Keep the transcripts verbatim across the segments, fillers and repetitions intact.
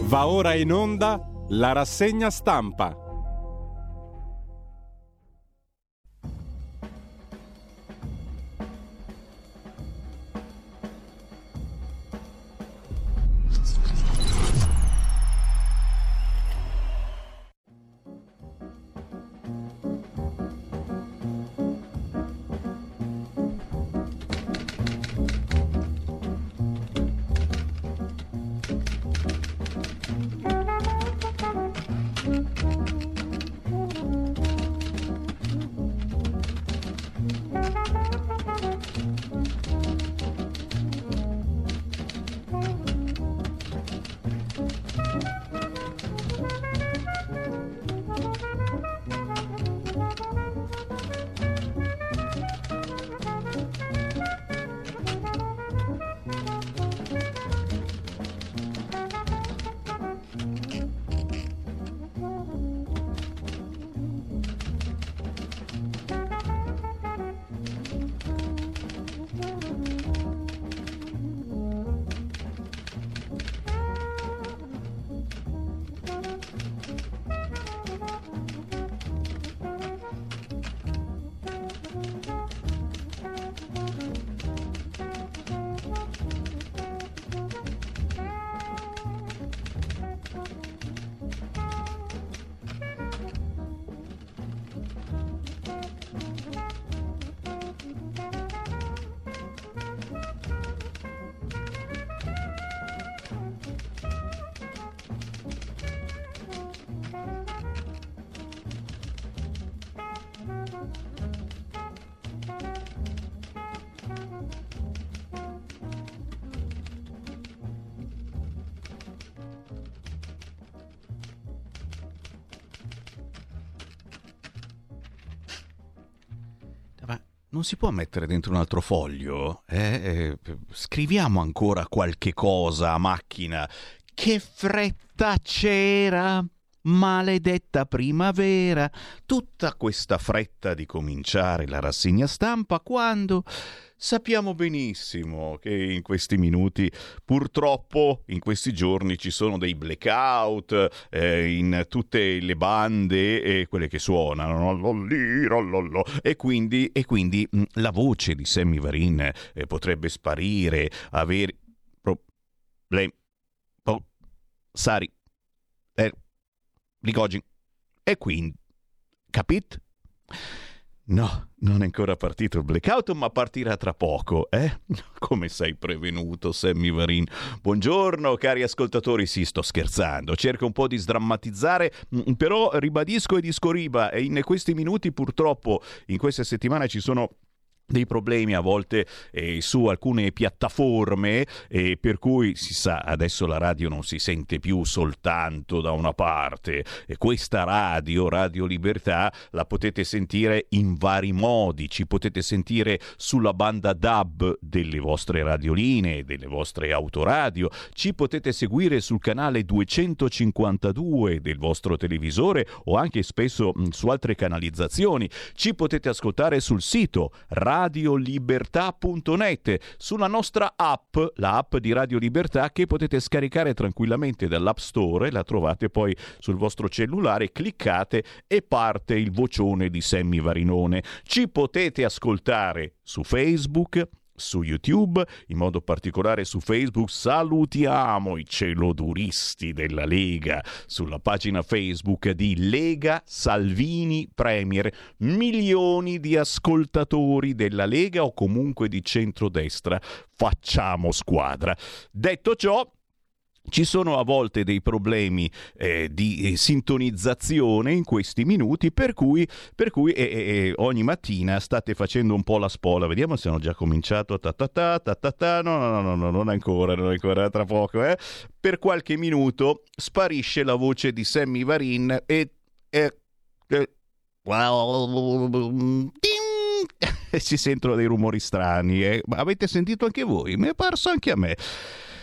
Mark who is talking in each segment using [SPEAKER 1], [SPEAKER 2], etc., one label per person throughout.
[SPEAKER 1] Va ora in onda la rassegna stampa.
[SPEAKER 2] Non si può mettere dentro un altro foglio? Eh? Eh, scriviamo ancora qualche cosa a macchina. Che fretta c'era, maledetta primavera. Tutta questa fretta di cominciare la rassegna stampa quando sappiamo benissimo che in questi minuti, purtroppo, in questi giorni ci sono dei blackout eh, in tutte le bande e quelle che suonano, no? e quindi, e quindi mh, la voce di Sammy Varin eh, potrebbe sparire, avere problemi, oh, Sari, eh, Ligogin, e quindi, capit? No, non è ancora partito il blackout, ma partirà tra poco, eh? Come sei prevenuto, Sammy Varin? Buongiorno, cari ascoltatori. Sì, sto scherzando, cerco un po' di sdrammatizzare, però ribadisco e discoriba, e in questi minuti purtroppo, in queste settimane ci sono dei problemi a volte eh, su alcune piattaforme, eh, per cui si sa, adesso la radio non si sente più soltanto da una parte, e questa radio, Radio Libertà, la potete sentire in vari modi. Ci potete sentire sulla banda D A B delle vostre radiolinee, delle vostre autoradio, ci potete seguire sul canale duecentocinquantadue del vostro televisore o anche spesso mh, su altre canalizzazioni, ci potete ascoltare sul sito radiolibertà punto net, sulla nostra app, la app di Radio Libertà, che potete scaricare tranquillamente dall'App Store, la trovate poi sul vostro cellulare, cliccate e parte il vocione di Sammy Varinone. Ci potete ascoltare su Facebook, su YouTube, in modo particolare su Facebook. Salutiamo i celoduristi della Lega sulla pagina Facebook di Lega Salvini Premier, milioni di ascoltatori della Lega o comunque di centrodestra, facciamo squadra. Detto ciò, ci sono a volte dei problemi eh, di eh, sintonizzazione in questi minuti, per cui, per cui eh, eh, ogni mattina state facendo un po' la spola. Vediamo se hanno già cominciato. Ta ta ta, ta ta ta. No, no, no, no, non ancora, non ancora, tra poco. Eh. Per qualche minuto sparisce la voce di Sammy Varin e... e, e si sentono dei rumori strani. Eh. Avete sentito anche voi? Mi è parso anche a me.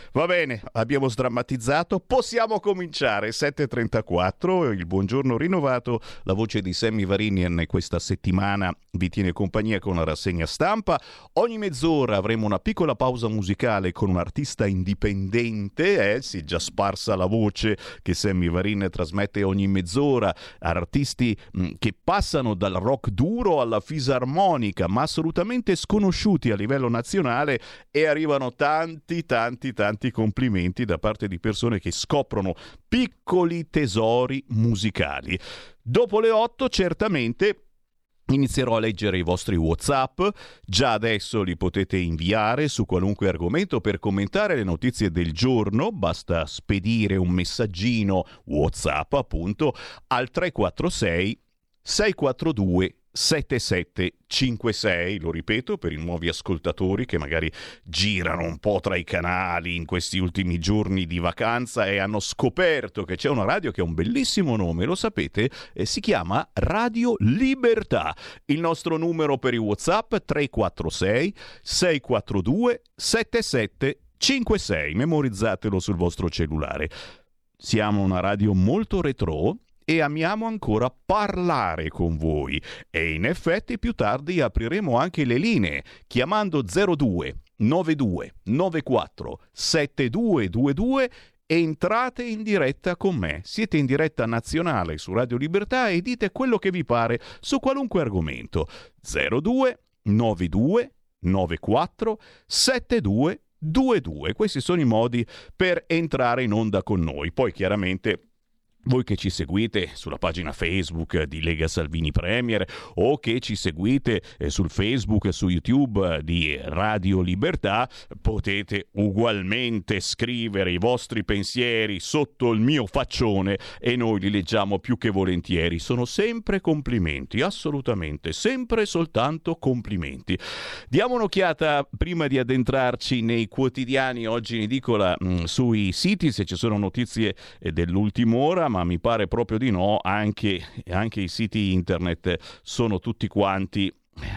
[SPEAKER 2] Va bene, abbiamo sdrammatizzato, possiamo cominciare. sette e trentaquattro, il buongiorno rinnovato, la voce di Sammy Varin questa settimana vi tiene compagnia con la rassegna stampa. Ogni mezz'ora avremo una piccola pausa musicale con un artista indipendente, eh, si è già sparsa la voce che Sammy Varin trasmette ogni mezz'ora, artisti mh, che passano dal rock duro alla fisarmonica, ma assolutamente sconosciuti a livello nazionale, e arrivano tanti tanti tanti complimenti da parte di persone che scoprono piccoli tesori musicali. Dopo le otto certamente inizierò a leggere i vostri WhatsApp, già adesso li potete inviare su qualunque argomento per commentare le notizie del giorno, basta spedire un messaggino WhatsApp appunto al tre quattro sei sei quattro due sette sette cinque sei, lo ripeto per i nuovi ascoltatori che magari girano un po' tra i canali in questi ultimi giorni di vacanza e hanno scoperto che c'è una radio che ha un bellissimo nome, lo sapete? Eh, si chiama Radio Libertà. Il nostro numero per i WhatsApp tre quattro sei sei quattro due sette sette cinque sei, memorizzatelo sul vostro cellulare. Siamo una radio molto retro e amiamo ancora parlare con voi, e in effetti più tardi apriremo anche le linee chiamando zero due nove due nove quattro sette due due due. Entrate in diretta con me, siete in diretta nazionale su Radio Libertà e dite quello che vi pare su qualunque argomento. Zero due nove due nove quattro sette due due due. Questi sono i modi per entrare in onda con noi. Poi chiaramente voi che ci seguite sulla pagina Facebook di Lega Salvini Premier o che ci seguite sul Facebook e su YouTube di Radio Libertà, potete ugualmente scrivere i vostri pensieri sotto il mio faccione e noi li leggiamo più che volentieri. Sono sempre complimenti, assolutamente, sempre e soltanto complimenti. Diamo un'occhiata prima di addentrarci nei quotidiani oggi in edicola mh, sui siti, se ci sono notizie eh, dell'ultima ora, ma mi pare proprio di no, anche, anche i siti internet sono tutti quanti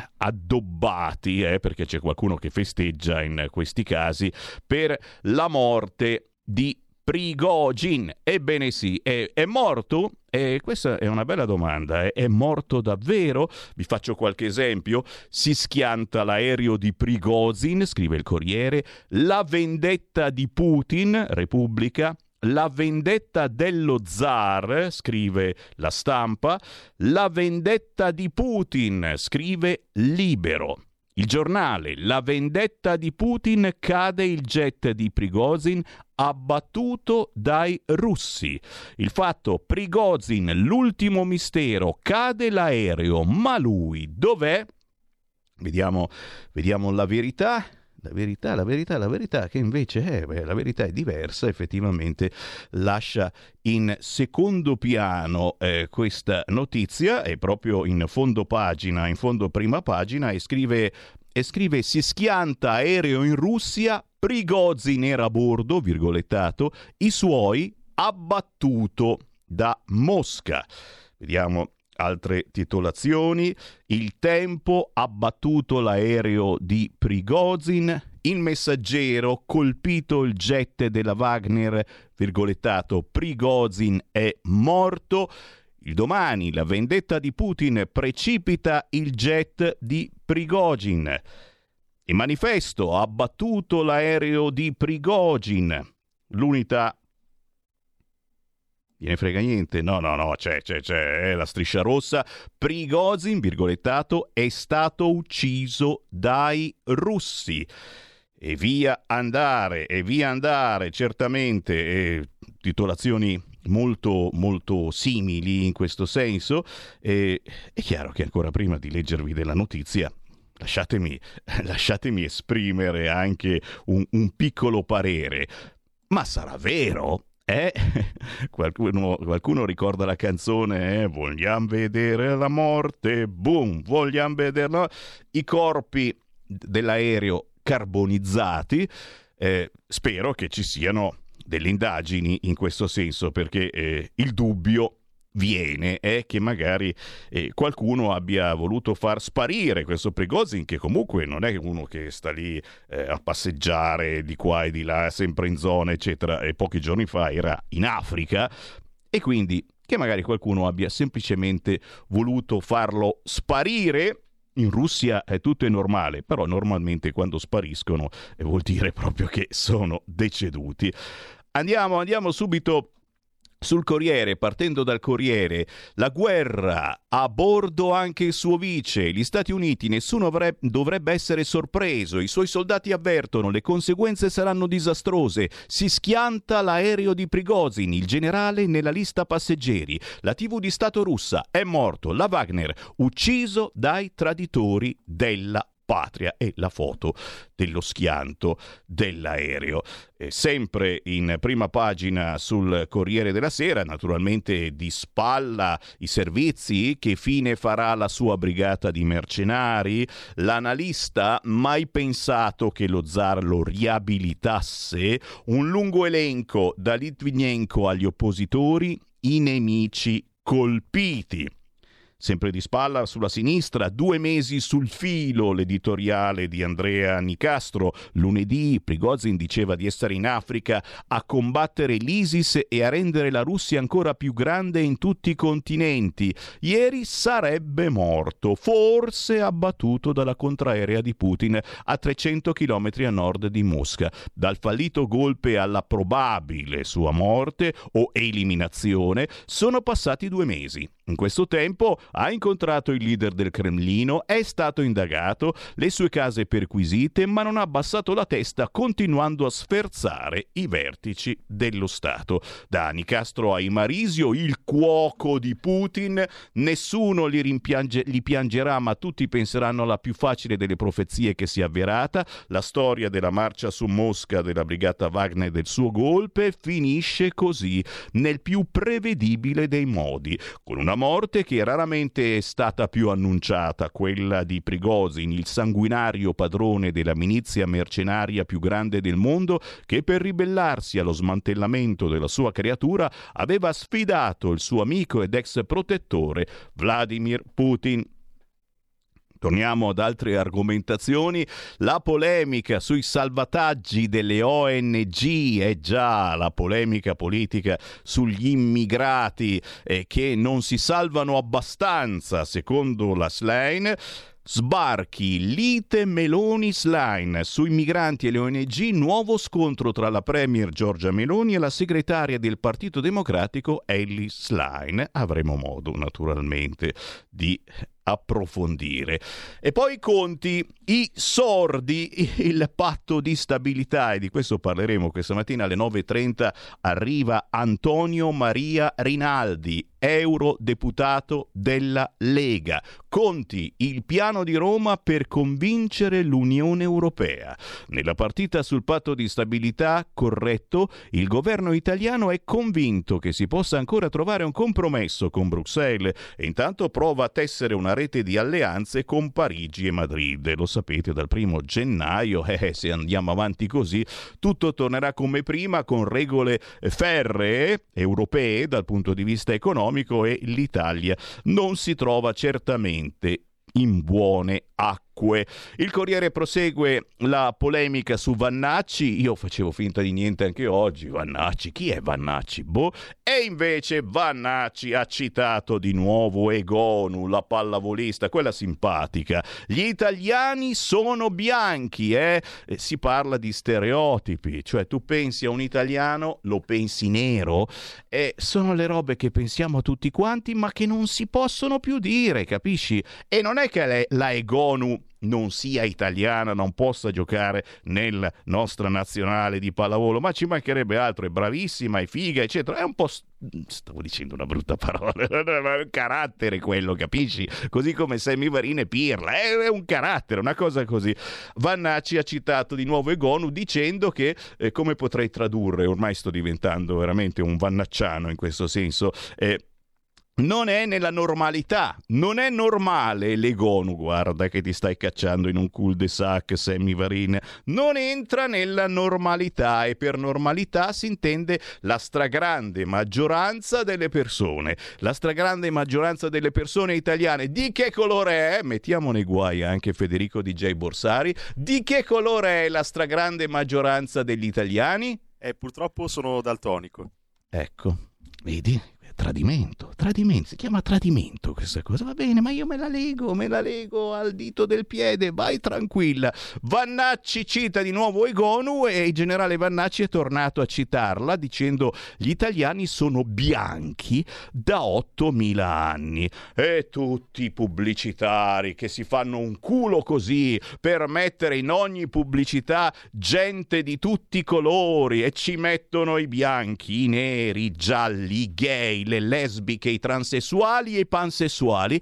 [SPEAKER 2] addobbati, eh, perché c'è qualcuno che festeggia in questi casi per la morte di Prigozhin. Ebbene sì, è, è morto? E questa è una bella domanda, eh? È morto davvero? Vi faccio qualche esempio. Si schianta l'aereo di Prigozhin, scrive il Corriere, la vendetta di Putin, Repubblica, la vendetta dello zar, scrive La Stampa, la vendetta di Putin, scrive Libero. Il Giornale, la vendetta di Putin, cade il jet di Prigozhin abbattuto dai russi. Il Fatto, Prigozhin, l'ultimo mistero, cade l'aereo, ma lui dov'è? Vediamo, vediamo la verità. La verità, la verità, la verità che invece è, beh, la verità è diversa, effettivamente lascia in secondo piano eh, questa notizia, è proprio in fondo pagina, in fondo prima pagina, e scrive, e scrive si schianta aereo in Russia, Prigozhin era a bordo, virgolettato, i suoi abbattuto da Mosca. Vediamo altre titolazioni. Il Tempo, abbattuto l'aereo di Prigozhin. Il Messaggero, colpito il jet della Wagner, virgolettato, Prigozhin è morto. Il Domani, la vendetta di Putin, precipita il jet di Prigozhin. Il Manifesto, abbattuto l'aereo di Prigozhin. L'Unità, gliene frega niente, no no no, c'è, c'è, c'è, la striscia rossa, Prigozhin, virgolettato, è stato ucciso dai russi. E via andare, e via andare, certamente, e titolazioni molto molto simili in questo senso. E, è chiaro che ancora prima di leggervi della notizia, lasciatemi, lasciatemi esprimere anche un, un piccolo parere. Ma sarà vero? Eh? Qualcuno, qualcuno ricorda la canzone, eh? Vogliamo vedere la morte, boom, vogliamo vederla. I corpi dell'aereo carbonizzati, eh, spero che ci siano delle indagini in questo senso, perché eh, il dubbio viene è che magari eh, qualcuno abbia voluto far sparire questo Prigozhin, che comunque non è uno che sta lì eh, a passeggiare di qua e di là, sempre in zona eccetera, e pochi giorni fa era in Africa, e quindi che magari qualcuno abbia semplicemente voluto farlo sparire. In Russia è tutto è normale, però normalmente quando spariscono eh, vuol dire proprio che sono deceduti. Andiamo, andiamo subito sul Corriere, partendo dal Corriere. La guerra, a bordo anche il suo vice. Gli Stati Uniti, nessuno avrebbe, dovrebbe essere sorpreso. I suoi soldati avvertono, le conseguenze saranno disastrose. Si schianta l'aereo di Prigozhin, il generale nella lista passeggeri. La tivù di Stato russa, è morto. La Wagner, ucciso dai traditori della patria, e la foto dello schianto dell'aereo. Eh, sempre in prima pagina sul Corriere della Sera, naturalmente di spalla i servizi, che fine farà la sua brigata di mercenari. L'analista, mai pensato che lo zar lo riabilitasse. Un lungo elenco da Litvinenko agli oppositori, i nemici colpiti. Sempre di spalla sulla sinistra, due mesi sul filo, l'editoriale di Andrea Nicastro. Lunedì Prigozhin diceva di essere in Africa a combattere l'ISIS e a rendere la Russia ancora più grande in tutti i continenti. Ieri sarebbe morto, forse abbattuto dalla contraerea di Putin a trecento chilometri a nord di Mosca. Dal fallito golpe alla probabile sua morte o eliminazione sono passati due mesi. In questo tempo ha incontrato il leader del Cremlino, è stato indagato, le sue case perquisite, ma non ha abbassato la testa, continuando a sferzare i vertici dello Stato. Da Nicastro a Imarisio, il cuoco di Putin, nessuno li, rimpiange, li piangerà, ma tutti penseranno alla più facile delle profezie che si è avverata. La storia della marcia su Mosca della brigata Wagner e del suo golpe finisce così, nel più prevedibile dei modi, con una morte che raramente è stata più annunciata, quella di Prigozhin, il sanguinario padrone della milizia mercenaria più grande del mondo, che per ribellarsi allo smantellamento della sua creatura aveva sfidato il suo amico ed ex protettore Vladimir Putin. Torniamo ad altre argomentazioni. La polemica sui salvataggi delle O N G, è già la polemica politica sugli immigrati eh, che non si salvano abbastanza, secondo la Schlein. Sbarchi, lite Meloni-Schlein sui migranti e le O N G, nuovo scontro tra la premier Giorgia Meloni e la segretaria del Partito Democratico Elly Schlein. Avremo modo naturalmente di approfondire. E poi i conti, i sordi, il patto di stabilità, e di questo parleremo questa mattina alle nove e trenta. Arriva Antonio Maria Rinaldi, eurodeputato della Lega. Conti, il piano di Roma per convincere l'Unione Europea. Nella partita sul patto di stabilità, corretto, il governo italiano è convinto che si possa ancora trovare un compromesso con Bruxelles e intanto prova a tessere una rete di alleanze con Parigi e Madrid. Lo sapete, dal primo gennaio, eh, se andiamo avanti così, tutto tornerà come prima, con regole ferree europee dal punto di vista economico, e l'Italia non si trova certamente in buone acque. Il Corriere prosegue la polemica su Vannacci. Io facevo finta di niente anche oggi. Vannacci, chi è Vannacci? Boh. E invece Vannacci ha citato di nuovo Egonu, la pallavolista, quella simpatica. Gli italiani sono bianchi, eh? E si parla di stereotipi, cioè tu pensi a un italiano, lo pensi nero, e sono le robe che pensiamo tutti quanti, ma che non si possono più dire, capisci? E non è che la Egonu non sia italiana, non possa giocare nella nostra nazionale di pallavolo, ma ci mancherebbe altro, è bravissima, è figa, eccetera. È un po', stavo dicendo una brutta parola, è un carattere quello, capisci? Così come Sammy Varin e Pirla, è un carattere, una cosa così. Vannacci ha citato di nuovo Egonu dicendo che, eh, come potrei tradurre, ormai sto diventando veramente un vannacciano in questo senso, eh, non è nella normalità, non è normale l'Egonu, guarda che ti stai cacciando in un cul-de-sac, Sammy Varin, non entra nella normalità, e per normalità si intende la stragrande maggioranza delle persone, la stragrande maggioranza delle persone italiane. Di che colore è? Mettiamo nei guai anche Federico D J Borsari. Di che colore è la stragrande maggioranza degli italiani?
[SPEAKER 3] Eh, purtroppo sono daltonico.
[SPEAKER 2] Ecco, vedi? Tradimento, tradimento, si chiama tradimento questa cosa, va bene, ma io me la lego, me la lego al dito del piede, vai tranquilla. Vannacci cita di nuovo Egonu e il generale Vannacci è tornato a citarla dicendo: gli italiani sono bianchi da ottomila anni. E tutti i pubblicitari che si fanno un culo così per mettere in ogni pubblicità gente di tutti i colori, e ci mettono i bianchi, i neri, i gialli, i gay, le lesbiche, i transessuali e i pansessuali.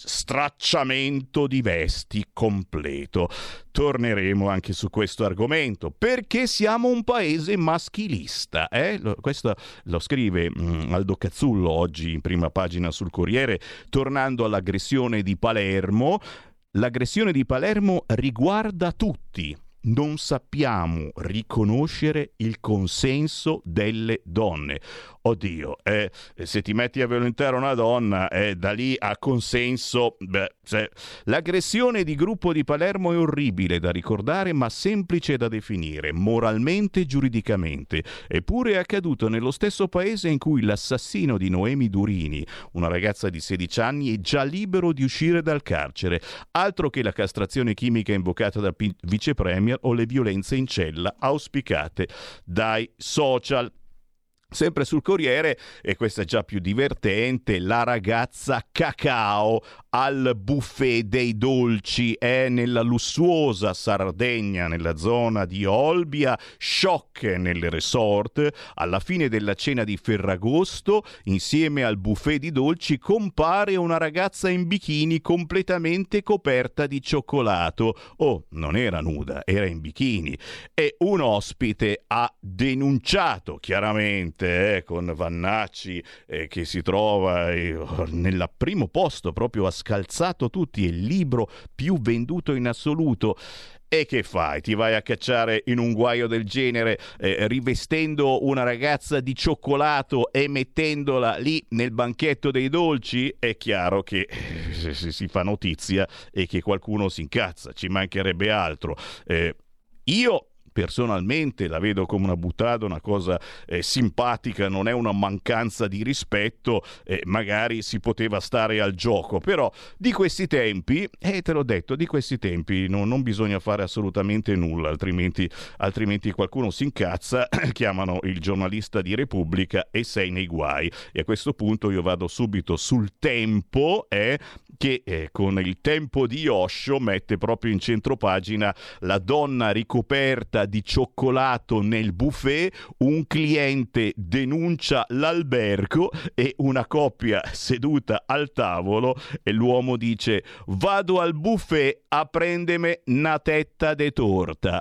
[SPEAKER 2] Stracciamento di vesti completo. Torneremo anche su questo argomento, perché siamo un paese maschilista. Eh? Lo, questo lo scrive mh, Aldo Cazzullo oggi in prima pagina sul Corriere, tornando all'aggressione di Palermo. L'aggressione di Palermo riguarda tutti. Non sappiamo riconoscere il consenso delle donne. Oddio, eh, se ti metti a violentare una donna, eh, da lì a consenso, beh, se... L'aggressione di gruppo di Palermo è orribile da ricordare, ma semplice da definire, moralmente e giuridicamente. Eppure è accaduto nello stesso paese in cui l'assassino di Noemi Durini, una ragazza di sedici anni, è già libero di uscire dal carcere. Altro che la castrazione chimica invocata dal p- vice premier o le violenze in cella auspicate dai social. Sempre sul Corriere, e questa è già più divertente, la ragazza cacao al buffet dei dolci è nella lussuosa Sardegna, nella zona di Olbia, shock nel resort. Alla fine della cena di Ferragosto, insieme al buffet di dolci, compare una ragazza in bikini completamente coperta di cioccolato. Oh, non era nuda, era in bikini. E un ospite ha denunciato chiaramente Eh, con Vannacci eh, che si trova eh, nel primo posto, proprio ha scalzato tutti, è il libro più venduto in assoluto. E che fai? Ti vai a cacciare in un guaio del genere eh, rivestendo una ragazza di cioccolato e mettendola lì nel banchetto dei dolci? È chiaro che eh, si fa notizia e che qualcuno si incazza, ci mancherebbe altro. Eh, io personalmente la vedo come una buttata, una cosa eh, simpatica, non è una mancanza di rispetto, eh, magari si poteva stare al gioco, però di questi tempi, eh, te l'ho detto, di questi tempi no, non bisogna fare assolutamente nulla, altrimenti, altrimenti qualcuno si incazza, chiamano il giornalista di Repubblica e sei nei guai. E a questo punto io vado subito sul Tempo, eh, che eh, con il Tempo di Osho mette proprio in centropagina la donna ricoperta di cioccolato nel buffet, un cliente denuncia l'albergo e una coppia seduta al tavolo e l'uomo dice: vado al buffet a prendeme una tetta de torta.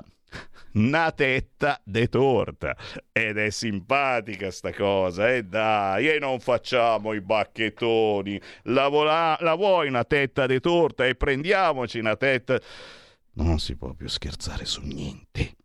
[SPEAKER 2] Una tetta de torta. Ed è simpatica sta cosa, e eh dai, e non facciamo i bacchettoni. La, vola, la vuoi una tetta de torta e prendiamoci una tetta. Non si può più scherzare su niente.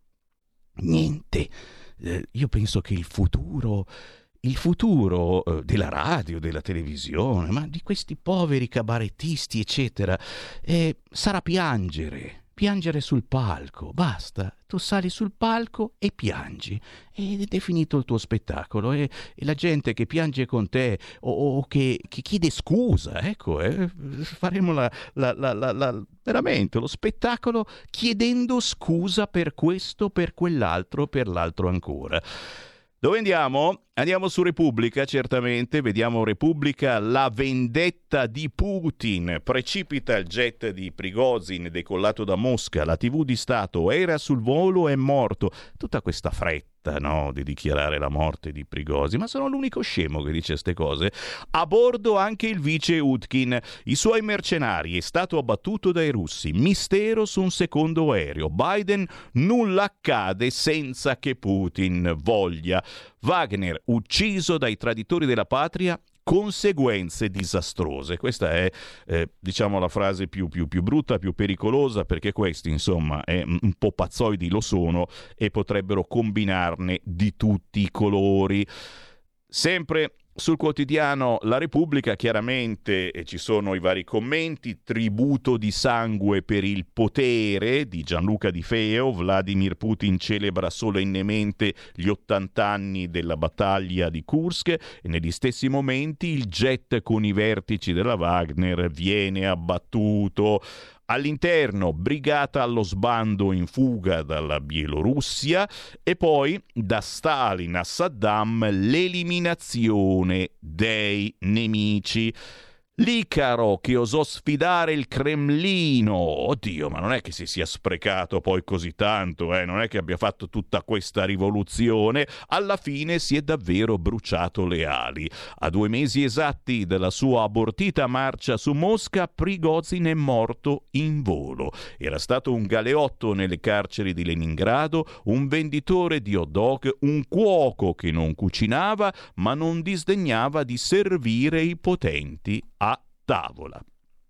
[SPEAKER 2] Niente. Eh, io penso che il futuro, il futuro eh, della radio, della televisione, ma di questi poveri cabarettisti, eccetera, eh, sarà piangere. Piangere sul palco, basta. Tu sali sul palco e piangi. Ed è finito il tuo spettacolo. E, e la gente che piange con te o, o che, che chiede scusa, ecco, eh, faremo la, la, la, la, la, veramente lo spettacolo chiedendo scusa per questo, per quell'altro, per l'altro ancora. Dove andiamo? Andiamo su Repubblica, certamente. Vediamo Repubblica, la vendetta di Putin. Precipita il jet di Prigozhin decollato da Mosca. La tivù di Stato era sul volo, è morto. Tutta questa fretta, no, di dichiarare la morte di Prigozhin. Ma sono l'unico scemo che dice queste cose. A bordo anche il vice Utkin. I suoi mercenari, è stato abbattuto dai russi. Mistero su un secondo aereo. Biden, nulla accade senza che Putin voglia. Wagner, ucciso dai traditori della patria, conseguenze disastrose. Questa è eh, diciamo la frase più, più, più brutta, più pericolosa, perché questi insomma è un po' pazzoidi lo sono e potrebbero combinarne di tutti i colori. Sempre sul quotidiano La Repubblica chiaramente eh, ci sono i vari commenti: tributo di sangue per il potere di Gianluca Di Feo, Vladimir Putin celebra solennemente gli ottanta anni della battaglia di Kursk e negli stessi momenti il jet con i vertici della Wagner viene abbattuto. All'interno, brigata allo sbando in fuga dalla Bielorussia e poi da Stalin a Saddam l'eliminazione dei nemici. L'Icaro che osò sfidare il Cremlino. Oddio, ma non è che si sia sprecato poi così tanto, eh? Non è che abbia fatto tutta questa rivoluzione. Alla fine si è davvero bruciato le ali. A due mesi esatti dalla sua abortita marcia su Mosca, Prigozhin è morto in volo. Era stato un galeotto nelle carceri di Leningrado, un venditore di hot dog, un cuoco che non cucinava, ma non disdegnava di servire i potenti a tavola.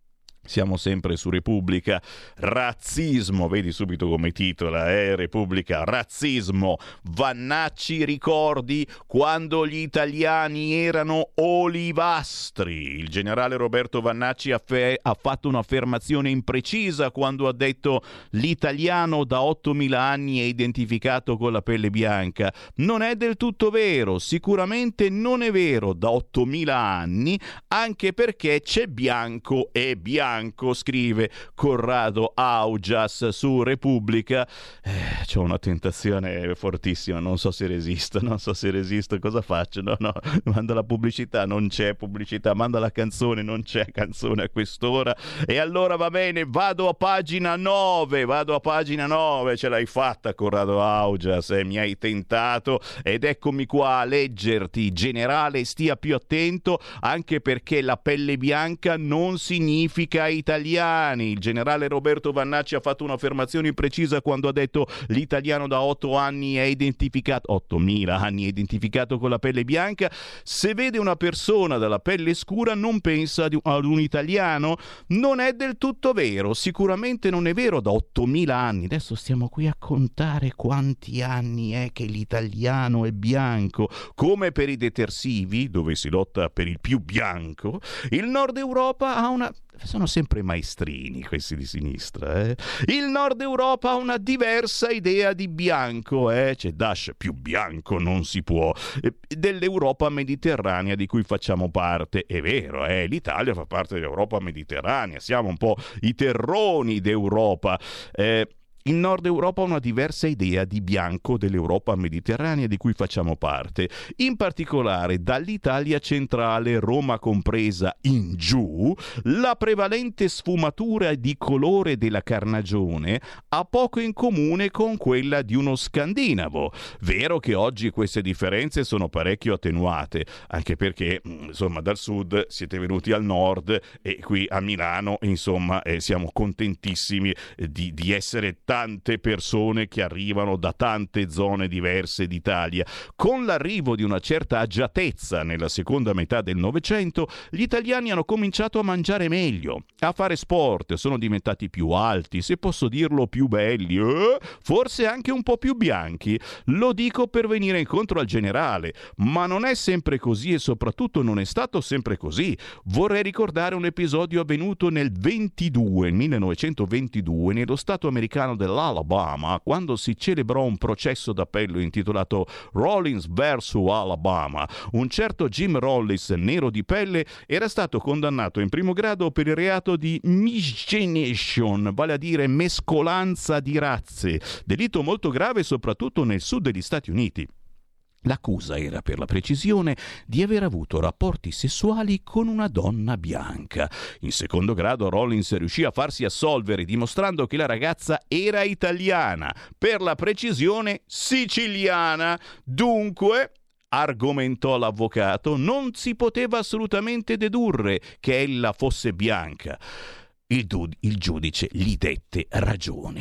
[SPEAKER 2] Siamo sempre su Repubblica. Razzismo, vedi subito come titola, eh? Repubblica, razzismo. Vannacci ricordi quando gli italiani erano olivastri. Il generale Roberto Vannacci ha, fe- ha fatto un'affermazione imprecisa quando ha detto l'italiano da ottomila anni è identificato con la pelle bianca. Non è del tutto vero, sicuramente non è vero da ottomila anni, anche perché c'è bianco e bianco. Scrive Corrado Augias su Repubblica. Eh, c'ho una tentazione fortissima, non so se resisto, non so se resisto, cosa faccio? No, no, manda la pubblicità, non c'è pubblicità, manda la canzone, non c'è canzone a quest'ora. E allora va bene, vado a pagina nove, vado a pagina nove, ce l'hai fatta Corrado Augias, eh, mi hai tentato ed eccomi qua a leggerti. Generale, stia più attento, anche perché la pelle bianca non significa italiani. Il generale Roberto Vannacci ha fatto un'affermazione precisa quando ha detto l'italiano da otto anni è identificato, ottomila anni è identificato con la pelle bianca. Se vede una persona dalla pelle scura non pensa ad un italiano. Non è del tutto vero, sicuramente non è vero da ottomila anni. Adesso stiamo qui a contare quanti anni è che l'italiano è bianco. Come per i detersivi, dove si lotta per il più bianco, il Nord Europa ha una... Sono sempre maestrini questi di sinistra, eh? Il Nord Europa ha una diversa idea di bianco, eh? C'è Dash, più bianco non si può, eh, dell'Europa mediterranea di cui facciamo parte. È vero, eh? L'Italia fa parte dell'Europa mediterranea, siamo un po' i terroni d'Europa. Eh, Il Nord Europa ha una diversa idea di bianco dell'Europa mediterranea di cui facciamo parte. In particolare, dall'Italia centrale, Roma compresa, in giù, la prevalente sfumatura di colore della carnagione ha poco in comune con quella di uno scandinavo. Vero che oggi queste differenze sono parecchio attenuate, anche perché, insomma, dal sud siete venuti al nord e qui a Milano, insomma, eh, siamo contentissimi di, di essere tante persone che arrivano da tante zone diverse d'Italia. Con l'arrivo di una certa agiatezza nella seconda metà del Novecento, gli italiani hanno cominciato a mangiare meglio, a fare sport, sono diventati più alti, se posso dirlo più belli, eh? Forse anche un po' più bianchi. Lo dico per venire incontro al generale, ma non è sempre così e soprattutto non è stato sempre così. Vorrei ricordare un episodio avvenuto nel ventidue, millenovecentoventidue, nello stato americano dell'Alabama, quando si celebrò un processo d'appello intitolato Rawlins versus Alabama. Un certo Jim Rawlins, nero di pelle, era stato condannato in primo grado per il reato di miscegenation, vale a dire mescolanza di razze, delitto molto grave soprattutto nel sud degli Stati Uniti. L'accusa era, per la precisione, di aver avuto rapporti sessuali con una donna bianca. In secondo grado Rawlins riuscì a farsi assolvere dimostrando che la ragazza era italiana, per la precisione siciliana. Dunque, argomentò l'avvocato, non si poteva assolutamente dedurre che ella fosse bianca. Il, du- il giudice gli dette ragione.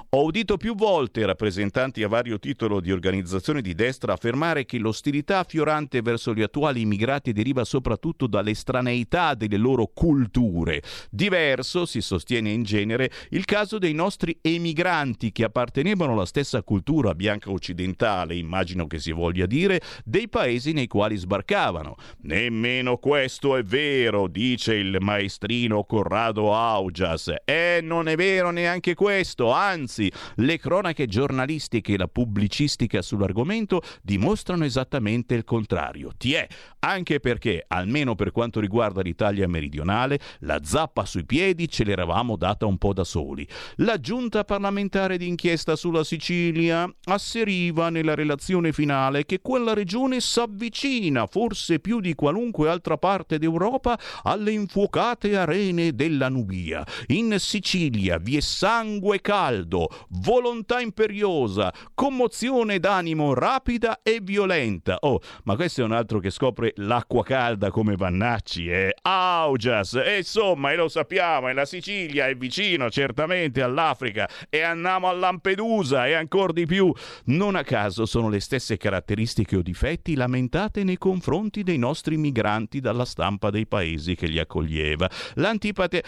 [SPEAKER 2] Ho udito più volte rappresentanti a vario titolo di organizzazioni di destra affermare che l'ostilità fiorante verso gli attuali immigrati deriva soprattutto dall'estraneità delle loro culture. Diverso, si sostiene in genere, il caso dei nostri emigranti che appartenevano alla stessa cultura bianca occidentale, immagino che si voglia dire, dei paesi nei quali sbarcavano. Nemmeno questo è vero, dice il maestrino Corrado Augias. E non è vero neanche questo, anzi, le cronache giornalistiche e la pubblicistica sull'argomento dimostrano esattamente il contrario. Tiè, anche perché, almeno per quanto riguarda l'Italia meridionale, la zappa sui piedi ce l'eravamo data un po' da soli. La giunta parlamentare d'inchiesta sulla Sicilia asseriva nella relazione finale che quella regione s'avvicina, forse più di qualunque altra parte d'Europa, alle infuocate arene della Nubia. In Sicilia vi è sangue caldo, volontà imperiosa, commozione d'animo rapida e violenta. Oh, ma questo è un altro che scopre l'acqua calda come Vannacci, eh? Augias, e insomma, e lo sappiamo, e la Sicilia è vicino certamente all'Africa, e andiamo a Lampedusa, e ancora di più. Non a caso sono le stesse caratteristiche o difetti lamentate nei confronti dei nostri migranti dalla stampa dei paesi che li accoglieva. L'antipate...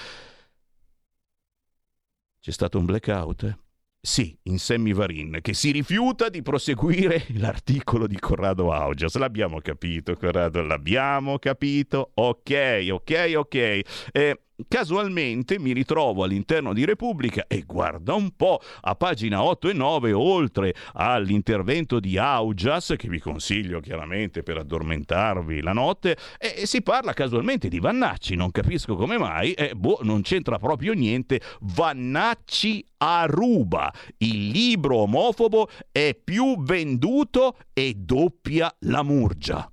[SPEAKER 2] C'è stato un blackout? Sì, in Semivarin, che si rifiuta di proseguire l'articolo di Corrado Augias. L'abbiamo capito, Corrado, l'abbiamo capito. Ok, ok, ok. Eh, casualmente mi ritrovo all'interno di Repubblica e guarda un po', a pagina otto e nove, oltre all'intervento di Augias, che vi consiglio chiaramente per addormentarvi la notte, e si parla casualmente di Vannacci. Non capisco come mai, eh, boh, non c'entra proprio niente. Vannacci a ruba, il libro omofobo è più venduto e doppia la Murgia.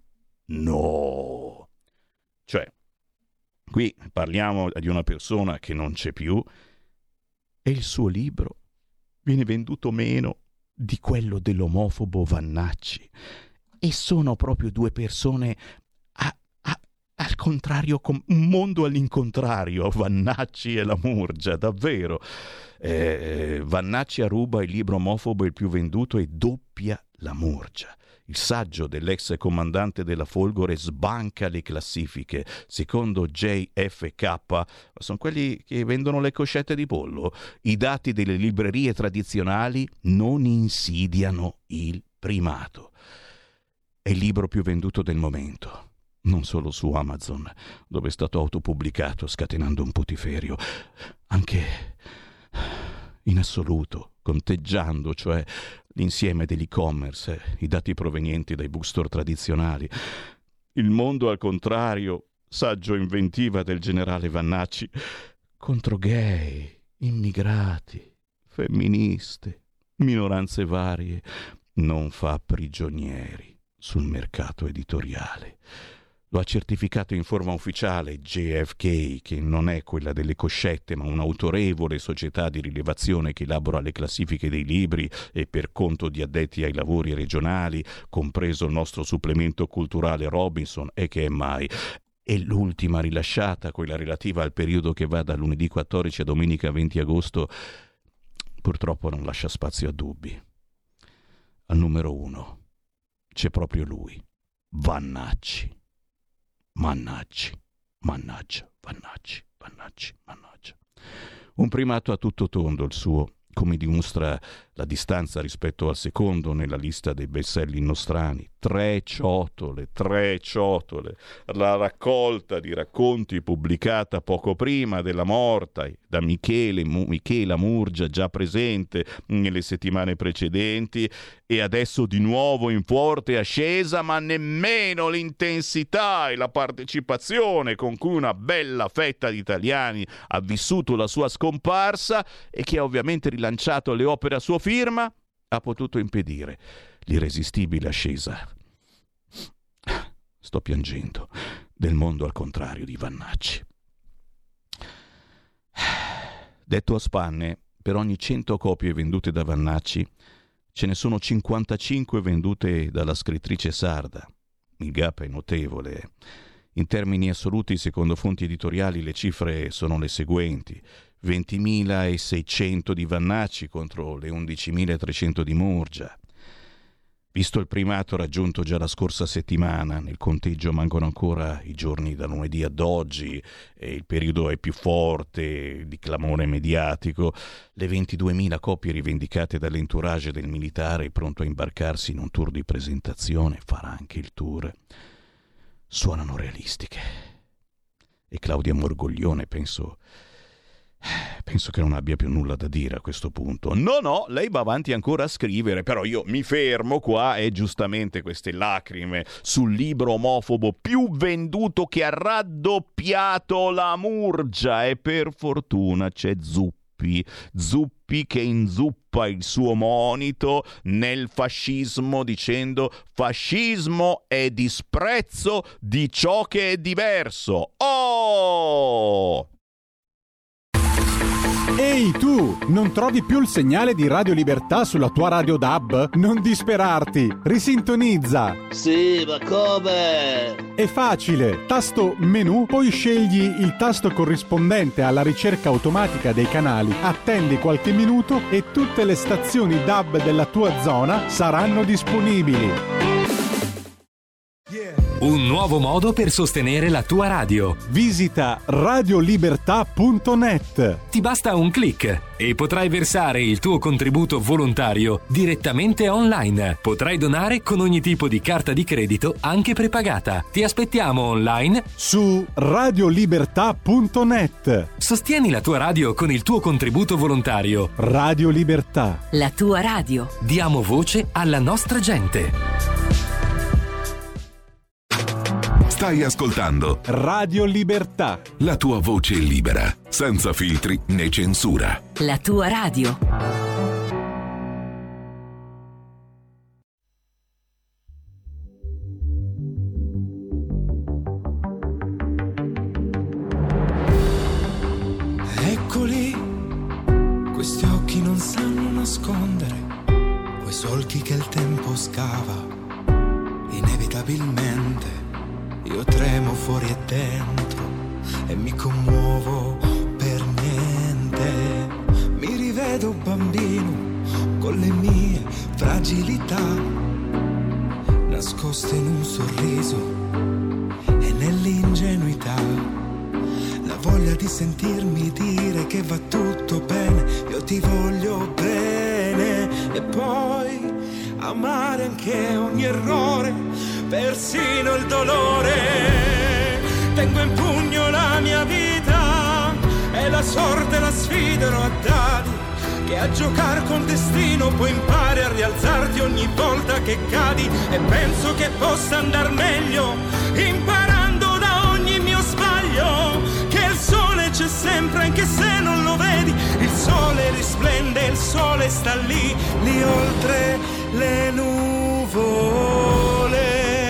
[SPEAKER 2] No. Cioè, qui parliamo di una persona che non c'è più e il suo libro viene venduto meno di quello dell'omofobo Vannacci. E sono proprio due persone a, a, al contrario, com- un mondo all'incontrario, Vannacci e la Murgia, davvero. Eh, Vannacci a ruba, il libro omofobo è il più venduto e doppia la Murgia. Il saggio dell'ex comandante della Folgore sbanca le classifiche. Secondo J F K, sono quelli che vendono le coscette di pollo, i dati delle librerie tradizionali non insidiano il primato. È il libro più venduto del momento, non solo su Amazon, dove è stato autopubblicato scatenando un putiferio, anche in assoluto, conteggiando, cioè l'insieme dell'e-commerce, i dati provenienti dai bookstore tradizionali. Il mondo al contrario, saggio inventiva del generale Vannacci, contro gay, immigrati, femministe, minoranze varie, non fa prigionieri sul mercato editoriale. Lo ha certificato in forma ufficiale J F K, che non è quella delle coscette, ma un'autorevole società di rilevazione che elabora le classifiche dei libri e per conto di addetti ai lavori regionali, compreso il nostro supplemento culturale Robinson, e che è mai. E l'ultima rilasciata, quella relativa al periodo che va da lunedì quattordici a domenica venti agosto, purtroppo non lascia spazio a dubbi. Al numero uno c'è proprio lui, Vannacci. Mannaggia, mannaggia, Vannacci, Vannacci, mannaggia. Un primato a tutto tondo il suo, come dimostra la distanza rispetto al secondo nella lista dei bestseller nostrani. Tre ciotole, tre ciotole. La raccolta di racconti pubblicata poco prima della morte da Michele, Michela Murgia, già presente nelle settimane precedenti, e adesso di nuovo in forte ascesa, ma nemmeno l'intensità e la partecipazione con cui una bella fetta di italiani ha vissuto la sua scomparsa e che ha ovviamente rilanciato le opere a sua firma, ha potuto impedire l'irresistibile ascesa. Sto piangendo del mondo al contrario di Vannacci. Detto a spanne, per ogni cento copie vendute da Vannacci ce ne sono cinquantacinque vendute dalla scrittrice sarda. Il gap è notevole. In termini assoluti, secondo fonti editoriali, le cifre sono le seguenti: ventimilaseicento di Vannacci contro le undicimilatrecento di Murgia. Visto il primato raggiunto già la scorsa settimana, nel conteggio mancano ancora i giorni da lunedì ad oggi e il periodo è più forte di clamore mediatico, le ventiduemila coppie rivendicate dall'entourage del militare pronto a imbarcarsi in un tour di presentazione, farà anche il tour, suonano realistiche. E Claudia Morgoglione penso... Penso che non abbia più nulla da dire a questo punto. No, no, lei va avanti ancora a scrivere, però io mi fermo qua e giustamente queste lacrime sul libro omofobo più venduto che ha raddoppiato la Murgia, e per fortuna c'è Zuppi. Zuppi che inzuppa il suo monito nel fascismo dicendo: fascismo è disprezzo di ciò che è diverso. Oh!
[SPEAKER 1] Ehi tu, non trovi più il segnale di Radio Libertà sulla tua radio D A B? Non disperarti, risintonizza!
[SPEAKER 4] Sì, ma come?
[SPEAKER 1] È facile, tasto menu, poi scegli il tasto corrispondente alla ricerca automatica dei canali, attendi qualche minuto e tutte le stazioni D A B della tua zona saranno disponibili.
[SPEAKER 5] Un nuovo modo per sostenere la tua radio.
[SPEAKER 1] Visita radiolibertà punto net.
[SPEAKER 5] Ti basta un click e potrai versare il tuo contributo volontario direttamente online. Potrai donare con ogni tipo di carta di credito, anche prepagata. Ti aspettiamo online
[SPEAKER 1] su radiolibertà punto net.
[SPEAKER 5] Sostieni la tua radio con il tuo contributo volontario.
[SPEAKER 1] Radio Libertà.
[SPEAKER 6] La tua radio.
[SPEAKER 5] Diamo voce alla nostra gente.
[SPEAKER 7] Stai ascoltando
[SPEAKER 1] Radio Libertà.
[SPEAKER 7] La tua voce libera, senza filtri né censura.
[SPEAKER 6] La tua radio.
[SPEAKER 8] Eccoli, questi occhi non sanno nascondere quei solchi che il tempo scava inevitabilmente. Io tremo fuori e dentro e mi commuovo per niente. Mi rivedo bambino con le mie fragilità, nascoste in un sorriso e nell'ingenuità. La voglia di sentirmi dire che va tutto bene, io ti voglio bene. E poi amare anche ogni errore, persino il dolore. Tengo in pugno la mia vita e la sorte la sfiderò a dadi, che a giocare col destino poi impari a rialzarti ogni volta che cadi. E penso che possa andar meglio imparando da ogni mio sbaglio, che il sole c'è sempre anche se non lo vedi. Il sole risplende, il sole sta lì, lì oltre le nuvole.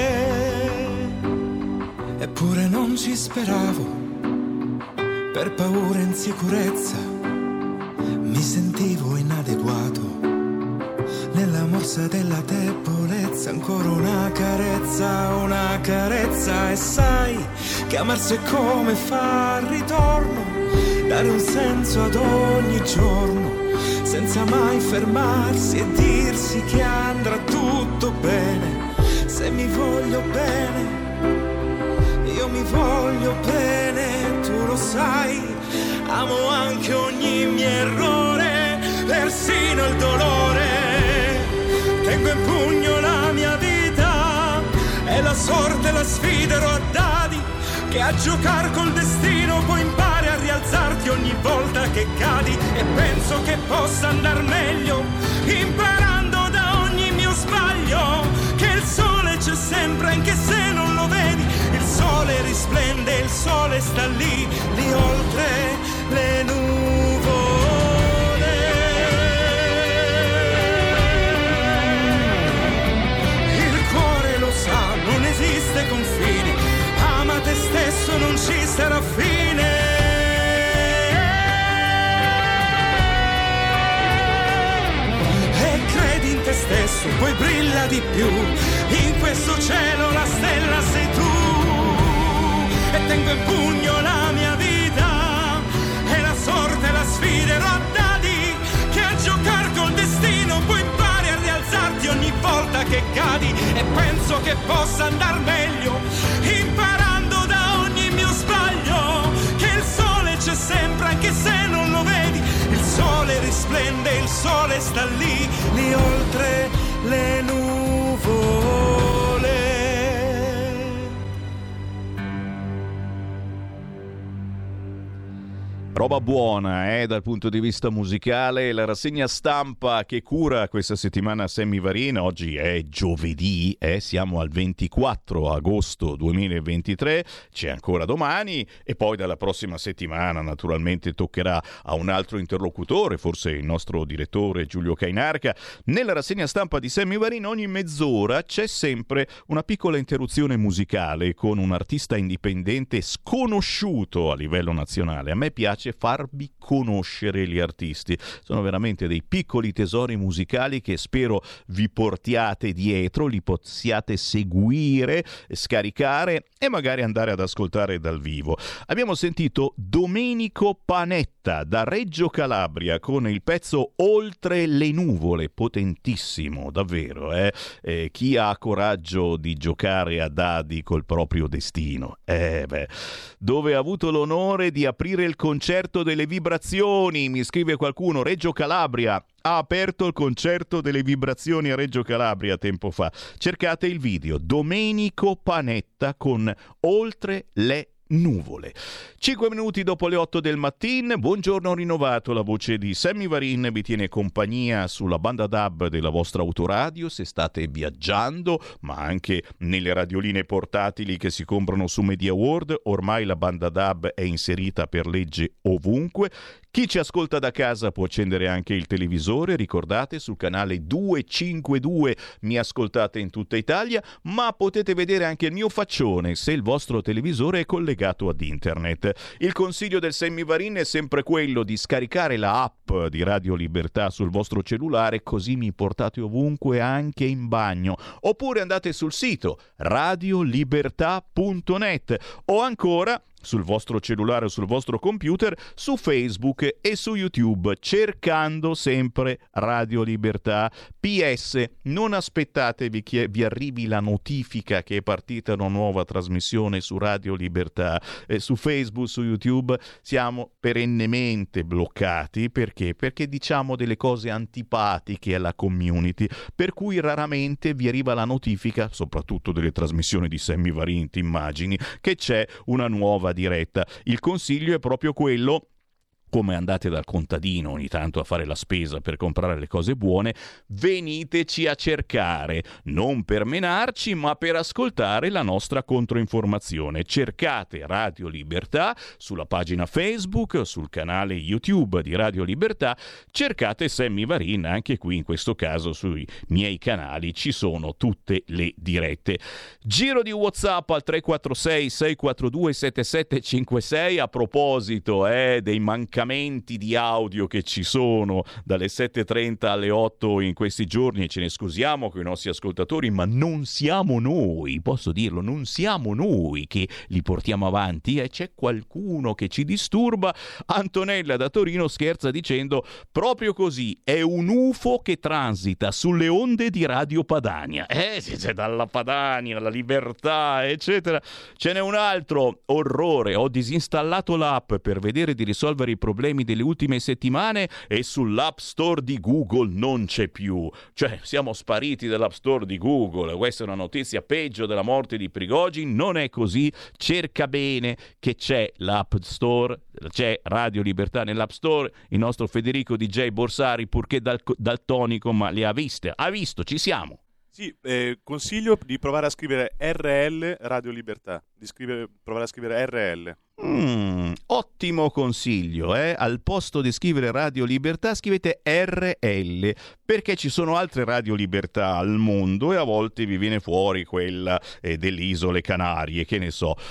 [SPEAKER 8] Eppure non ci speravo, per paura e insicurezza mi sentivo inadeguato. Nella morsa della debolezza ancora una carezza, una carezza. E sai che amarsi è come far ritorno, dare un senso ad ogni giorno, senza mai fermarsi e dirsi che andrà tutto bene. Se mi voglio bene, io mi voglio bene, tu lo sai. Amo anche ogni mio errore, persino il dolore. Tengo in pugno la mia vita e la sorte la sfiderò a dadi, che a giocare col destino poi impari a rialzarti ogni volta che cadi. E penso che possa andar meglio imparando da ogni mio sbaglio, che il sole c'è sempre anche se non lo vedi. Il sole risplende, il sole sta lì, lì oltre le nuvole. Il cuore lo sa, non esiste confine, ama te stesso, non ci sarà fine. E credi in te stesso, poi brilla di più, in questo cielo la stella sei tu. E tengo in pugno la mia vita e la sorte la penso che possa andar meglio, imparando da ogni mio sbaglio, che il sole c'è sempre anche se non lo vedi, il sole risplende, il sole sta lì, lì oltre le nuvole.
[SPEAKER 2] Roba buona, eh, dal punto di vista musicale. La rassegna stampa che cura questa settimana Sammy Varin. Oggi è giovedì, eh, siamo al ventiquattro agosto duemilaventitré, c'è ancora domani e poi dalla prossima settimana naturalmente toccherà a un altro interlocutore, forse il nostro direttore Giulio Cainarca. Nella rassegna stampa di Sammy Varin ogni mezz'ora c'è sempre una piccola interruzione musicale con un artista indipendente sconosciuto a livello nazionale. A me piace farvi conoscere gli artisti, sono veramente dei piccoli tesori musicali che spero vi portiate dietro, li possiate seguire, scaricare e magari andare ad ascoltare dal vivo. Abbiamo sentito Domenico Panetta da Reggio Calabria con il pezzo Oltre le nuvole, potentissimo davvero, eh? Eh, chi ha coraggio di giocare a dadi col proprio destino, eh beh, dove ha avuto l'onore di aprire il concerto delle vibrazioni, mi scrive qualcuno. Reggio Calabria ha aperto il concerto delle vibrazioni a Reggio Calabria tempo fa. Cercate il video Domenico Panetta con Oltre le nuvole. Cinque minuti dopo le otto del mattino, buongiorno rinnovato, la voce di Sammy Varin vi tiene compagnia sulla banda D A B della vostra autoradio se state viaggiando, ma anche nelle radioline portatili che si comprano su Media World. Ormai la banda D A B è inserita per legge ovunque. Chi ci ascolta da casa può accendere anche il televisore, ricordate, sul canale duecentocinquantadue mi ascoltate in tutta Italia, ma potete vedere anche il mio faccione se il vostro televisore è collegato ad internet. Il consiglio del Sammy Varin è sempre quello di scaricare la app di Radio Libertà sul vostro cellulare, così mi portate ovunque, anche in bagno. Oppure andate sul sito radio libertà punto net o ancora sul vostro cellulare o sul vostro computer, su Facebook e su YouTube, cercando sempre Radio Libertà. P S, non aspettatevi che vi arrivi la notifica che è partita una nuova trasmissione su Radio Libertà. Eh, su Facebook, su YouTube siamo perennemente bloccati. Perché? Perché diciamo delle cose antipatiche alla community, per cui raramente vi arriva la notifica, soprattutto delle trasmissioni di Sammy Varin, ti immagini, che c'è una nuova diretta. Il consiglio è proprio quello, come andate dal contadino ogni tanto a fare la spesa per comprare le cose buone, veniteci a cercare, non per menarci ma per ascoltare la nostra controinformazione. Cercate Radio Libertà sulla pagina Facebook, sul canale YouTube di Radio Libertà, cercate Sammy Varin, anche qui in questo caso sui miei canali ci sono tutte le dirette. Giro di WhatsApp al tre quattro sei sei quattro due sette sette cinque sei. A proposito eh, dei mancamenti di audio che ci sono dalle sette e trenta alle otto in questi giorni, e ce ne scusiamo con i nostri ascoltatori, ma non siamo noi, posso dirlo, non siamo noi che li portiamo avanti, e eh, c'è qualcuno che ci disturba. Antonella da Torino scherza dicendo proprio così, è un U F O che transita sulle onde di Radio Padania, eh, c'è dalla Padania, la Libertà, eccetera. Ce n'è un altro orrore, ho disinstallato l'app per vedere di risolvere i problemi delle ultime settimane e sull'App Store di Google non c'è più. Cioè, siamo spariti dall'App Store di Google. Questa è una notizia peggio della morte di Prigozhin. Non è così. Cerca bene che c'è l'App Store, c'è Radio Libertà nell'App Store. Il nostro Federico D J Borsari, purché dal, daltonico, ma le ha viste. Ha visto, ci siamo.
[SPEAKER 3] Sì, eh, consiglio di provare a scrivere R L Radio Libertà, di scrivere, provare a scrivere R L.
[SPEAKER 2] Mm, ottimo consiglio, eh? Al posto di scrivere Radio Libertà scrivete R L, perché ci sono altre Radio Libertà al mondo e a volte vi viene fuori quella eh, delle Isole Canarie, che ne so.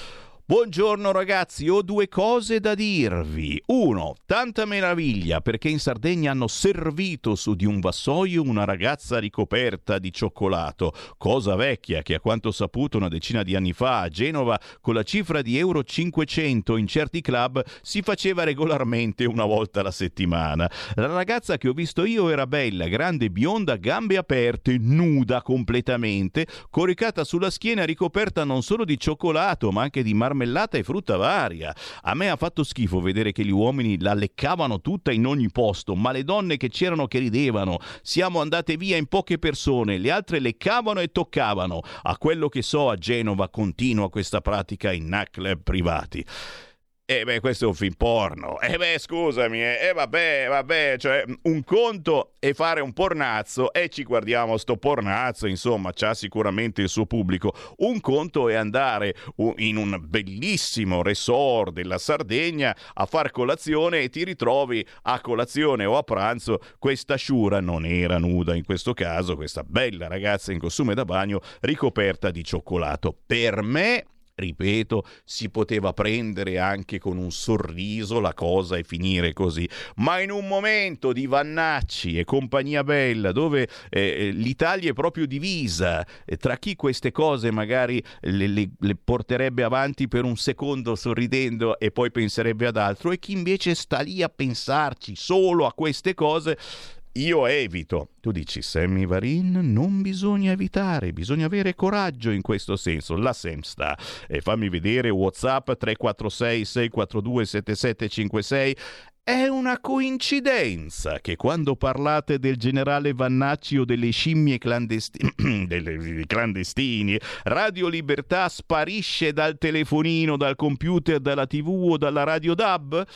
[SPEAKER 2] Buongiorno ragazzi, ho due cose da dirvi. Uno, tanta meraviglia perché in Sardegna hanno servito su di un vassoio una ragazza ricoperta di cioccolato, cosa vecchia che a quanto saputo una decina di anni fa a Genova con la cifra di euro cinquecento in certi club si faceva regolarmente una volta alla settimana. La ragazza che ho visto io era bella, grande, bionda, gambe aperte, nuda completamente, coricata sulla schiena, ricoperta non solo di cioccolato ma anche di marmellata e frutta varia. A me ha fatto schifo vedere che gli uomini la leccavano tutta in ogni posto, ma le donne che c'erano che ridevano. Siamo andate via in poche persone, le altre leccavano e toccavano. A quello che so a Genova continua questa pratica in nightclub privati. Eh beh, questo è un film porno. Eh beh, scusami, eh, eh vabbè, vabbè, cioè un conto è fare un pornazzo e ci guardiamo sto pornazzo, insomma, c'ha sicuramente il suo pubblico. Un conto è andare in un bellissimo resort della Sardegna a far colazione e ti ritrovi a colazione o a pranzo questa sciura, non era nuda in questo caso, questa bella ragazza in costume da bagno ricoperta di cioccolato. Per me, ripeto, si poteva prendere anche con un sorriso la cosa e finire così, ma in un momento di Vannacci e compagnia bella dove eh, l'Italia è proprio divisa eh, tra chi queste cose magari le, le, le porterebbe avanti per un secondo sorridendo e poi penserebbe ad altro e chi invece sta lì a pensarci solo a queste cose, io evito. Tu dici, Sammy Varin, non bisogna evitare, bisogna avere coraggio in questo senso. La Sam sta. E fammi vedere WhatsApp tre quattro sei sei quattro due sette sette cinque sei. È una coincidenza che quando parlate del generale Vannacci o delle scimmie clandestine, delle clandestini, Radio Libertà sparisce dal telefonino, dal computer, dalla tivù o dalla radio D A B?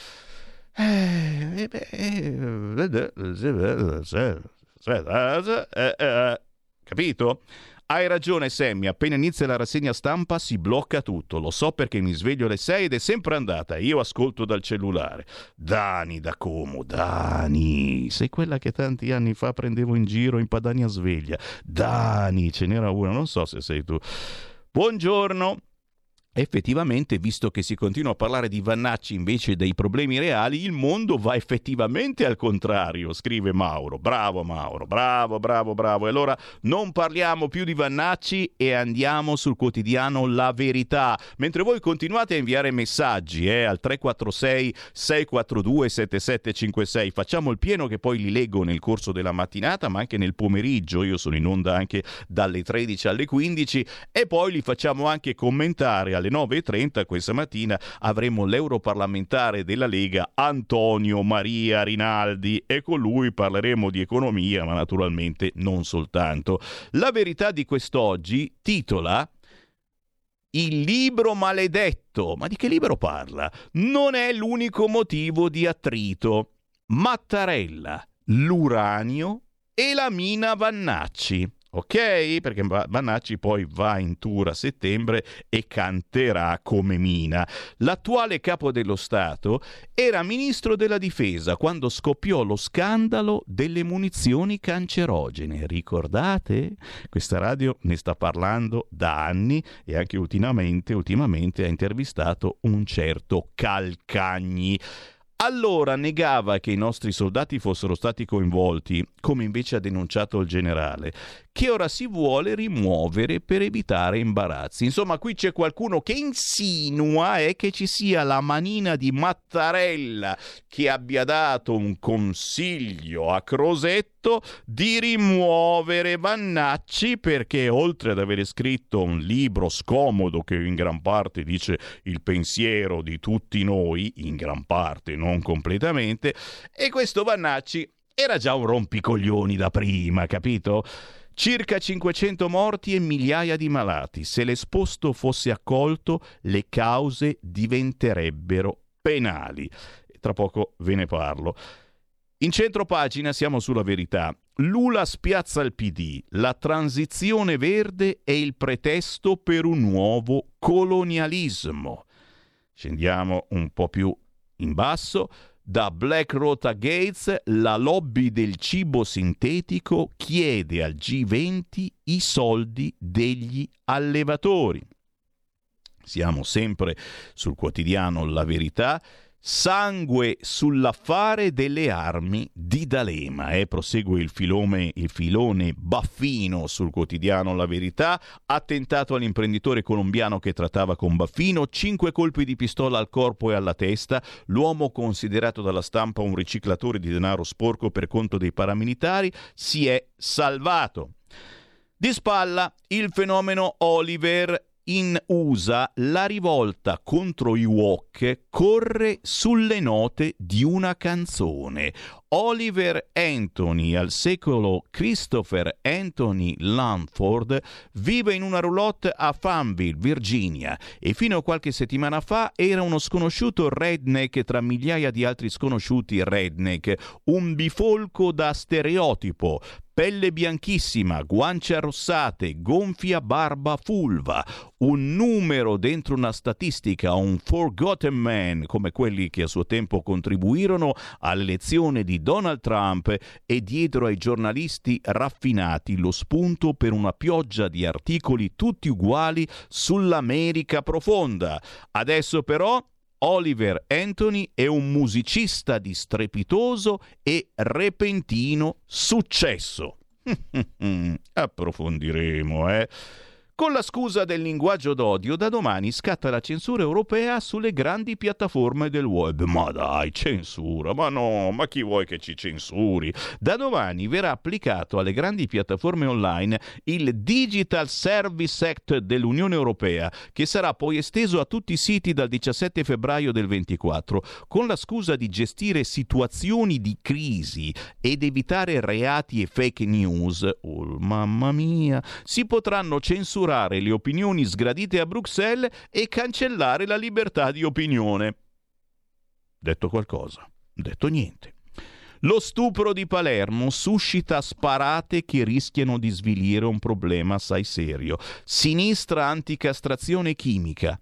[SPEAKER 2] Eh, beh, capito? Hai ragione Sammy, appena inizia la rassegna stampa si blocca tutto, lo so perché mi sveglio alle sei ed è sempre andata, io ascolto dal cellulare. Dani da Como, Dani, sei quella che tanti anni fa prendevo in giro in Padania Sveglia. Dani, ce n'era una, non so se sei tu. Buongiorno. Effettivamente, visto che si continua a parlare di Vannacci invece dei problemi reali, il mondo va effettivamente al contrario, scrive Mauro. Bravo Mauro, bravo, bravo, bravo. E allora non parliamo più di Vannacci e andiamo sul quotidiano La Verità. Mentre voi continuate a inviare messaggi eh, al tre quattro sei sei quattro due sette sette cinque sei, facciamo il pieno che poi li leggo nel corso della mattinata, ma anche nel pomeriggio. Io sono in onda anche dalle tredici alle quindici e poi li facciamo anche commentare alle nove e trenta. Questa mattina avremo l'europarlamentare della Lega Antonio Maria Rinaldi e con lui parleremo di economia, ma naturalmente non soltanto. La Verità di quest'oggi titola Il libro maledetto. Ma di che libro parla? Non è l'unico motivo di attrito. Mattarella, l'uranio e la mina Vannacci. Ok? Perché Vannacci poi va in tour a settembre e canterà come Mina. L'attuale capo dello Stato era ministro della difesa quando scoppiò lo scandalo delle munizioni cancerogene. Ricordate? Questa radio ne sta parlando da anni e anche ultimamente, ultimamente ha intervistato un certo Calcagni. Allora negava che i nostri soldati fossero stati coinvolti, come invece ha denunciato il generale, che ora si vuole rimuovere per evitare imbarazzi. Insomma, qui c'è qualcuno che insinua eh, che ci sia la manina di Mattarella che abbia dato un consiglio a Crosetto di rimuovere Vannacci perché, oltre ad avere scritto un libro scomodo che in gran parte dice il pensiero di tutti noi, in gran parte, non completamente, e questo Vannacci era già un rompicoglioni da prima, capito? Circa cinquecento morti e migliaia di malati. Se l'esposto fosse accolto, le cause diventerebbero penali. Tra poco ve ne parlo. In centro pagina siamo sulla Verità. Lula spiazza il P D. La transizione verde è il pretesto per un nuovo colonialismo. Scendiamo un po' più in basso. Da Black Rota Gates, la lobby del cibo sintetico chiede al G venti i soldi degli allevatori. Siamo sempre sul quotidiano La Verità. Sangue sull'affare delle armi di D'Alema. Eh? Prosegue il, filone, il filone Baffino sul quotidiano La Verità. Attentato all'imprenditore colombiano che trattava con Baffino. Cinque colpi di pistola al corpo e alla testa. L'uomo, considerato dalla stampa un riciclatore di denaro sporco per conto dei paramilitari, si è salvato. Di spalla il fenomeno Oliver. In U S A la rivolta contro i woke corre sulle note di una canzone. Oliver Anthony, al secolo Christopher Anthony Lanford, vive in una roulotte a Fanville, Virginia, e fino a qualche settimana fa era uno sconosciuto redneck tra migliaia di altri sconosciuti redneck, un bifolco da stereotipo. Pelle bianchissima, guance arrossate, gonfia barba fulva, un numero dentro una statistica, un forgotten man come quelli che a suo tempo contribuirono all'elezione di Donald Trump e diedero ai giornalisti raffinati lo spunto per una pioggia di articoli tutti uguali sull'America profonda. Adesso però Oliver Anthony è un musicista di strepitoso e repentino successo. Approfondiremo, eh? Con la scusa del linguaggio d'odio, da domani scatta la censura europea sulle grandi piattaforme del web. Ma dai, censura? Ma no, ma chi vuoi che ci censuri? Da domani verrà applicato alle grandi piattaforme online il Digital Service Act dell'Unione Europea, che sarà poi esteso a tutti i siti dal diciassette febbraio del ventiquattro, con la scusa di gestire situazioni di crisi ed evitare reati e fake news. Oh, mamma mia! Si potranno censurare le opinioni sgradite a Bruxelles e cancellare la libertà di opinione. Detto qualcosa? Detto niente. Lo stupro di Palermo suscita sparate che rischiano di svilire un problema assai serio. Sinistra anticastrazione chimica.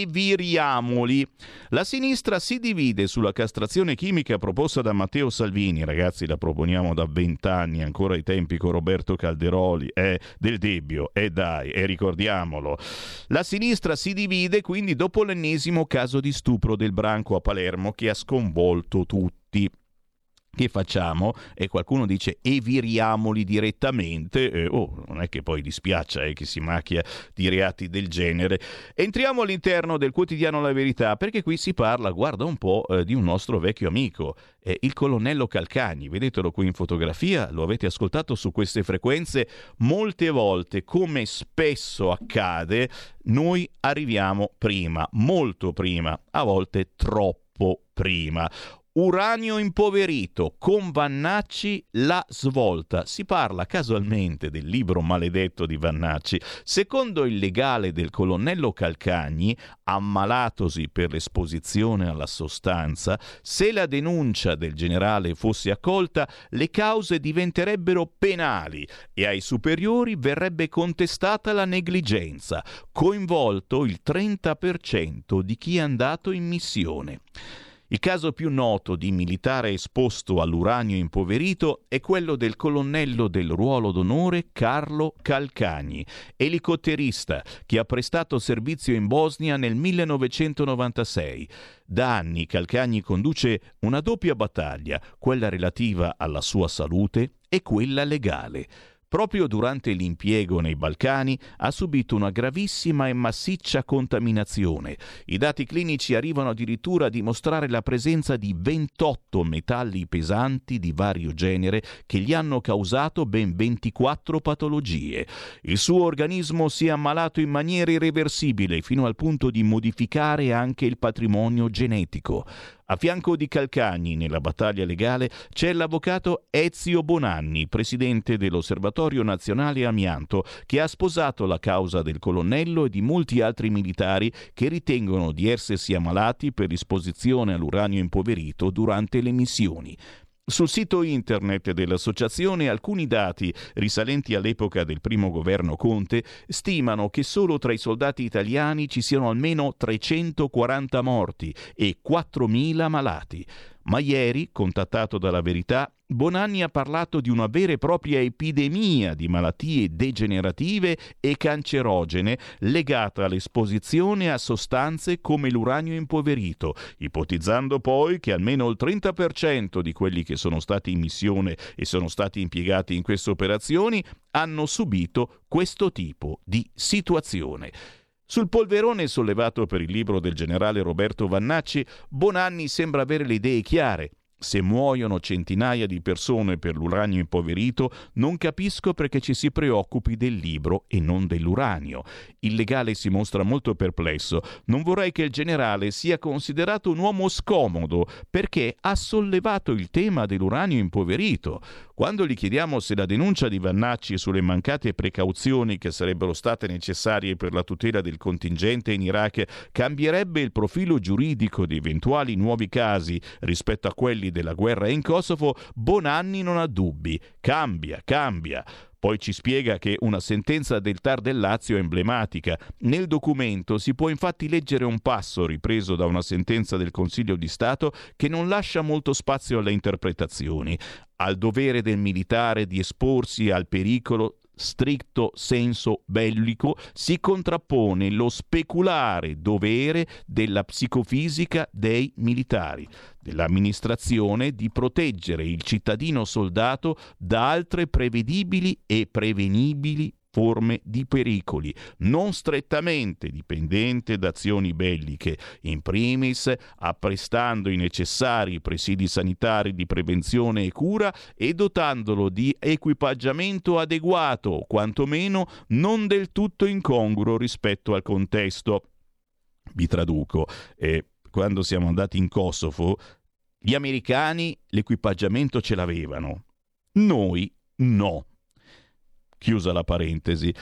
[SPEAKER 2] Eviriamoli. La sinistra si divide sulla castrazione chimica proposta da Matteo Salvini. Ragazzi, la proponiamo da vent'anni, ancora ai tempi con Roberto Calderoli, eh, del Debbio, e eh dai, e eh, ricordiamolo. La sinistra si divide quindi dopo l'ennesimo caso di stupro del branco a Palermo che ha sconvolto tutti. Che facciamo? E qualcuno dice eviriamoli direttamente. Eh, oh, non è che poi dispiaccia eh, che si macchia di reati del genere. Entriamo all'interno del quotidiano La Verità, perché qui si parla, guarda un po', eh, di un nostro vecchio amico, eh, il colonnello Calcagni. Vedetelo qui in fotografia, lo avete ascoltato su queste frequenze molte volte. Come spesso accade, noi arriviamo prima, molto prima, a volte troppo prima. Uranio impoverito, con Vannacci la svolta. Si parla casualmente del libro maledetto di Vannacci. Secondo il legale del colonnello Calcagni, ammalatosi per l'esposizione alla sostanza, se la denuncia del generale fosse accolta, le cause diventerebbero penali e ai superiori verrebbe contestata la negligenza, coinvolto il trenta per cento di chi è andato in missione. Il caso più noto di militare esposto all'uranio impoverito è quello del colonnello del ruolo d'onore Carlo Calcagni, elicotterista che ha prestato servizio in Bosnia nel millenovecentonovantasei. Da anni Calcagni conduce una doppia battaglia, quella relativa alla sua salute e quella legale. Proprio durante l'impiego nei Balcani ha subito una gravissima e massiccia contaminazione. I dati clinici arrivano addirittura a dimostrare la presenza di ventotto metalli pesanti di vario genere che gli hanno causato ben ventiquattro patologie. Il suo organismo si è ammalato in maniera irreversibile fino al punto di modificare anche il patrimonio genetico. A fianco di Calcagni, nella battaglia legale, c'è l'avvocato Ezio Bonanni, presidente dell'Osservatorio Nazionale Amianto, che ha sposato la causa del colonnello e di molti altri militari che ritengono di essersi ammalati per l'esposizione all'uranio impoverito durante le missioni. Sul sito internet dell'associazione alcuni dati risalenti all'epoca del primo governo Conte stimano che solo tra i soldati italiani ci siano almeno trecentoquaranta morti e quattromila malati. Ma ieri, contattato dalla Verità, Bonanni ha parlato di una vera e propria epidemia di malattie degenerative e cancerogene legata all'esposizione a sostanze come l'uranio impoverito, ipotizzando poi che almeno il trenta per cento di quelli che sono stati in missione e sono stati impiegati in queste operazioni hanno subito questo tipo di situazione. Sul polverone sollevato per il libro del generale Roberto Vannacci, Bonanni sembra avere le idee chiare. Se muoiono centinaia di persone per l'uranio impoverito, non capisco perché ci si preoccupi del libro e non dell'uranio. Il legale si mostra molto perplesso. Non vorrei che il generale sia considerato un uomo scomodo perché ha sollevato il tema dell'uranio impoverito. Quando gli chiediamo se la denuncia di Vannacci sulle mancate precauzioni che sarebbero state necessarie per la tutela del contingente in Iraq cambierebbe il profilo giuridico di eventuali nuovi casi rispetto a quelli della guerra in Kosovo, Bonanni non ha dubbi. Cambia, cambia. Poi ci spiega che una sentenza del T A R del Lazio è emblematica. Nel documento si può infatti leggere un passo ripreso da una sentenza del Consiglio di Stato che non lascia molto spazio alle interpretazioni. Al dovere del militare di esporsi al pericolo stretto senso bellico si contrappone lo speculare dovere della psicofisica dei militari, dell'amministrazione di proteggere il cittadino soldato da altre prevedibili e prevenibili forme di pericoli, non strettamente dipendente da azioni belliche, in primis apprestando i necessari presidi sanitari di prevenzione e cura e dotandolo di equipaggiamento adeguato, quantomeno non del tutto incongruo rispetto al contesto. Vi traduco, eh, quando siamo andati in Kosovo, gli americani l'equipaggiamento ce l'avevano, noi no. Chiusa la parentesi.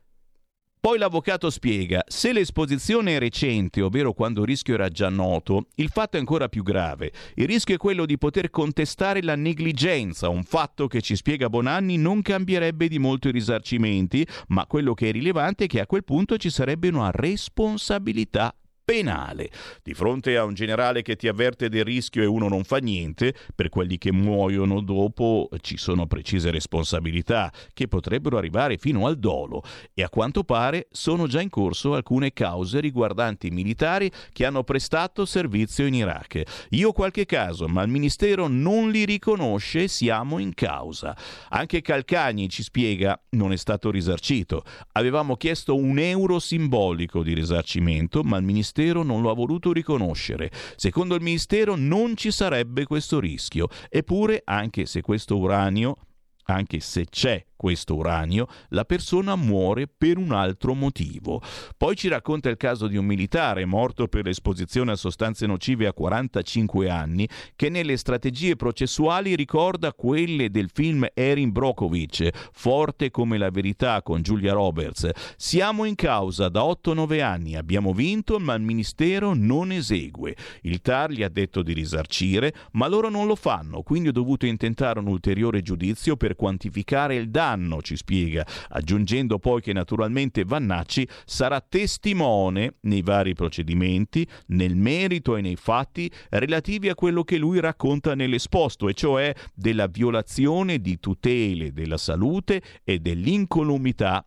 [SPEAKER 2] Poi l'avvocato spiega, se l'esposizione è recente, ovvero quando il rischio era già noto, il fatto è ancora più grave. Il rischio è quello di poter contestare la negligenza, un fatto che ci spiega Bonanni non cambierebbe di molto i risarcimenti, ma quello che è rilevante è che a quel punto ci sarebbe una responsabilità penale. Di fronte a un generale che ti avverte del rischio e uno non fa niente, per quelli che muoiono dopo ci sono precise responsabilità che potrebbero arrivare fino al dolo e a quanto pare sono già in corso alcune cause riguardanti militari che hanno prestato servizio in Iraq. Io ho qualche caso, ma il Ministero non li riconosce, siamo in causa. Anche Calcagni ci spiega, non è stato risarcito. Avevamo chiesto un euro simbolico di risarcimento, ma il Ministero non lo ha voluto riconoscere. Secondo il Ministero non ci sarebbe questo rischio. Eppure, anche se questo uranio, anche se c'è questo uranio, la persona muore per un altro motivo. Poi ci racconta il caso di un militare morto per l'esposizione a sostanze nocive a quarantacinque anni, che nelle strategie processuali ricorda quelle del film Erin Brockovich, Forte come la verità con Julia Roberts. Siamo in causa da otto nove anni, abbiamo vinto, ma il Ministero non esegue. Il T A R gli ha detto di risarcire, ma loro non lo fanno, quindi ho dovuto intentare un ulteriore giudizio per quantificare il danno, ci spiega, aggiungendo poi che naturalmente Vannacci sarà testimone nei vari procedimenti, nel merito e nei fatti relativi a quello che lui racconta nell'esposto, e cioè della violazione di tutele della salute e dell'incolumità,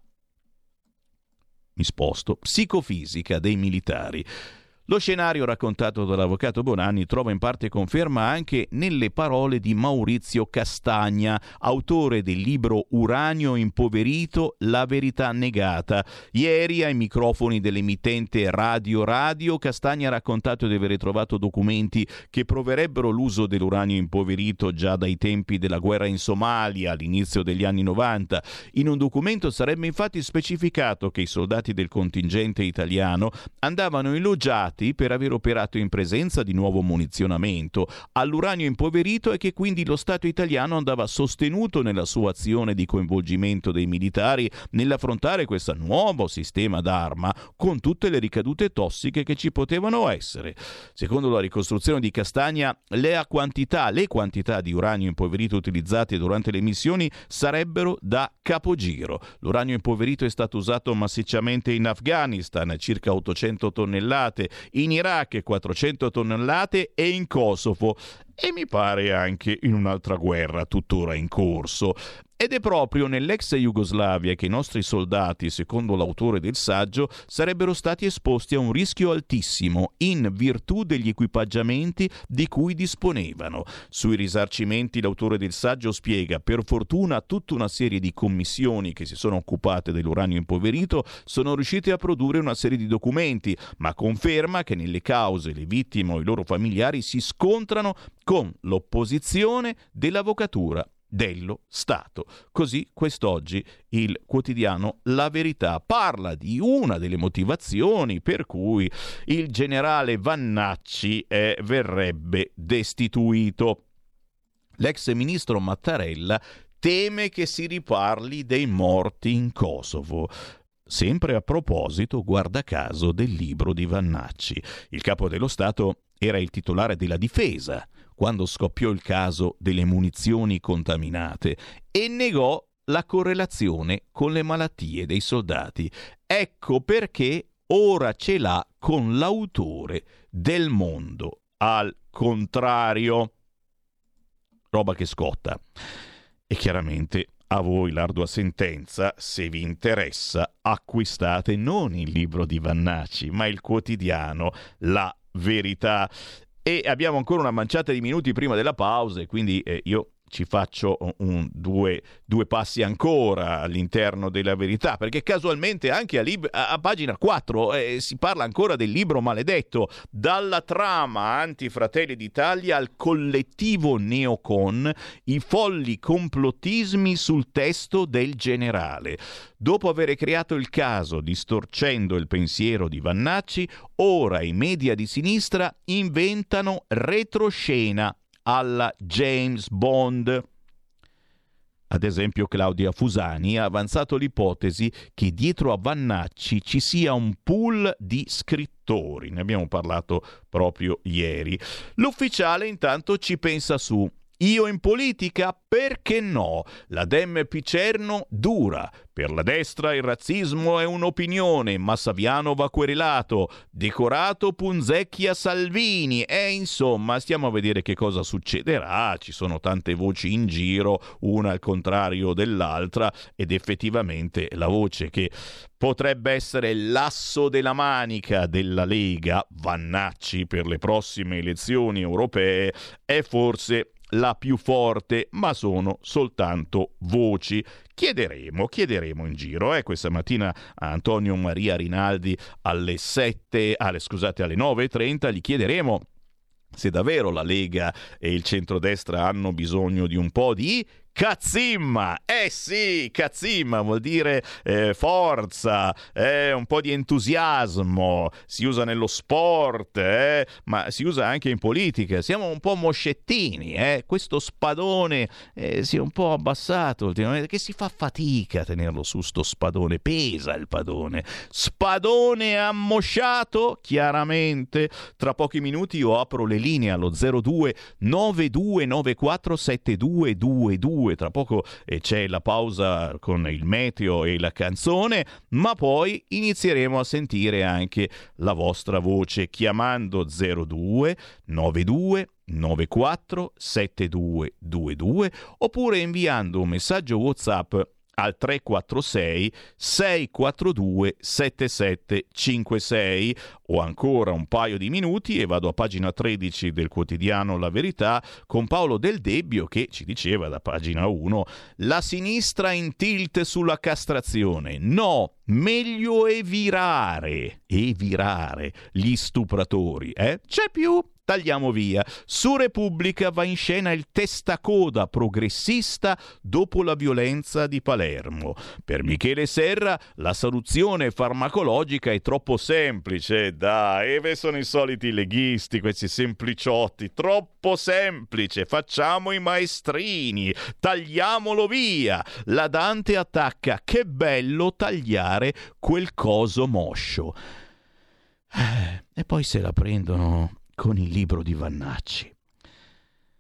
[SPEAKER 2] mi sposto, psicofisica dei militari. Lo scenario raccontato dall'avvocato Bonanni trova in parte conferma anche nelle parole di Maurizio Castagna, autore del libro Uranio impoverito, la verità negata. Ieri ai microfoni dell'emittente Radio Radio, Castagna ha raccontato di aver trovato documenti che proverebbero l'uso dell'uranio impoverito già dai tempi della guerra in Somalia all'inizio degli anni novanta. In un documento sarebbe infatti specificato che i soldati del contingente italiano andavano elogiati per aver operato in presenza di nuovo munizionamento all'uranio impoverito e che quindi lo Stato italiano andava sostenuto nella sua azione di coinvolgimento dei militari nell'affrontare questo nuovo sistema d'arma con tutte le ricadute tossiche che ci potevano essere. Secondo la ricostruzione di Castagna, le quantità, le quantità di uranio impoverito utilizzate durante le missioni sarebbero da capogiro. L'uranio impoverito è stato usato massicciamente in Afghanistan, circa ottocento tonnellate, in Iraq quattrocento tonnellate e in Kosovo, e mi pare anche in un'altra guerra tuttora in corso. Ed è proprio nell'ex Jugoslavia che i nostri soldati, secondo l'autore del saggio, sarebbero stati esposti a un rischio altissimo in virtù degli equipaggiamenti di cui disponevano. Sui risarcimenti l'autore del saggio spiega: per fortuna tutta una serie di commissioni che si sono occupate dell'uranio impoverito sono riuscite a produrre una serie di documenti, ma conferma che nelle cause le vittime o i loro familiari si scontrano con l'opposizione dell'avvocatura dello Stato. Così quest'oggi il quotidiano La Verità parla di una delle motivazioni per cui il generale Vannacci eh, verrebbe destituito. L'ex ministro Mattarella teme che si riparli dei morti in Kosovo. Sempre a proposito, guarda caso, del libro di Vannacci. Il capo dello Stato era il titolare della difesa quando scoppiò il caso delle munizioni contaminate e negò la correlazione con le malattie dei soldati. Ecco perché ora ce l'ha con l'autore del Mondo al contrario. Roba che scotta. E chiaramente a voi l'ardua sentenza: se vi interessa, acquistate non il libro di Vannacci, ma il quotidiano La Verità. E abbiamo ancora una manciata di minuti prima della pausa, e quindi eh, io ci faccio un, due, due passi ancora all'interno della Verità, perché casualmente anche a, lib- a, a pagina quattro eh, si parla ancora del libro maledetto, dalla trama anti-Fratelli d'Italia al collettivo neocon, i folli complottismi sul testo del generale. Dopo aver creato il caso distorcendo il pensiero di Vannacci, ora i media di sinistra inventano retroscena alla James Bond. Ad esempio Claudia Fusani ha avanzato l'ipotesi che dietro a Vannacci ci sia un pool di scrittori. Ne abbiamo parlato proprio ieri. L'ufficiale intanto ci pensa su. Io in politica? Perché no? La Dem Picerno dura. Per la destra il razzismo è un'opinione, ma Saviano va querelato. Decorato punzecchia Salvini. E insomma, stiamo a vedere che cosa succederà. Ci sono tante voci in giro, una al contrario dell'altra, ed effettivamente la voce che potrebbe essere l'asso della manica della Lega, Vannacci, per le prossime elezioni europee, è forse la più forte, ma sono soltanto voci. Chiederemo, chiederemo in giro. Eh, questa mattina a Antonio Maria Rinaldi alle sette, alle, scusate, alle nove e trenta gli chiederemo se davvero la Lega e il centrodestra hanno bisogno di un po' di cazzimma. Eh sì, cazzimma vuol dire eh, forza, eh, un po' di entusiasmo. Si usa nello sport, eh, ma si usa anche in politica. Siamo un po' moscettini, eh. Questo spadone eh, si è un po' abbassato ultimamente, che si fa fatica a tenerlo su, sto spadone. Pesa il padone. Spadone ammosciato, chiaramente. Tra pochi minuti io apro le linee allo zero due nove due nove quattro sette due due due. Tra poco eh, c'è la pausa con il meteo e la canzone, ma poi inizieremo a sentire anche la vostra voce chiamando zero due nove due nove quattro sette due due due oppure inviando un messaggio WhatsApp al tre quattro sei sei quattro due sette sette cinque sei. O ancora un paio di minuti e vado a pagina tredici del quotidiano La Verità con Paolo Del Debbio che ci diceva da pagina uno: la sinistra in tilt sulla castrazione. No, meglio evirare, evirare gli stupratori, eh? C'è più? Tagliamo via. Su Repubblica va in scena il testacoda progressista dopo la violenza di Palermo. Per Michele Serra la soluzione farmacologica è troppo semplice. Dai, e sono i soliti leghisti, questi sempliciotti. Troppo semplice. Facciamo i maestrini. Tagliamolo via. La Dante attacca. Che bello tagliare quel coso moscio. Eh, e poi se la prendono con il libro di Vannacci.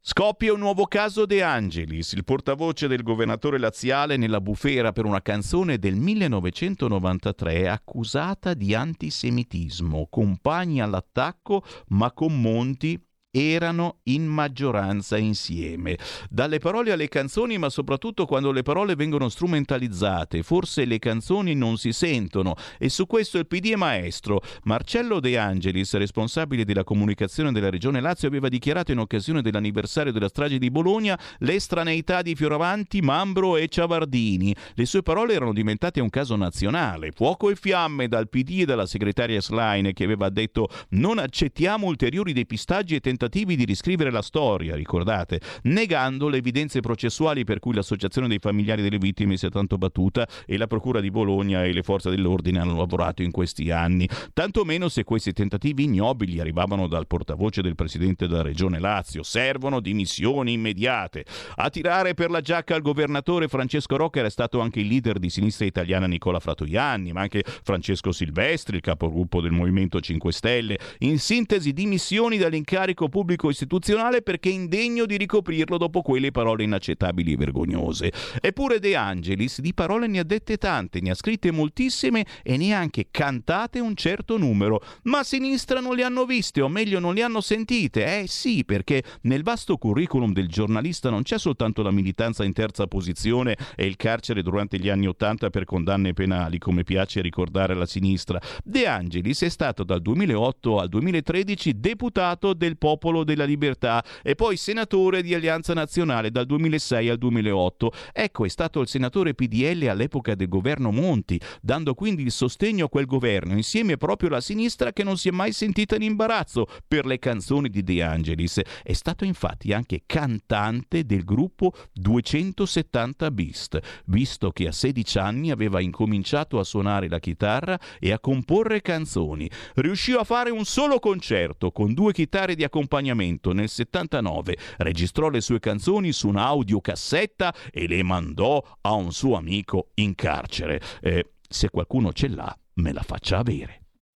[SPEAKER 2] Scoppia un nuovo caso De Angelis, il portavoce del governatore laziale nella bufera per una canzone del millenovecentonovantatré accusata di antisemitismo. Compagni all'attacco, ma con Monti erano in maggioranza insieme. Dalle parole alle canzoni, ma soprattutto quando le parole vengono strumentalizzate, forse le canzoni non si sentono, e su questo il P D è maestro. Marcello De Angelis, responsabile della comunicazione della Regione Lazio, aveva dichiarato in occasione dell'anniversario della strage di Bologna l'estraneità di Fioravanti, Mambro e Ciavardini. Le sue parole erano diventate un caso nazionale. Fuoco e fiamme dal P D e dalla segretaria Schlein, che aveva detto: non accettiamo ulteriori depistaggi e tentativi di riscrivere la storia, ricordate, negando le evidenze processuali per cui l'associazione dei familiari delle vittime si è tanto battuta e la procura di Bologna e le forze dell'ordine hanno lavorato in questi anni, tanto meno se questi tentativi ignobili arrivavano dal portavoce del presidente della regione Lazio. Servono dimissioni immediate. A tirare per la giacca al governatore Francesco Rocca era stato anche il leader di Sinistra Italiana Nicola Fratoianni, ma anche Francesco Silvestri, il capogruppo del Movimento cinque Stelle. In sintesi, dimissioni dall'incarico pubblico istituzionale perché indegno di ricoprirlo dopo quelle parole inaccettabili e vergognose. Eppure De Angelis di parole ne ha dette tante, ne ha scritte moltissime e neanche cantate un certo numero, ma a sinistra non le hanno viste, o meglio non le hanno sentite. Eh sì, perché nel vasto curriculum del giornalista non c'è soltanto la militanza in terza posizione e il carcere durante gli anni Ottanta per condanne penali, come piace ricordare alla sinistra. De Angelis è stato dal duemilaotto al duemilatredici deputato del Popolo della Libertà e poi senatore di Alleanza Nazionale dal duemilasei al duemilaotto. Ecco, è stato il senatore P D L all'epoca del governo Monti, dando quindi il sostegno a quel governo insieme proprio alla sinistra, che non si è mai sentita in imbarazzo per le canzoni di De Angelis. È stato infatti anche cantante del gruppo duecentosettanta Beast, visto che a sedici anni aveva incominciato a suonare la chitarra e a comporre canzoni. Riuscì a fare un solo concerto con due chitarre di accompagnamento nel settantanove, registrò le sue canzoni su un'audiocassetta e le mandò a un suo amico in carcere. Eh, se qualcuno ce l'ha, me la faccia avere.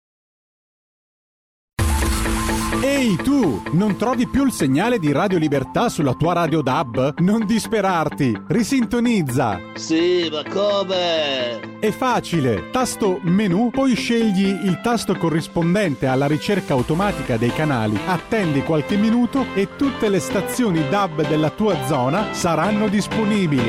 [SPEAKER 1] Ehi tu, non trovi più il segnale di Radio Libertà sulla tua radio D A B? Non disperarti, risintonizza!
[SPEAKER 4] Sì, ma come?
[SPEAKER 1] È facile, tasto menu, poi scegli il tasto corrispondente alla ricerca automatica dei canali, attendi qualche minuto e tutte le stazioni D A B della tua zona saranno disponibili.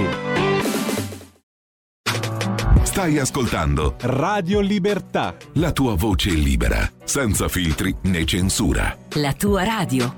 [SPEAKER 7] Stai ascoltando
[SPEAKER 1] Radio Libertà,
[SPEAKER 7] la tua voce libera, senza filtri né censura.
[SPEAKER 6] La tua radio.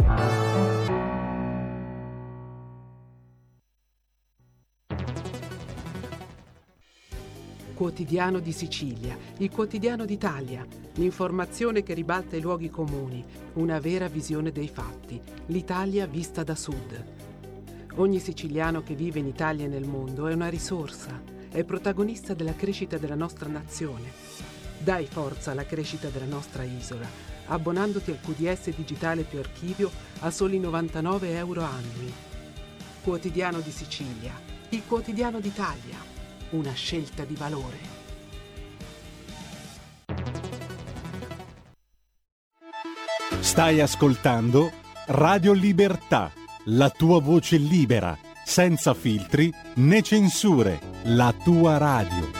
[SPEAKER 9] Quotidiano di Sicilia, il quotidiano d'Italia, l'informazione che ribalta i luoghi comuni, una vera visione dei fatti, l'Italia vista da sud. Ogni siciliano che vive in Italia e nel mondo è una risorsa. È protagonista della crescita della nostra nazione. Dai forza alla crescita della nostra isola, abbonandoti al Q D S digitale più archivio a soli novantanove euro annui. Quotidiano di Sicilia, il quotidiano d'Italia, una scelta di valore.
[SPEAKER 1] stai ascoltando Radio Libertà, la tua voce libera, senza filtri né censure, la tua radio.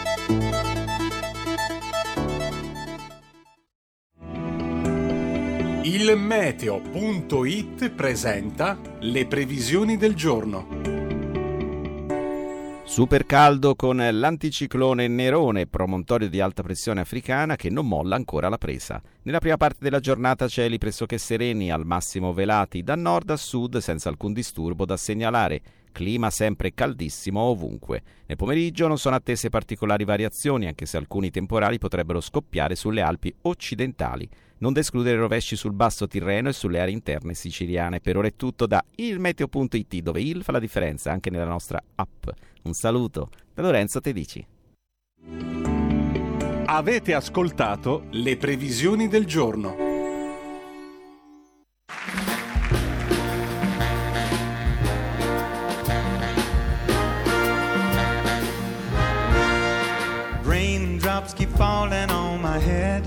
[SPEAKER 1] Il meteo punto it presenta le previsioni del giorno.
[SPEAKER 10] Super caldo con l'anticiclone Nerone, promontorio di alta pressione africana che non molla ancora la presa. Nella prima parte della giornata cieli pressoché sereni, al massimo velati da nord a sud senza alcun disturbo da segnalare. Clima sempre caldissimo ovunque. Nel pomeriggio non sono attese particolari variazioni, anche se alcuni temporali potrebbero scoppiare sulle Alpi occidentali. Non da escludere rovesci sul basso Tirreno e sulle aree interne siciliane. Per ora è tutto da il meteo punto it, dove il fa la differenza anche nella nostra app. Un saluto da Lorenzo Tedici.
[SPEAKER 1] Avete ascoltato le previsioni del giorno.
[SPEAKER 8] Raindrops keep falling on my head,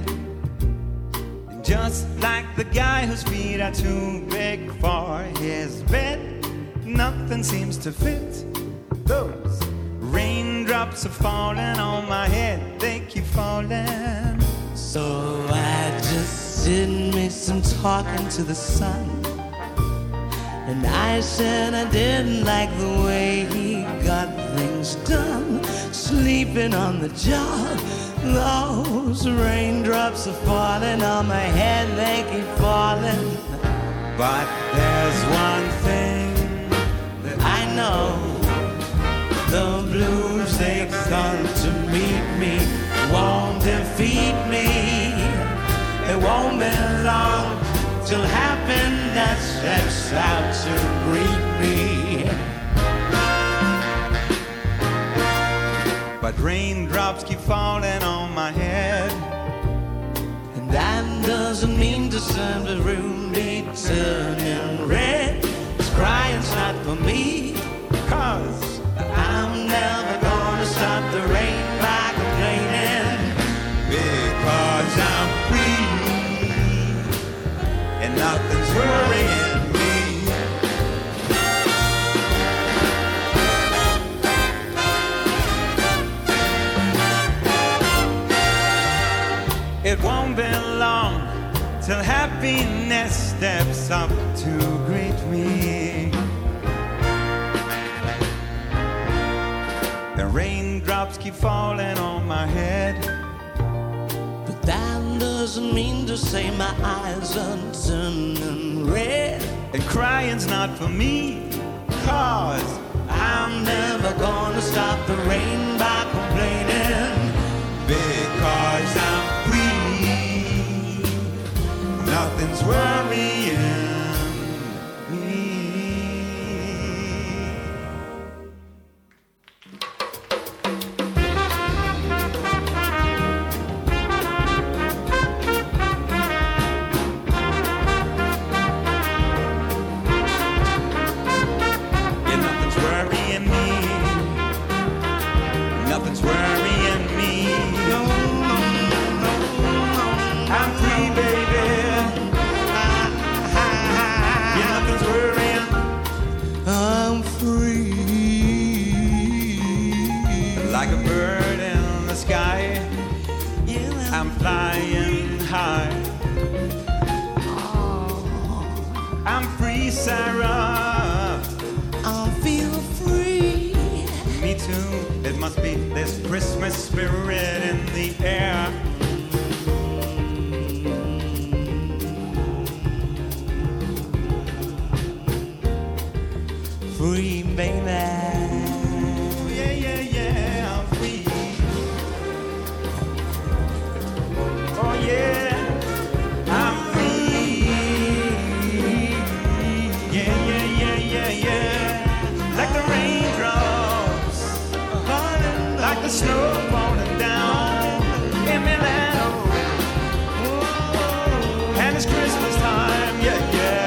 [SPEAKER 8] just like the guy whose feet are too big for his bed. nothing seems to fit. Those raindrops are falling on my head, they keep falling. So I just did me some talking to the sun, and I said I didn't like the way he got things done, sleeping on the job. Those raindrops are falling on my head, they keep falling. But there's one thing that I know, the blues, they come to meet me, won't defeat me. It won't be long till happiness steps out to greet me. But raindrops keep falling on my head, and that doesn't mean to send the room be turning red. It's crying's not for me, 'cause I'm never gonna stop the rain by complaining, because I'm free and nothing's worrying me. It won't be long till happiness steps up to greet me. The raindrops keep falling on my head, but that doesn't mean to say my eyes are turning red. And crying's not for me, 'cause I'm never gonna stop the rain by complaining, because I'm free, nothing's worrying me. Yeah, nothing's worrying me, nothing's worrying me. No, no, no, no. I'm free, baby. Yeah, nothing's worrying. I'm free, like a bird in the sky. I'm flying high. I'm free, Sarah. I feel free. Me too. It must be this Christmas spirit in the air. Free, baby. Yeah, yeah, yeah, I'm free. Oh, yeah, I'm free. Yeah, yeah, yeah, yeah, yeah. Like the raindrops, like the snow falling down in Milano. And it's Christmas time, yeah, yeah.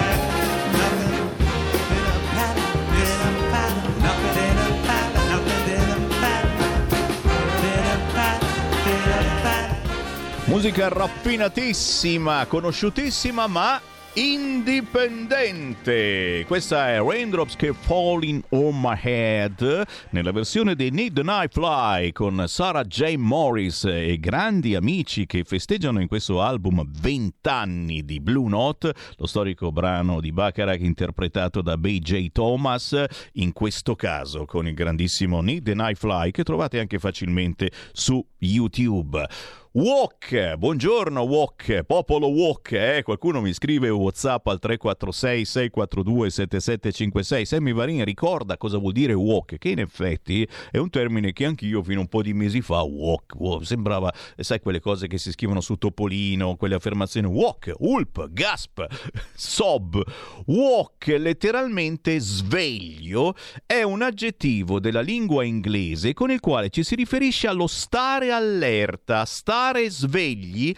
[SPEAKER 2] Musica raffinatissima, conosciutissima, ma indipendente. Questa è Raindrops Keep Falling on My Head nella versione dei Need the Nightfly con Sarah J. Morris e grandi amici che festeggiano in questo album vent'anni di Blue Note, lo storico brano di Bacharach interpretato da B J Thomas, in questo caso con il grandissimo Need the Nightfly che trovate anche facilmente su YouTube. Walk, buongiorno Walk, popolo Walk, eh? Qualcuno mi scrive WhatsApp al tre quattro sei sei quattro due sette sette cinque sei. Sammy Varin ricorda cosa vuol dire walk, che in effetti è un termine che anch'io fino a un po' di mesi fa, walk, walk sembrava, sai, quelle cose che si scrivono su Topolino, quelle affermazioni, walk, ulp, gasp, sob. Walk, letteralmente sveglio, è un aggettivo della lingua inglese con il quale ci si riferisce allo stare allerta, stare svegli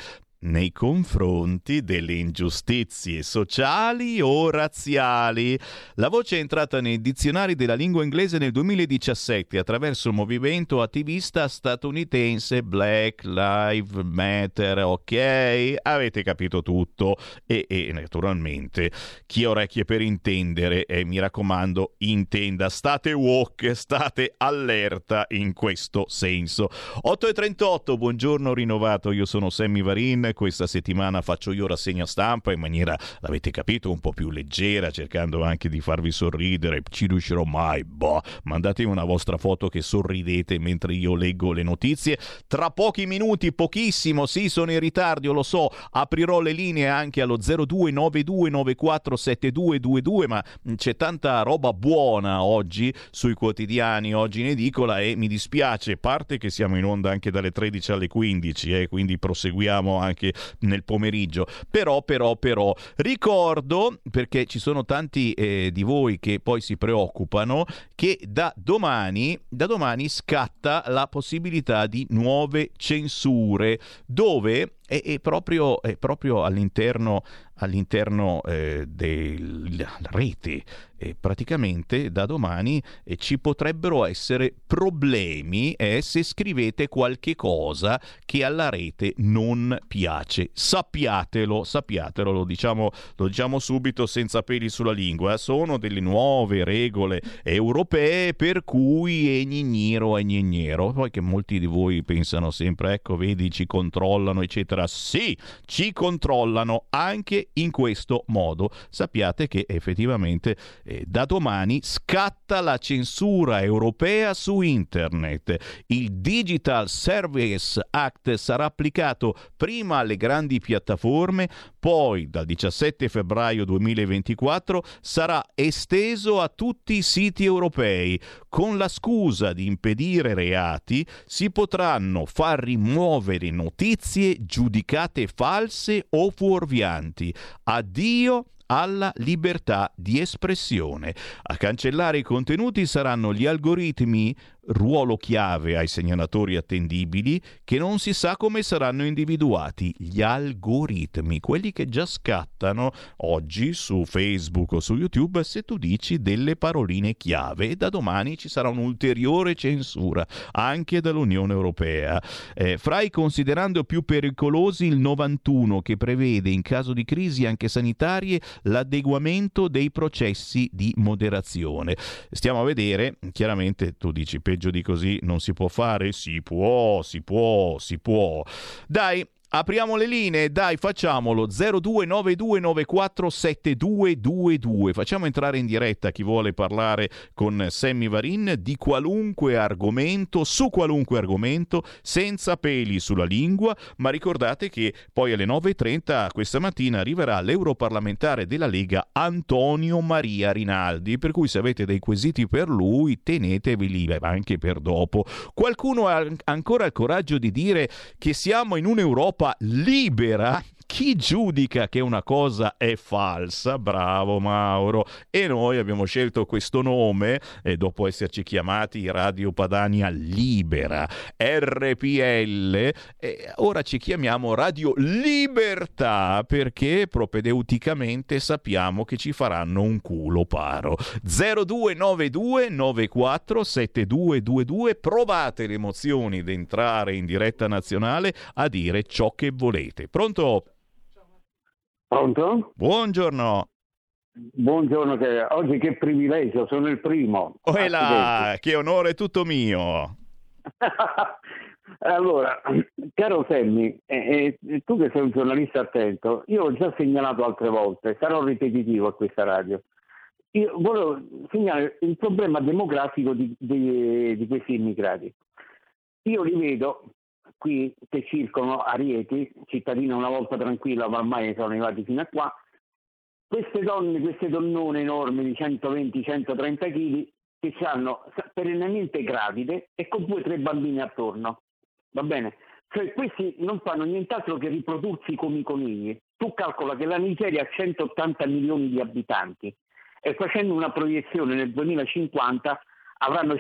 [SPEAKER 2] nei confronti delle ingiustizie sociali o razziali. La voce è entrata nei dizionari della lingua inglese nel duemiladiciassette attraverso il movimento attivista statunitense Black Lives Matter, ok? Avete capito tutto e, e naturalmente chi ha orecchie per intendere, e mi raccomando intenda, state woke, state allerta in questo senso. otto e trentotto, buongiorno rinnovato, io sono Sammy Varin, questa settimana faccio io rassegna stampa in maniera, l'avete capito, un po' più leggera, cercando anche di farvi sorridere. Ci riuscirò mai? Boh, mandatemi una vostra foto che sorridete mentre io leggo le notizie. Tra pochi minuti, pochissimo, sì, sono in ritardo, lo so, aprirò le linee anche allo zero due nove due nove quattro sette due due due, ma c'è tanta roba buona oggi sui quotidiani, oggi in edicola, e mi dispiace, parte che siamo in onda anche dalle tredici alle quindici, eh, quindi proseguiamo anche nel pomeriggio, però però però ricordo, perché ci sono tanti eh, di voi che poi si preoccupano, che da domani da domani scatta la possibilità di nuove censure, dove è, è proprio è proprio all'interno all'interno eh, della rete. E praticamente da domani eh, ci potrebbero essere problemi eh, se scrivete qualche cosa che alla rete non piace. Sappiatelo, sappiatelo, lo diciamo, lo diciamo subito senza peli sulla lingua. Sono delle nuove regole europee per cui è gnignero, è gnignero. Poi che molti di voi pensano sempre, ecco, vedi, ci controllano, eccetera. Sì, ci controllano anche in questo modo. Sappiate che effettivamente Eh, da domani scatta la censura europea su internet. Il Digital Service Act sarà applicato prima alle grandi piattaforme, poi dal diciassette febbraio duemilaventiquattro sarà esteso a tutti i siti europei. Con la scusa di impedire reati si potranno far rimuovere notizie giudicate false o fuorvianti. Addio alla libertà di espressione. A cancellare i contenuti saranno gli algoritmi, ruolo chiave ai segnalatori attendibili, che non si sa come saranno individuati. Gli algoritmi, quelli che già scattano oggi su Facebook o su YouTube se tu dici delle paroline chiave, e da domani ci sarà un'ulteriore censura anche dall'Unione Europea. Eh, fra i considerando più pericolosi il novantuno, che prevede in caso di crisi anche sanitarie l'adeguamento dei processi di moderazione. Stiamo a vedere, chiaramente tu dici peggio di così non si può fare? Si può, si può, si può. Dai, apriamo le linee, dai, facciamolo. zero due nove due nove quattro sette due due due. Facciamo entrare in diretta chi vuole parlare con Sammy Varin di qualunque argomento, su qualunque argomento, senza peli sulla lingua, ma ricordate che poi alle nove e trenta questa mattina arriverà l'europarlamentare della Lega Antonio Maria Rinaldi, per cui se avete dei quesiti per lui teneteveli anche per dopo. Qualcuno ha ancora il coraggio di dire che siamo in un'Europa libera? Chi giudica che una cosa è falsa? Bravo Mauro. E noi abbiamo scelto questo nome e dopo esserci chiamati Radio Padania Libera, R P L, e ora ci chiamiamo Radio Libertà, perché propedeuticamente sappiamo che ci faranno un culo paro. zero due nove due nove quattro sette due due due. Provate le emozioni di entrare in diretta nazionale a dire ciò che volete. Pronto?
[SPEAKER 11] Pronto?
[SPEAKER 2] Buongiorno.
[SPEAKER 11] Buongiorno, che oggi che privilegio, sono il primo.
[SPEAKER 2] Oh là, che onore tutto mio.
[SPEAKER 11] Allora, caro Sammy, eh, eh, tu che sei un giornalista attento, io ho già segnalato altre volte, sarò ripetitivo a questa radio. Io volevo segnalare il problema demografico di, di, di questi immigrati. Io li vedo qui che circolano a Rieti, cittadina una volta tranquilla, ma ormai sono arrivati fino a qua. Queste donne, queste donnone enormi di centoventi centotrenta chili che hanno perennemente gravide e con due o tre bambini attorno. Va bene? Cioè questi non fanno nient'altro che riprodursi come i conigli. Tu calcola che la Nigeria ha centottanta milioni di abitanti e facendo una proiezione nel duemilacinquanta avranno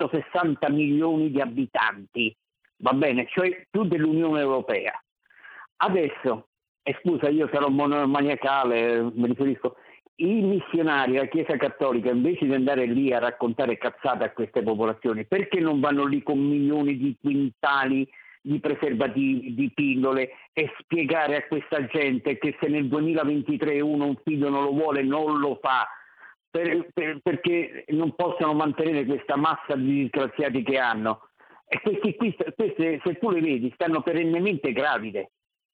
[SPEAKER 11] cinquecentosessanta milioni di abitanti. Va bene? Cioè più dell'Unione Europea. Adesso, e scusa, io sarò monomaniacale, mi riferisco, i missionari della Chiesa Cattolica, invece di andare lì a raccontare cazzate a queste popolazioni, perché non vanno lì con milioni di quintali di preservativi, di pillole, e spiegare a questa gente che se nel duemilaventitré uno un figlio non lo vuole, non lo fa, per, per, perché non possono mantenere questa massa di disgraziati che hanno. E questi qui, queste, se tu le vedi, stanno perennemente gravide.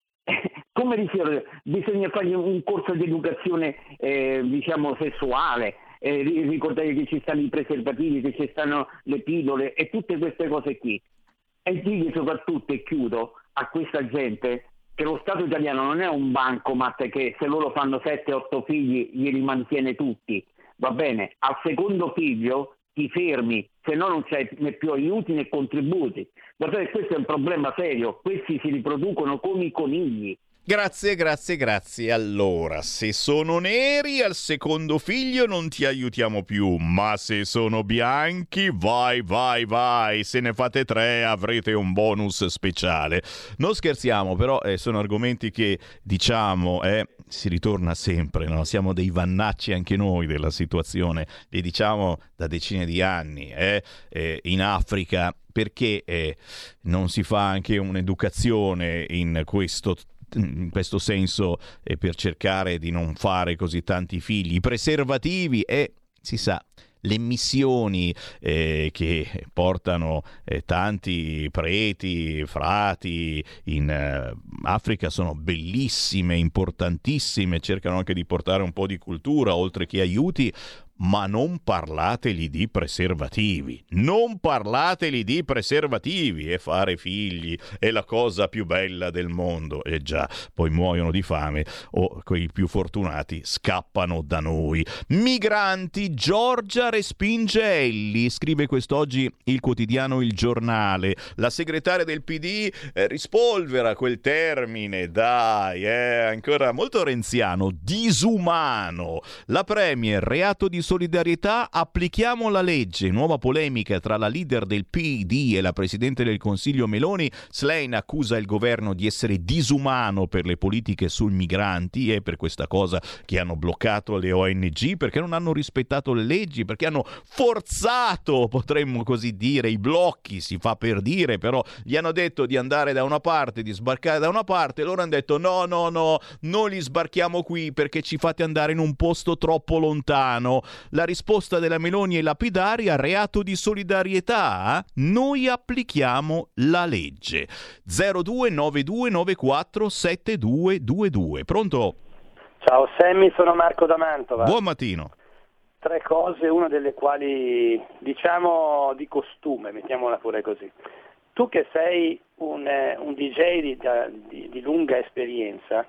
[SPEAKER 11] Come dicevo, bisogna fargli un corso di educazione eh, diciamo sessuale, eh, ricordare che ci stanno i preservativi, che ci stanno le pillole e tutte queste cose qui. E digli soprattutto, e chiudo, a questa gente che lo Stato italiano non è un bancomat che se loro fanno sette otto figli glieli mantiene tutti, va bene, al secondo figlio ti fermi, se no non c'è né più aiuti né contributi. Guardate, questo è un problema serio, questi si riproducono come i conigli.
[SPEAKER 2] Grazie, grazie, grazie. Allora, se sono neri al secondo figlio non ti aiutiamo più, ma se sono bianchi, vai, vai, vai. Se ne fate tre avrete un bonus speciale. Non scherziamo, però eh, sono argomenti che, diciamo, eh, si ritorna sempre, no? Siamo dei vannacci anche noi della situazione, li diciamo da decine di anni, eh? Eh, in Africa. Perché eh, non si fa anche un'educazione in questo in questo senso eh, per cercare di non fare così tanti figli? I preservativi e si sa, le missioni eh, che portano eh, tanti preti, frati in eh, Africa sono bellissime, importantissime, cercano anche di portare un po' di cultura oltre che aiuti, ma non parlateli di preservativi, non parlateli di preservativi, e fare figli è la cosa più bella del mondo. E già, poi muoiono di fame o quei più fortunati scappano da noi. Migranti, Giorgia respinge Elli, scrive quest'oggi il quotidiano Il Giornale. La segretaria del P D eh, rispolvera quel termine, dai, è ancora molto renziano, disumano. La premier, reato di solidarietà, applichiamo la legge. Nuova polemica tra la leader del P D e la presidente del Consiglio Meloni. Schlein accusa il governo di essere disumano per le politiche sui migranti e per questa cosa che hanno bloccato le O N G, perché non hanno rispettato le leggi, perché hanno forzato, potremmo così dire, i blocchi, si fa per dire, però gli hanno detto di andare da una parte, di sbarcare da una parte, e loro hanno detto no, no, no, non li sbarchiamo qui perché ci fate andare in un posto troppo lontano. La risposta della Meloni è lapidaria: reato di solidarietà, noi applichiamo la legge. zero due nove due nove quattro sette due due due. Pronto?
[SPEAKER 12] Ciao Sammy, sono Marco da Mantova.
[SPEAKER 2] Buon mattino.
[SPEAKER 12] Tre cose, una delle quali diciamo di costume, mettiamola pure così. Tu che sei un, un D J di, di, di lunga esperienza,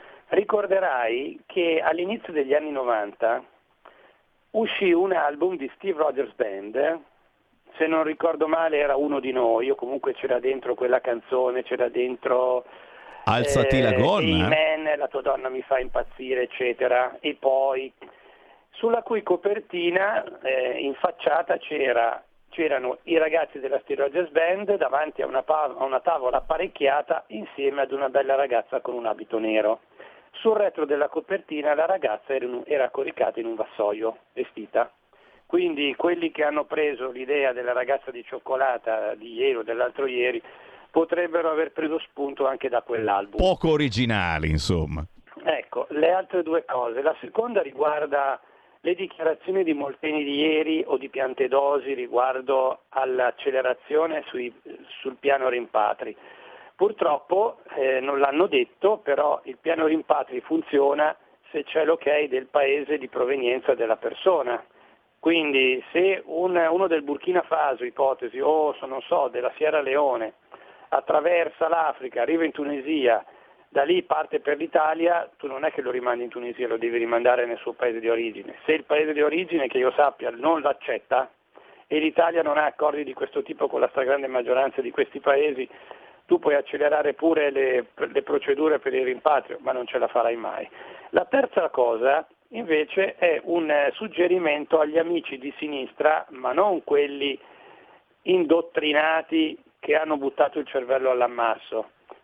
[SPEAKER 12] ricorderai che all'inizio degli anni novanta uscì un album di Steve Rogers Band, se non ricordo male era Uno di noi, o comunque c'era dentro quella canzone, c'era dentro
[SPEAKER 2] Alzati eh, la gonna,
[SPEAKER 12] Amen, La tua donna mi fa impazzire, eccetera, e poi sulla cui copertina eh, in facciata c'era, c'erano i ragazzi della Steve Rogers Band davanti a una, a una tavola apparecchiata insieme ad una bella ragazza con un abito nero. Sul retro della copertina la ragazza era, in, era coricata in un vassoio, vestita. Quindi quelli che hanno preso l'idea della ragazza di cioccolata di ieri o dell'altro ieri potrebbero aver preso spunto anche da quell'album.
[SPEAKER 2] Poco originali, insomma.
[SPEAKER 12] Ecco, le altre due cose. La seconda riguarda le dichiarazioni di Molteni di ieri o di Piantedosi riguardo all'accelerazione sui, sul piano rimpatri. Purtroppo eh, non l'hanno detto, però il piano rimpatri funziona se c'è l'ok del paese di provenienza della persona. Quindi se un, uno del Burkina Faso, ipotesi, o non so, della Sierra Leone, attraversa l'Africa, arriva in Tunisia, da lì parte per l'Italia, tu non è che lo rimandi in Tunisia, lo devi rimandare nel suo paese di origine. Se il paese di origine, che io sappia, non l'accetta e l'Italia non ha accordi di questo tipo con la stragrande maggioranza di questi paesi, tu puoi accelerare pure le, le procedure per il rimpatrio, ma non ce la farai mai. La terza cosa invece è un suggerimento agli amici di sinistra, ma non quelli indottrinati che hanno buttato il cervello all'ammasso,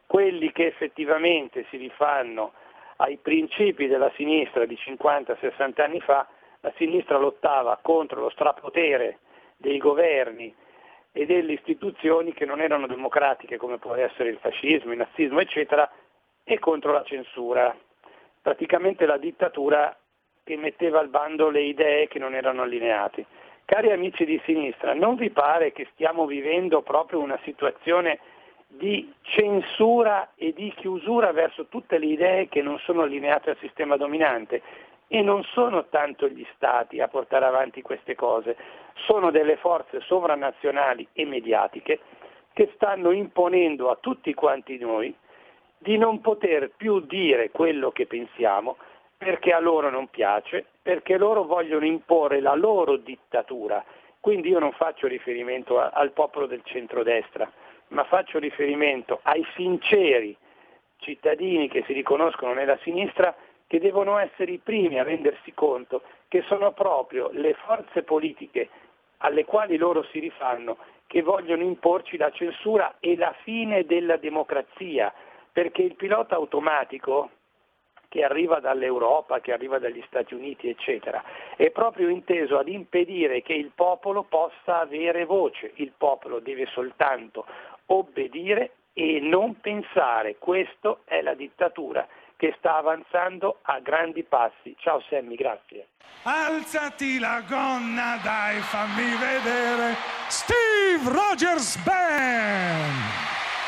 [SPEAKER 12] quelli che effettivamente si rifanno ai principi della sinistra di cinquanta sessanta anni fa. La sinistra lottava contro lo strapotere dei governi e delle istituzioni che non erano democratiche, come può essere il fascismo, il nazismo, eccetera, e contro la censura, praticamente la dittatura che metteva al bando le idee che non erano allineate. Cari amici di sinistra, non vi pare che stiamo vivendo proprio una situazione di censura e di chiusura verso tutte le idee che non sono allineate al sistema dominante? E non sono tanto gli stati a portare avanti queste cose, sono delle forze sovranazionali e mediatiche che stanno imponendo a tutti quanti noi di non poter più dire quello che pensiamo perché a loro non piace, perché loro vogliono imporre la loro dittatura. Quindi io non faccio riferimento a, al popolo del centrodestra, ma faccio riferimento ai sinceri cittadini che si riconoscono nella sinistra, che devono essere i primi a rendersi conto che sono proprio le forze politiche alle quali loro si rifanno che vogliono imporci la censura e la fine della democrazia, perché il pilota automatico che arriva dall'Europa, che arriva dagli Stati Uniti, eccetera, è proprio inteso ad impedire che il popolo possa avere voce. Il popolo deve soltanto obbedire e non pensare. Questo è la dittatura che sta avanzando a grandi passi. Ciao Sammy, grazie.
[SPEAKER 8] Alzati la gonna, dai, fammi vedere Steve Rogers Band.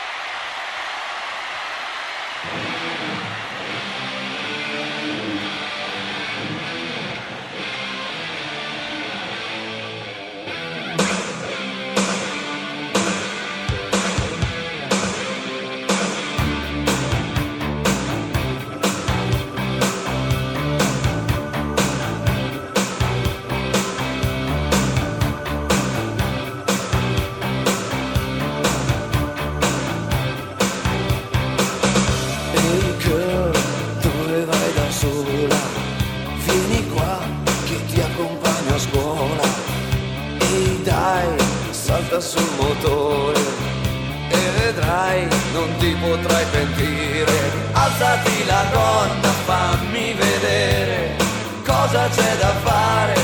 [SPEAKER 13] Sul motore e vedrai, non ti potrai pentire. Alzati la gonna, fammi vedere cosa c'è da fare.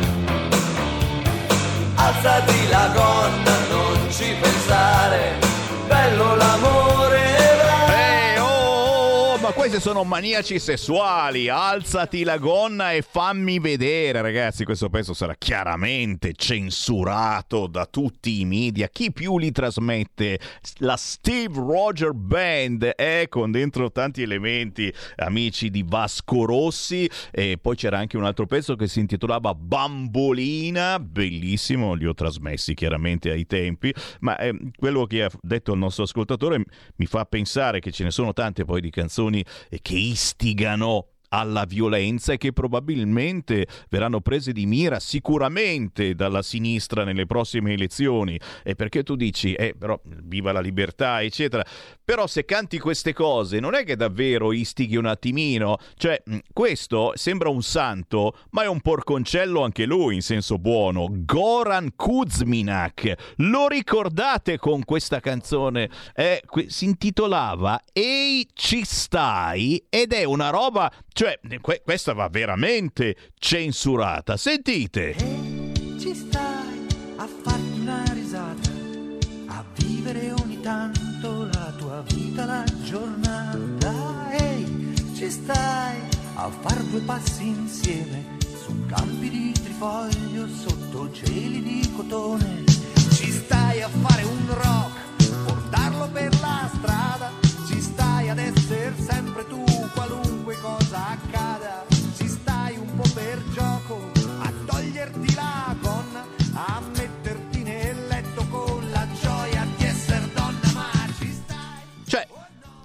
[SPEAKER 13] Alzati la gonna, non ci pensare, bello l'amore.
[SPEAKER 2] Eh, oh, ma questi sono maniaci sessuali. Alzati la gonna e fammi vedere. Ragazzi, questo pezzo sarà chiaramente censurato da tutti i media. Chi più li trasmette? La Steve Rogers Band, eh, con dentro tanti elementi amici di Vasco Rossi. E poi c'era anche un altro pezzo che si intitolava Bambolina, bellissimo, li ho trasmessi chiaramente ai tempi. Ma eh, quello che ha detto il nostro ascoltatore mi fa pensare che ce ne sono tante poi di canzoni che istigano alla violenza e che probabilmente verranno prese di mira sicuramente dalla sinistra nelle prossime elezioni. E perché tu dici, eh, però viva la libertà, eccetera. Però se canti queste cose non è che davvero istighi un attimino. Cioè, questo sembra un santo, ma è un porconcello anche lui, in senso buono. Goran Kuzminak, lo ricordate con questa canzone? Eh, si intitolava Ehi ci stai, ed è una roba... Cioè, que- questa va veramente censurata. Sentite.
[SPEAKER 8] E ci stai a farti una risata, a vivere ogni tanto la tua vita, la giornata. Ehi, ci stai a far due passi insieme su campi di trifoglio, sotto cieli di cotone. Ci stai a fare un rock, portarlo per la strada. Ci stai ad essere sempre tu, qualunque cosa accada. Ci stai un po' per gioco a toglierti la gonna, a metterti nel letto con la gioia di essere donna. Ma ci stai...
[SPEAKER 2] Cioè,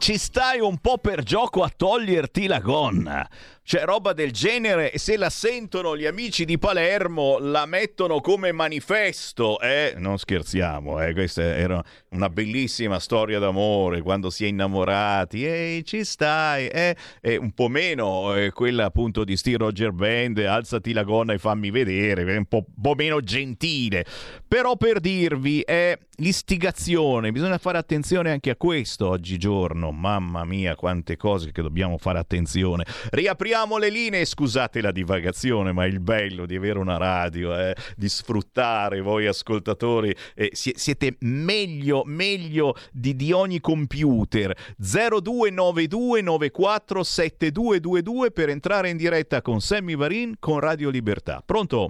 [SPEAKER 2] ci stai un po' per gioco a toglierti la gonna. Cioè, roba del genere, se la sentono gli amici di Palermo, la mettono come manifesto, eh? Non scherziamo, eh? Questa era una bellissima storia d'amore, quando si è innamorati, ehi, ci stai, eh? E un po' meno eh, quella appunto di Steve Roger Band, alzati la gonna e fammi vedere, è un po', po' meno gentile. Però per dirvi, è l'istigazione, bisogna fare attenzione anche a questo oggigiorno, mamma mia, quante cose che dobbiamo fare attenzione. Riapriamo le linee, scusate la divagazione, ma il bello di avere una radio, eh, di sfruttare voi ascoltatori, eh, siete meglio, meglio di, di ogni computer. zero due nove due nove quattro sette due due due per entrare in diretta con Sammy Varin con Radio Libertà. Pronto?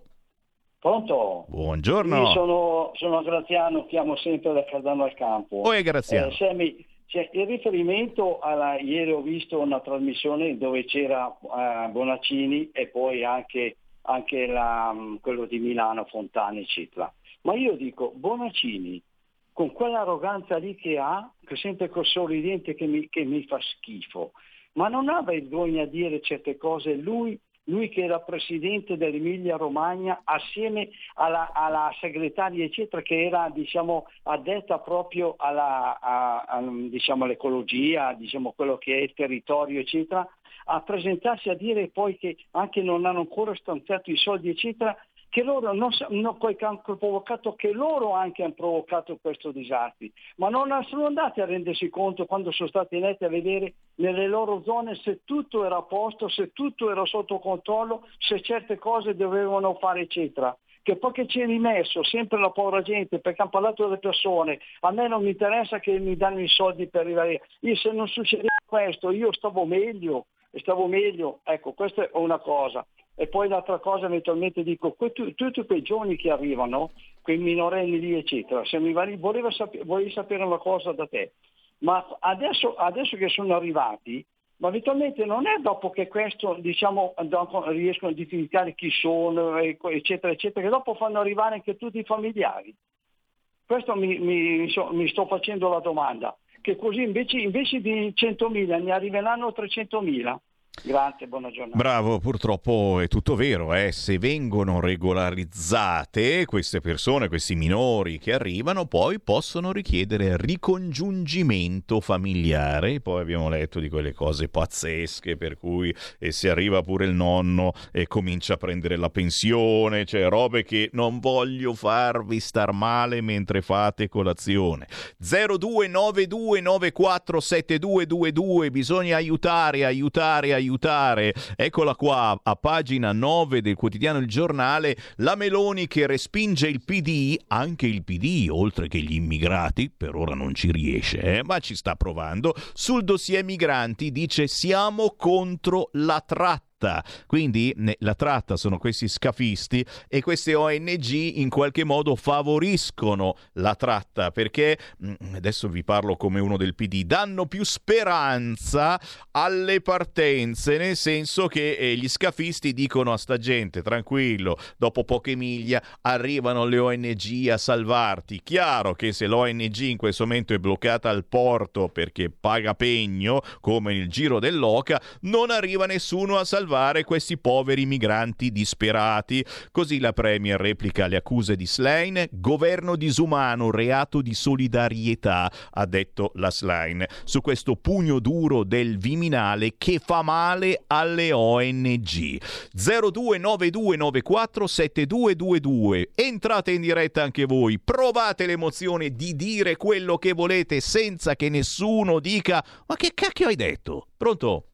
[SPEAKER 14] Pronto?
[SPEAKER 2] Buongiorno.
[SPEAKER 14] Io sono, sono Graziano, chiamo sempre da Cardano al Campo.
[SPEAKER 2] Oi Graziano.
[SPEAKER 14] Eh, Sammy, cioè, in riferimento alla, ieri ho visto una trasmissione dove c'era uh, Bonaccini e poi anche, anche la, quello di Milano, Fontana eccetera. Ma io dico, Bonaccini con quell'arroganza lì che ha, che sempre col sorridente che mi, che mi fa schifo, ma non ha vergogna a dire certe cose lui? Lui che era presidente dell'Emilia Romagna assieme alla, alla segretaria eccetera che era diciamo addetta proprio alla a, a, diciamo all'ecologia, diciamo quello che è il territorio eccetera, a presentarsi a dire poi che anche non hanno ancora stanziato i soldi eccetera, che loro non, non poi hanno provocato, che loro anche hanno provocato questo disastro, ma non sono andati a rendersi conto quando sono stati eletti a vedere nelle loro zone se tutto era a posto, se tutto era sotto controllo, se certe cose dovevano fare eccetera. Che poi che ci è rimesso sempre la povera gente, perché hanno parlato delle persone, a me non mi interessa che mi danno i soldi per arrivare, io se non succedeva questo io stavo meglio, stavo meglio, ecco questa è una cosa. E poi l'altra cosa eventualmente dico, que- tutti quei giovani che arrivano, quei minorenni lì eccetera, se mi va lì, volevo, sap- volevo sapere una cosa da te, ma adesso, adesso che sono arrivati, ma eventualmente non è dopo che questo diciamo dopo riescono a identificare chi sono eccetera eccetera, che dopo fanno arrivare anche tutti i familiari. Questo mi, mi, so, mi sto facendo la domanda, che così invece, invece di centomila ne arriveranno trecentomila. Grazie, buona giornata.
[SPEAKER 2] Bravo, purtroppo è tutto vero, eh? Se vengono regolarizzate queste persone, questi minori che arrivano, poi possono richiedere ricongiungimento familiare. Poi abbiamo letto di quelle cose pazzesche per cui e se arriva pure il nonno e comincia a prendere la pensione, cioè robe che non voglio farvi star male mentre fate colazione. zero due nove due nove quattro sette due due due, bisogna aiutare, aiutare, aiutare. aiutare. Eccola qua a pagina nove del quotidiano Il Giornale, la Meloni che respinge il P D, anche il P D oltre che gli immigrati, per ora non ci riesce eh, ma ci sta provando, sul dossier migranti dice siamo contro la tratta. Quindi la tratta sono questi scafisti e queste O N G in qualche modo favoriscono la tratta perché, adesso vi parlo come uno del P D, danno più speranza alle partenze, nel senso che eh, gli scafisti dicono a sta gente tranquillo, dopo poche miglia arrivano le O N G a salvarti. Chiaro che se l'O N G in questo momento è bloccata al porto perché paga pegno come nel giro dell'Oca, non arriva nessuno a salvarti questi poveri migranti disperati. Così la Premier replica le accuse di Schlein, governo disumano, reato di solidarietà, ha detto la Schlein, su questo pugno duro del Viminale che fa male alle O N G. zero due nove due nove quattro sette due due due, entrate in diretta anche voi, provate l'emozione di dire quello che volete senza che nessuno dica ma che cacchio hai detto? Pronto?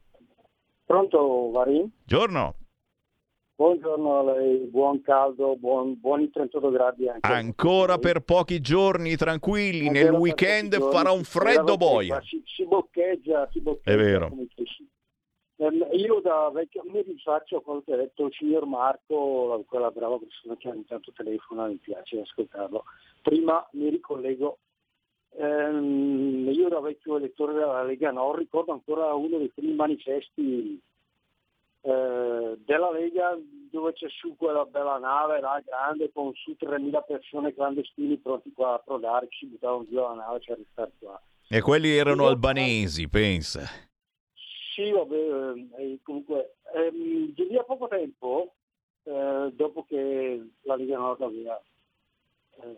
[SPEAKER 15] Pronto, Varin?
[SPEAKER 2] Giorno.
[SPEAKER 15] Buongiorno a lei, buon caldo, buon, buoni trentotto gradi anche.
[SPEAKER 2] Ancora per pochi giorni, tranquilli,
[SPEAKER 15] Ancora
[SPEAKER 2] nel weekend farà un freddo boia.
[SPEAKER 15] Si, si boccheggia, si boccheggia.
[SPEAKER 2] È vero.
[SPEAKER 15] Come io da vecchio mi rifaccio quello che ha detto il signor Marco, quella brava persona che ogni tanto telefona, mi piace ascoltarlo. Prima mi ricollego. Ehm, io da vecchio elettore della Lega Nord ricordo ancora uno dei primi manifesti eh, della Lega dove c'è su quella bella nave là grande con su tremila persone clandestini pronti qua a approdare, che si buttavano giù dalla nave, c'è restare qua.
[SPEAKER 2] E quelli erano
[SPEAKER 15] Io-
[SPEAKER 2] albanesi, pensa.
[SPEAKER 15] Sì, vabbè, eh, comunque, ehm, di lì a poco tempo, eh, dopo che la Lega Nord aveva eh,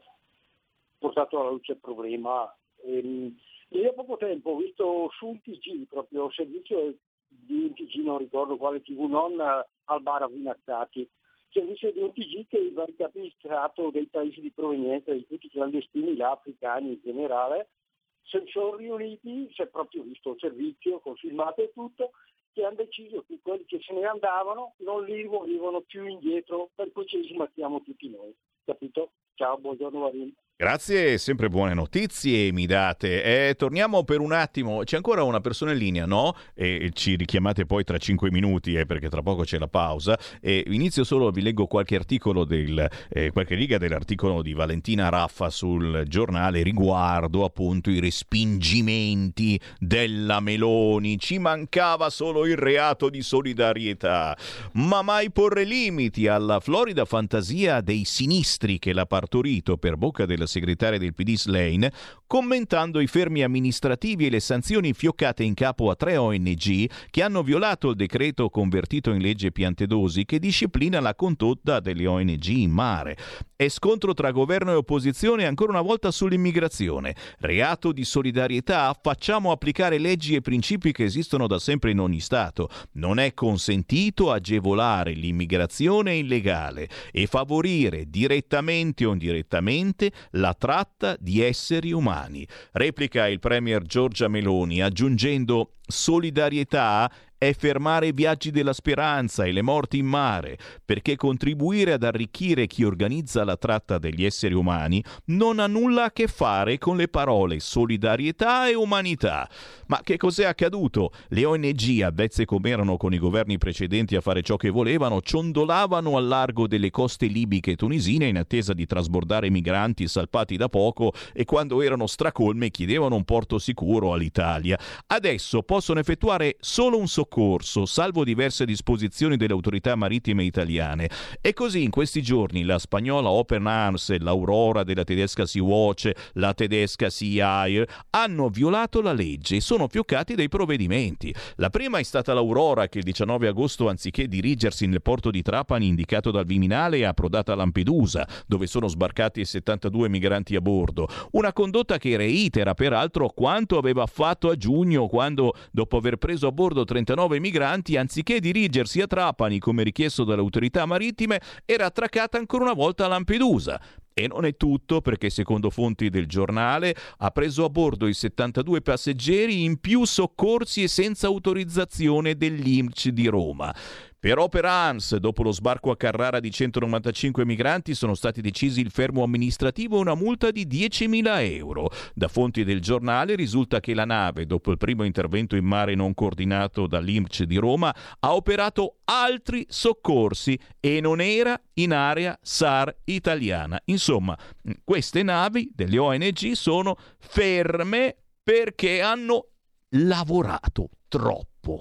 [SPEAKER 15] portato alla luce il problema, ehm, di lì a poco tempo ho visto su un T G, proprio servizio di un T G, non ricordo quale tivù, non eh, al bar a Vinazzati, servizio di un T G che il capi di Stato dei paesi di provenienza di tutti i clandestini, là, africani in generale, si sono riuniti, si è proprio visto il servizio, con filmato e tutto, che hanno deciso che quelli che se ne andavano non li volevano più indietro, per cui ci smattiamo tutti noi, capito? Ciao, buongiorno Varin.
[SPEAKER 2] Grazie, sempre buone notizie mi date. Eh, torniamo per un attimo, c'è ancora una persona in linea, no? E ci richiamate poi tra cinque minuti, eh, perché tra poco c'è la pausa. E inizio solo, vi leggo qualche articolo, del, eh, qualche riga dell'articolo di Valentina Raffa sul giornale riguardo appunto i respingimenti della Meloni. Ci mancava solo il reato di solidarietà. Ma mai porre limiti alla florida fantasia dei sinistri che l'ha partorito per bocca della segretaria del P D Slane, commentando i fermi amministrativi e le sanzioni fioccate in capo a tre O N G che hanno violato il decreto convertito in legge Piantedosi che disciplina la condotta delle O N G in mare. E scontro tra governo e opposizione ancora una volta sull'immigrazione. Reato di solidarietà? Facciamo applicare leggi e principi che esistono da sempre in ogni Stato. Non è consentito agevolare l'immigrazione illegale e favorire direttamente o indirettamente la tratta di esseri umani. Replica il premier Giorgia Meloni aggiungendo: solidarietà è fermare i viaggi della speranza e le morti in mare, perché contribuire ad arricchire chi organizza la tratta degli esseri umani non ha nulla a che fare con le parole solidarietà e umanità. Ma che cos'è accaduto? Le O N G, avvezze come erano con i governi precedenti a fare ciò che volevano, ciondolavano al largo delle coste libiche e tunisine in attesa di trasbordare migranti salpati da poco e quando erano stracolme chiedevano un porto sicuro all'Italia. Adesso possono effettuare solo un soccorso, salvo diverse disposizioni delle autorità marittime italiane. E così in questi giorni la spagnola Open Arms, l'Aurora della tedesca Sea-Watch, la tedesca Sea Air hanno violato la legge e sono fioccati dei provvedimenti. La prima è stata l'Aurora che il diciannove agosto, anziché dirigersi nel porto di Trapani indicato dal Viminale, è approdata a Lampedusa, dove sono sbarcati settantadue migranti a bordo. Una condotta che reitera peraltro quanto aveva fatto a giugno, quando dopo aver preso a bordo trentanove migranti, anziché dirigersi a Trapani come richiesto dalle autorità marittime, era attraccata ancora una volta a Lampedusa. E non è tutto, perché secondo fonti del giornale ha preso a bordo i settantadue passeggeri in più soccorsi e senza autorizzazione dell'I M C di Roma. Per Opera Arms, dopo lo sbarco a Carrara di centonovantacinque migranti, sono stati decisi il fermo amministrativo e una multa di diecimila euro. Da fonti del giornale risulta che la nave, dopo il primo intervento in mare non coordinato dall'I M C di Roma, ha operato altri soccorsi e non era in area S A R italiana. Insomma, queste navi delle O N G sono ferme perché hanno lavorato troppo.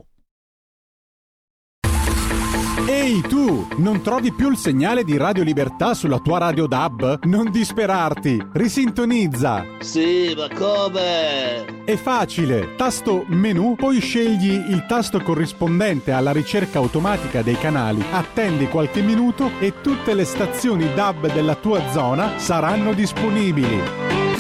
[SPEAKER 1] Ehi tu, non trovi più il segnale di Radio Libertà sulla tua radio D A B? Non disperarti, risintonizza!
[SPEAKER 4] Sì, ma come?
[SPEAKER 1] È facile, tasto menu, poi scegli il tasto corrispondente alla ricerca automatica dei canali, attendi qualche minuto e tutte le stazioni D A B della tua zona saranno disponibili.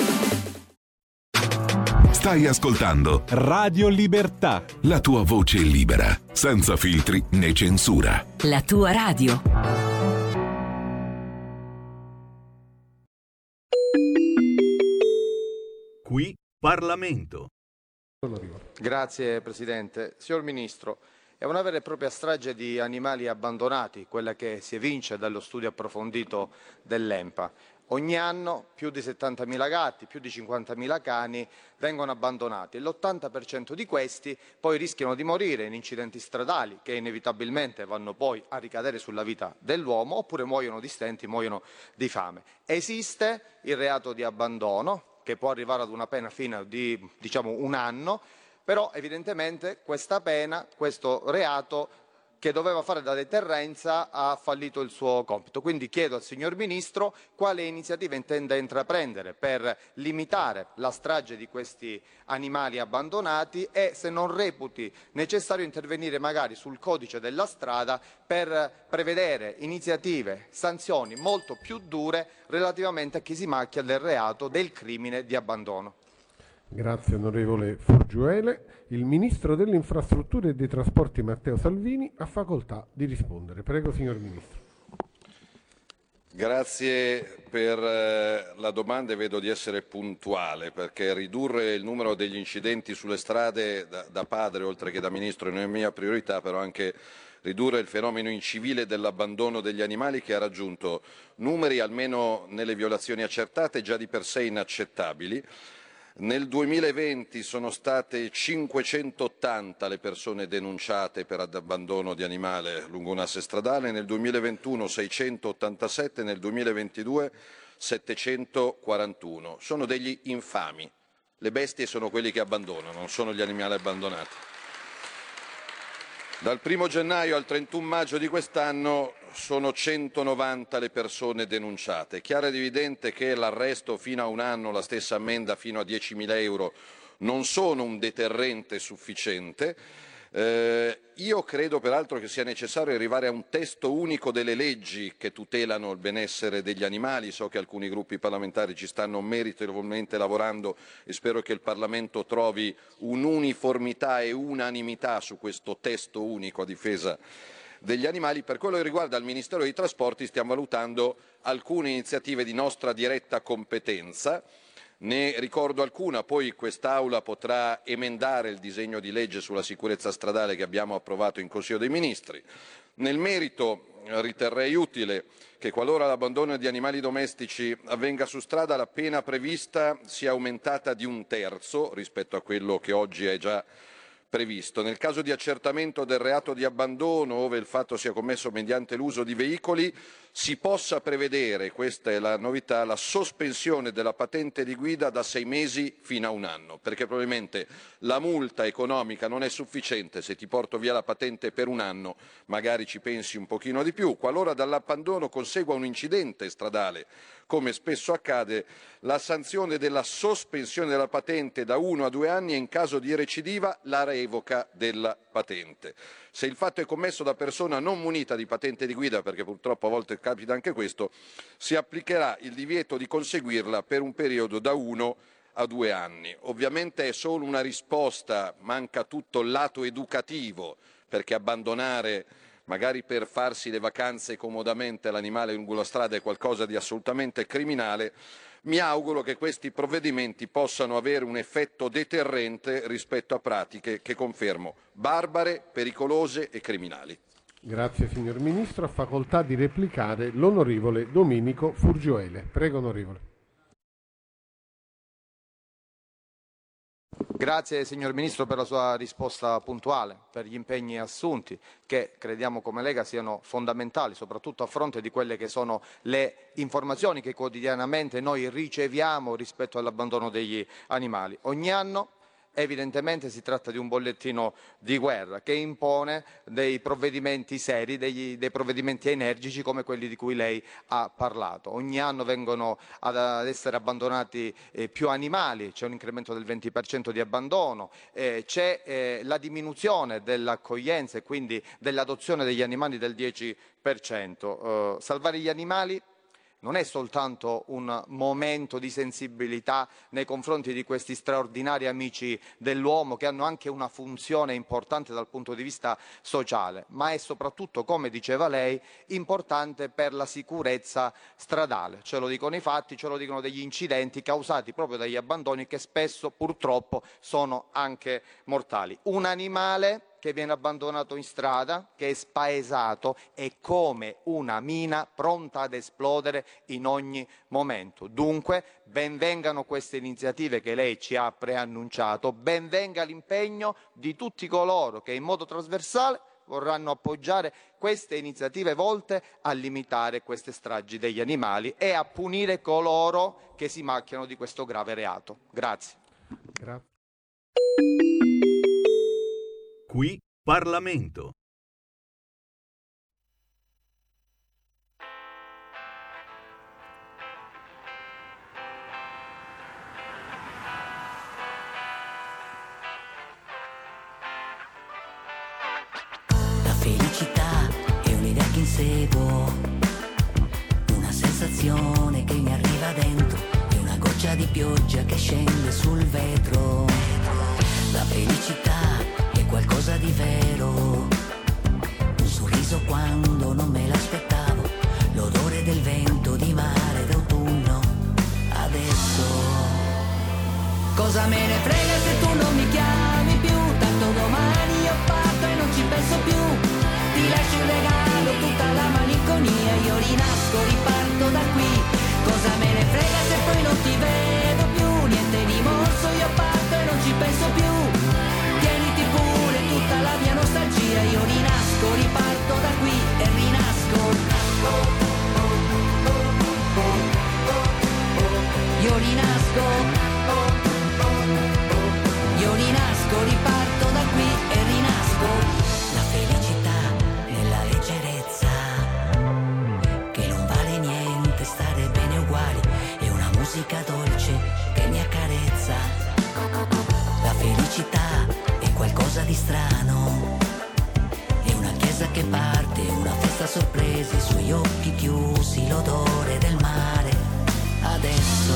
[SPEAKER 7] Stai ascoltando
[SPEAKER 1] Radio Libertà,
[SPEAKER 7] la tua voce libera, senza filtri né censura.
[SPEAKER 6] La tua radio.
[SPEAKER 2] Qui Parlamento.
[SPEAKER 16] Grazie Presidente. Signor Ministro, è una vera e propria strage di animali abbandonati quella che si evince dallo studio approfondito dell'ENPA. Ogni anno più di settantamila gatti, più di cinquantamila cani vengono abbandonati e l'ottanta per cento di questi poi rischiano di morire in incidenti stradali che inevitabilmente vanno poi a ricadere sulla vita dell'uomo oppure muoiono di stenti, muoiono di fame. Esiste il reato di abbandono che può arrivare ad una pena fino di diciamo un anno, però evidentemente questa pena, questo reato che doveva fare da deterrenza ha fallito il suo compito. Quindi chiedo al signor Ministro quale iniziativa intende intraprendere per limitare la strage di questi animali abbandonati e se non reputi necessario intervenire magari sul codice della strada per prevedere iniziative, sanzioni molto più dure relativamente a chi si macchia del reato del crimine di abbandono.
[SPEAKER 17] Grazie onorevole Furgiuele. Il Ministro delle Infrastrutture e dei Trasporti Matteo Salvini ha facoltà di rispondere. Prego signor Ministro.
[SPEAKER 18] Grazie per la domanda e vedo di essere puntuale perché ridurre il numero degli incidenti sulle strade da, da padre oltre che da Ministro non è mia priorità, però anche ridurre il fenomeno incivile dell'abbandono degli animali che ha raggiunto numeri, almeno nelle violazioni accertate, già di per sé inaccettabili. Nel duemilaventi sono state cinquecentottanta le persone denunciate per abbandono di animale lungo un asse stradale, nel duemilaventuno seicentottantasette, nel duemilaventidue settecentoquarantuno. Sono degli infami. Le bestie sono quelli che abbandonano, non sono gli animali abbandonati. Dal primo gennaio al trentuno maggio di quest'anno sono centonovanta le persone denunciate. È chiaro ed evidente che l'arresto fino a un anno, la stessa ammenda fino a diecimila euro non sono un deterrente sufficiente. Eh, io credo peraltro che sia necessario arrivare a un testo unico delle leggi che tutelano il benessere degli animali. So che alcuni gruppi parlamentari ci stanno meritevolmente lavorando e spero che il Parlamento trovi un'uniformità e unanimità su questo testo unico a difesa degli animali. Per quello che riguarda il Ministero dei Trasporti stiamo valutando alcune iniziative di nostra diretta competenza. Ne ricordo alcuna, poi quest'Aula potrà emendare il disegno di legge sulla sicurezza stradale che abbiamo approvato in Consiglio dei Ministri. Nel merito riterrei utile che qualora l'abbandono di animali domestici avvenga su strada la pena prevista sia aumentata di un terzo rispetto a quello che oggi è già previsto. Nel caso di accertamento del reato di abbandono, ove il fatto sia commesso mediante l'uso di veicoli, si possa prevedere, questa è la novità, la sospensione della patente di guida da sei mesi fino a un anno, perché probabilmente la multa economica non è sufficiente. Se ti porto via la patente per un anno magari ci pensi un pochino di più. Qualora dall'abbandono consegua un incidente stradale, come spesso accade, la sanzione della sospensione della patente da uno a due anni e in caso di recidiva la revoca della patente. Se il fatto è commesso da persona non munita di patente di guida, perché purtroppo a volte capita anche questo, si applicherà il divieto di conseguirla per un periodo da uno a due anni. Ovviamente è solo una risposta, manca tutto il lato educativo, perché abbandonare magari per farsi le vacanze comodamente l'animale lungo la strada è qualcosa di assolutamente criminale. Mi auguro che questi provvedimenti possano avere un effetto deterrente rispetto a pratiche che confermo barbare, pericolose e criminali.
[SPEAKER 17] Grazie signor Ministro. Ha facoltà di replicare l'onorevole Domenico Furgiuele. Prego onorevole.
[SPEAKER 16] Grazie signor Ministro per la sua risposta puntuale, per gli impegni assunti che crediamo come Lega siano fondamentali, soprattutto a fronte di quelle che sono le informazioni che quotidianamente noi riceviamo rispetto all'abbandono degli animali. Ogni anno evidentemente si tratta di un bollettino di guerra che impone dei provvedimenti seri, degli, dei provvedimenti energici come quelli di cui lei ha parlato. Ogni anno vengono ad, ad essere abbandonati eh, più animali, c'è un incremento del venti per cento di abbandono, eh, c'è eh, la diminuzione dell'accoglienza e quindi dell'adozione degli animali del dieci per cento. Eh, salvare gli animali non è soltanto un momento di sensibilità nei confronti di questi straordinari amici dell'uomo che hanno anche una funzione importante dal punto di vista sociale, ma è soprattutto, come diceva lei, importante per la sicurezza stradale. Ce lo dicono i fatti, ce lo dicono degli incidenti causati proprio dagli abbandoni che spesso purtroppo sono anche mortali. Un animale che viene abbandonato in strada, che è spaesato, è come una mina pronta ad esplodere in ogni momento. Dunque, ben vengano queste iniziative che lei ci ha preannunciato, ben venga l'impegno di tutti coloro che in modo trasversale vorranno appoggiare queste iniziative volte a limitare queste stragi degli animali e a punire coloro che si macchiano di questo grave reato. Grazie.
[SPEAKER 17] Grazie.
[SPEAKER 19] Qui Parlamento. felicità è un'idea che inseguo, una sensazione che mi arriva dentro, è una goccia di pioggia che scende sul vetro. La felicità è qualcosa di vero, un sorriso quando non me l'aspettavo, l'odore del vento di mare d'autunno. Adesso cosa me ne frega se tu non mi chiami più, tanto domani io parto e non ci penso più, ti lascio in regalo tutta la malinconia, io rinasco, riparto da qui. Cosa me ne frega se poi non ti vedo più, niente di morso, io parto e non ci penso più, tieniti pure tutta la mia nostalgia, io rinasco, riparto da qui e rinasco. Io rinasco, io rinasco, riparto da qui e rinasco. La felicità nella leggerezza, che non vale niente stare bene uguali, è una musica dolce che mi accarezza. La felicità è qualcosa di strano, è una chiesa che parte, una festa a sorprese, i suoi occhi chiusi, l'odore del mare. Adesso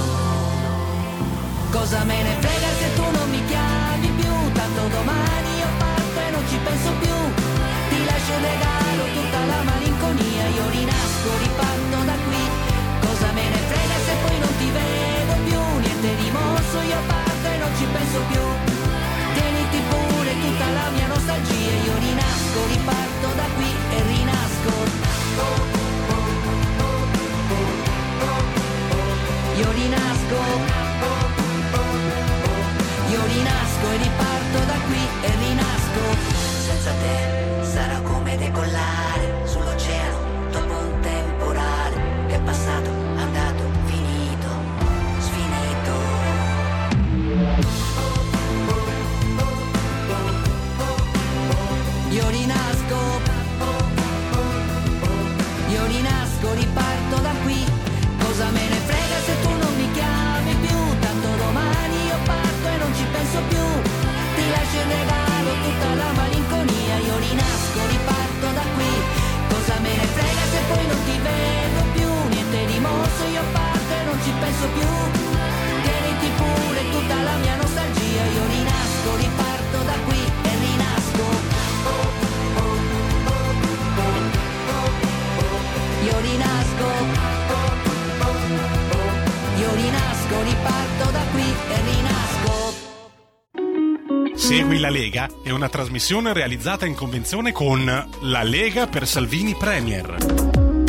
[SPEAKER 19] cosa me ne frega se tu non mi chiami più, tanto domani io parto e non ci penso più, ti lascio in regalo tutta la malinconia, io rinasco, riparto da qui. Cosa me ne frega se poi non ti vedo più, niente di morso, io parto e non ci penso più, tieniti pure tutta la mia nostalgia, io rinasco, riparto da qui e rinasco. Io rinasco, io rinasco e riparto da qui e rinasco. Senza te sarà come decollare sull'oceano dopo un temporale, che è passato, andato, finito, sfinito. Io rinasco, io rinasco, riparto da qui. Cosa me ne frega se tu non mi chiami più, tanto domani io parto e non ci penso più, ti lascio in regalo tutta la malinconia, io rinasco, riparto da qui. Cosa me ne frega se poi non ti vedo più, niente di morso, io parto e non ci penso più, tieniti pure tutta la mia nostalgia, io rinasco, riparto da qui e rinasco. Io rinasco, io rinasco, riparto da qui e rinasco.
[SPEAKER 20] Segui la Lega è una trasmissione realizzata in convenzione con La Lega per Salvini Premier.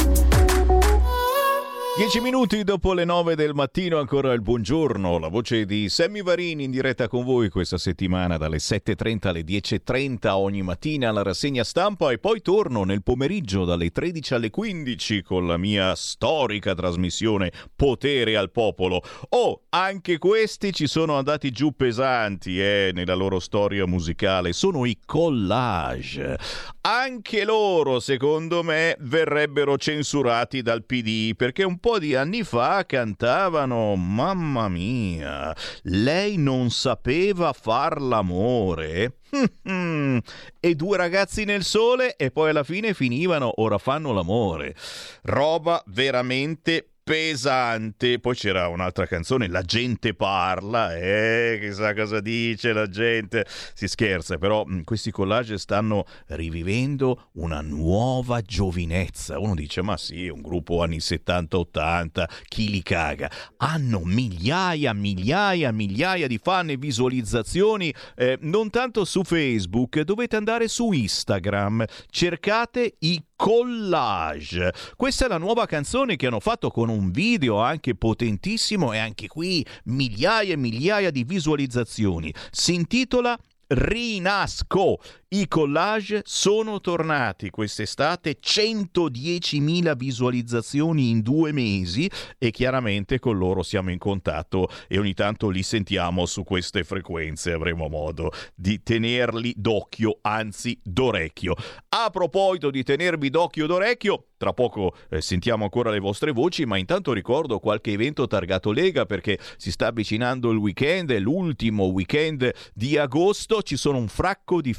[SPEAKER 2] Dieci minuti dopo le nove del mattino, ancora il buongiorno, la voce di Sammy Varini in diretta con voi questa settimana dalle sette e trenta alle dieci e trenta ogni mattina alla rassegna stampa, e poi torno nel pomeriggio dalle tredici alle quindici con la mia storica trasmissione Potere al Popolo. Oh, anche questi ci sono andati giù pesanti eh, nella loro storia musicale, sono i Collage. Anche loro, secondo me, verrebbero censurati dal P D, perché un po' di anni fa cantavano, mamma mia, lei non sapeva far l'amore? E due ragazzi nel sole, e poi alla fine finivano, ora fanno l'amore. Roba veramente pesante. Poi c'era un'altra canzone, La gente parla, eh, chissà cosa dice la gente, si scherza, però mh, questi Collage stanno rivivendo una nuova giovinezza. Uno dice, ma sì, un gruppo anni settanta ottanta, chi li caga? Hanno migliaia, migliaia, migliaia di fan e visualizzazioni, eh, non tanto su Facebook, dovete andare su Instagram, cercate i Collage. Questa è la nuova canzone che hanno fatto con un video anche potentissimo, e anche qui migliaia e migliaia di visualizzazioni. Si intitola Rinasco. I Collage sono tornati quest'estate, centodiecimila visualizzazioni in due mesi, e chiaramente con loro siamo in contatto e ogni tanto li sentiamo su queste frequenze, avremo modo di tenerli d'occhio, anzi d'orecchio. A proposito di tenervi d'occhio d'orecchio, tra poco eh, sentiamo ancora le vostre voci, ma intanto ricordo qualche evento targato Lega, perché si sta avvicinando il weekend, è l'ultimo weekend di agosto, ci sono un fracco di feste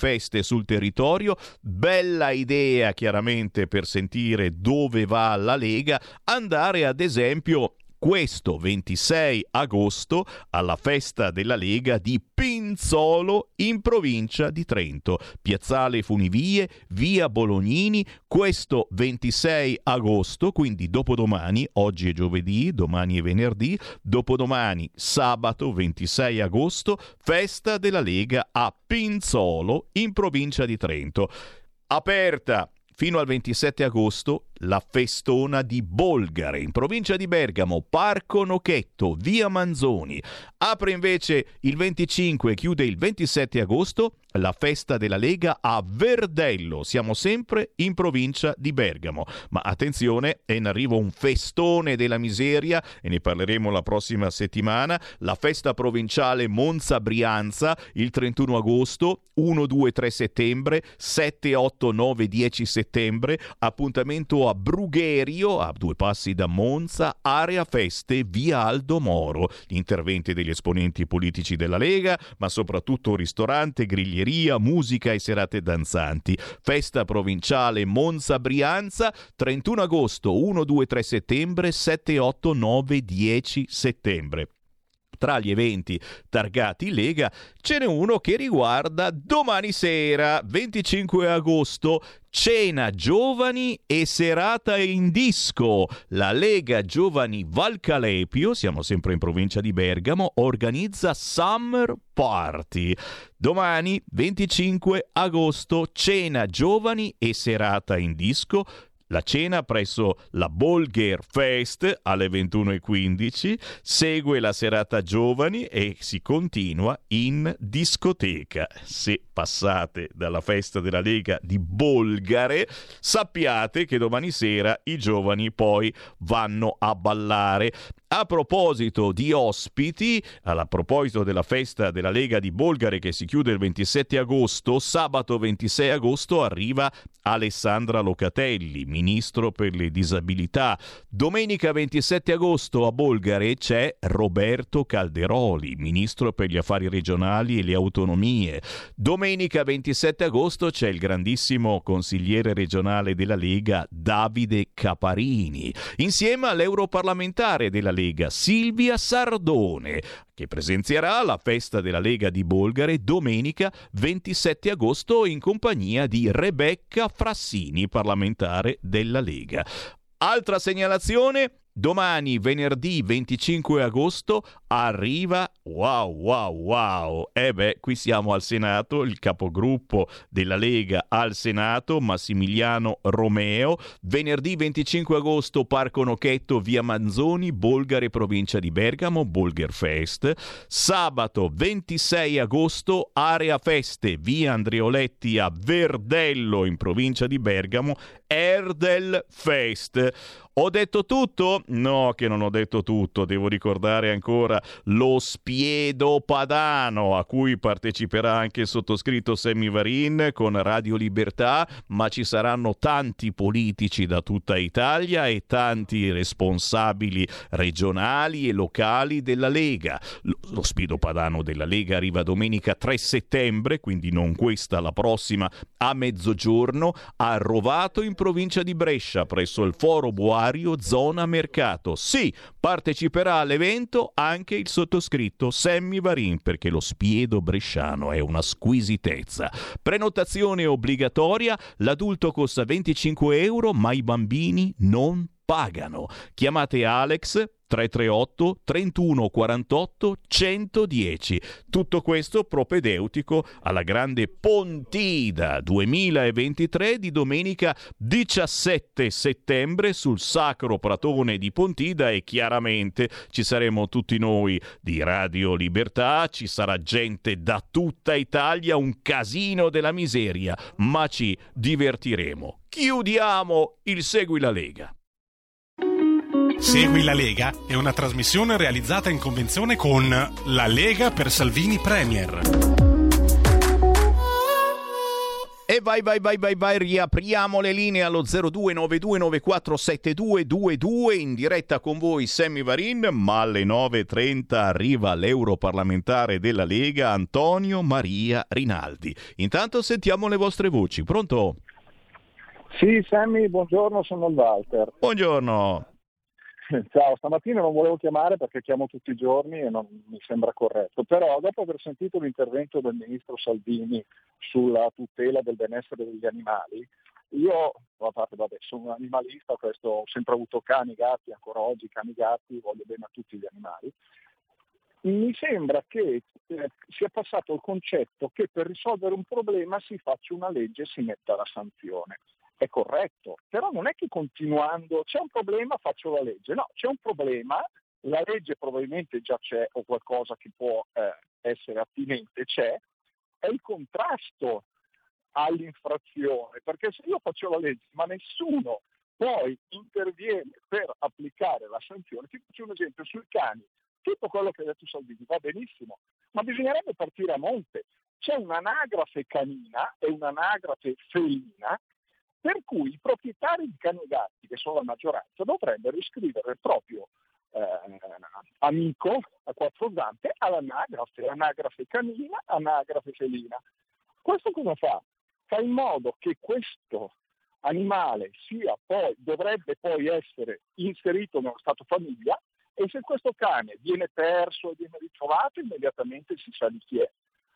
[SPEAKER 2] scendere sul territorio. Bella idea chiaramente per sentire dove va la Lega, andare ad esempio questo ventisei agosto alla festa della Lega di Pinzolo in provincia di Trento. Piazzale Funivie, via Bolognini, questo ventisei agosto, quindi dopodomani, oggi è giovedì, domani è venerdì, dopodomani sabato ventisei agosto, festa della Lega a Pinzolo in provincia di Trento. Aperta fino al ventisette agosto la festona di Bolgare in provincia di Bergamo, Parco Nochetto, via Manzoni. Apre invece il venticinque e chiude il ventisette agosto la festa della Lega a Verdello. Siamo sempre in provincia di Bergamo. Ma attenzione, è in arrivo un festone della miseria e ne parleremo la prossima settimana. La festa provinciale Monza Brianza il trentuno agosto, uno, due, tre settembre, sette, otto, nove, dieci settembre. Appuntamento a Brugherio, a due passi da Monza, area feste via Aldo Moro. Gli interventi degli esponenti politici della Lega, ma soprattutto ristorante, griglieria, musica e serate danzanti. Festa provinciale Monza Brianza, trentuno agosto, uno, due, tre settembre, sette, otto, nove, dieci settembre. Tra gli eventi targati Lega ce n'è uno che riguarda domani sera, venticinque agosto, cena giovani e serata in disco. La Lega Giovani Valcalepio, siamo sempre in provincia di Bergamo, organizza Summer Party. Domani, venticinque agosto, cena giovani e serata in disco. La cena presso la Bolger Fest alle ventuno e quindici, segue la serata giovani e si continua in discoteca. Se passate dalla festa della Lega di Bolgare, sappiate che domani sera i giovani poi vanno a ballare. A proposito di ospiti, a proposito della festa della Lega di Bolgare che si chiude il ventisette agosto, sabato ventisei agosto arriva Alessandra Locatelli, ministro per le disabilità. Domenica ventisette agosto a Bolgare c'è Roberto Calderoli, ministro per gli affari regionali e le autonomie. Domenica ventisette agosto c'è il grandissimo consigliere regionale della Lega Davide Caparini, insieme all'europarlamentare della Lega Silvia Sardone, che presenzierà alla festa della Lega di Bolgare domenica ventisette agosto in compagnia di Rebecca Frassini, parlamentare della Lega. Altra segnalazione: domani, venerdì venticinque agosto, arriva, wow, wow, wow, eh beh, qui siamo al Senato, il capogruppo della Lega al Senato, Massimiliano Romeo. Venerdì venticinque agosto, Parco Nochetto, via Manzoni, Bolgare, provincia di Bergamo, Bolger Fest. Sabato ventisei agosto, area feste, via Andreoletti a Verdello, in provincia di Bergamo, Erdel Fest. Ho detto tutto? No, che non ho detto tutto. Devo ricordare ancora lo Spiedo Padano, a cui parteciperà anche il sottoscritto Sammy Varin con Radio Libertà, ma ci saranno tanti politici da tutta Italia e tanti responsabili regionali e locali della Lega. Lo Spiedo Padano della Lega arriva domenica tre settembre, quindi non questa, la prossima, a mezzogiorno, a Rovato in provincia di Brescia, presso il Foro Boario, zona mercato. Sì, parteciperà all'evento anche il sottoscritto Sammy Varin, perché lo Spiedo bresciano è una squisitezza. Prenotazione obbligatoria, l'adulto costa venticinque euro, ma i bambini non pagano. Chiamate Alex tre tre otto trentuno quarantotto centodieci. Tutto questo propedeutico alla grande Pontida duemilaventitré di domenica diciassette settembre sul Sacro Pratone di Pontida, e chiaramente ci saremo tutti noi di Radio Libertà, ci sarà gente da tutta Italia, un casino della miseria, ma ci divertiremo. Chiudiamo il Segui la Lega.
[SPEAKER 20] Segui la Lega è una trasmissione realizzata in convenzione con La Lega per Salvini Premier.
[SPEAKER 2] E vai, vai, vai, vai, vai, riapriamo le linee allo zero due nove due nove quattro sette due due due, in diretta con voi Sammy Varin, ma alle nove e trenta arriva l'europarlamentare della Lega Antonio Maria Rinaldi. Intanto sentiamo le vostre voci, pronto?
[SPEAKER 21] Sì, Sammy, buongiorno, sono il Walter.
[SPEAKER 2] Buongiorno.
[SPEAKER 21] Ciao, stamattina non volevo chiamare perché chiamo tutti i giorni e non mi sembra corretto, però dopo aver sentito l'intervento del ministro Salvini sulla tutela del benessere degli animali, io vabbè, sono un animalista, questo, ho sempre avuto cani, gatti, ancora oggi cani, gatti, voglio bene a tutti gli animali. Mi sembra che eh, sia passato il concetto che per risolvere un problema si faccia una legge e si metta la sanzione. È corretto, però non è che continuando, c'è un problema, faccio la legge. No, c'è un problema, la legge probabilmente già c'è o qualcosa che può eh, essere attinente c'è, è il contrasto all'infrazione, perché se io faccio la legge ma nessuno poi interviene per applicare la sanzione, ti faccio un esempio sui cani, tutto quello che ha detto Salvini va benissimo, ma bisognerebbe partire a monte. C'è un'anagrafe canina e un'anagrafe felina, per cui i proprietari di cani e gatti, che sono la maggioranza, dovrebbero iscrivere il proprio eh, amico a quattro zampe all'anagrafe, anagrafe canina, anagrafe felina. Questo cosa fa? Fa in modo che questo animale sia poi, dovrebbe poi essere inserito nello stato famiglia, e se questo cane viene perso e viene ritrovato, immediatamente si sa di chi è.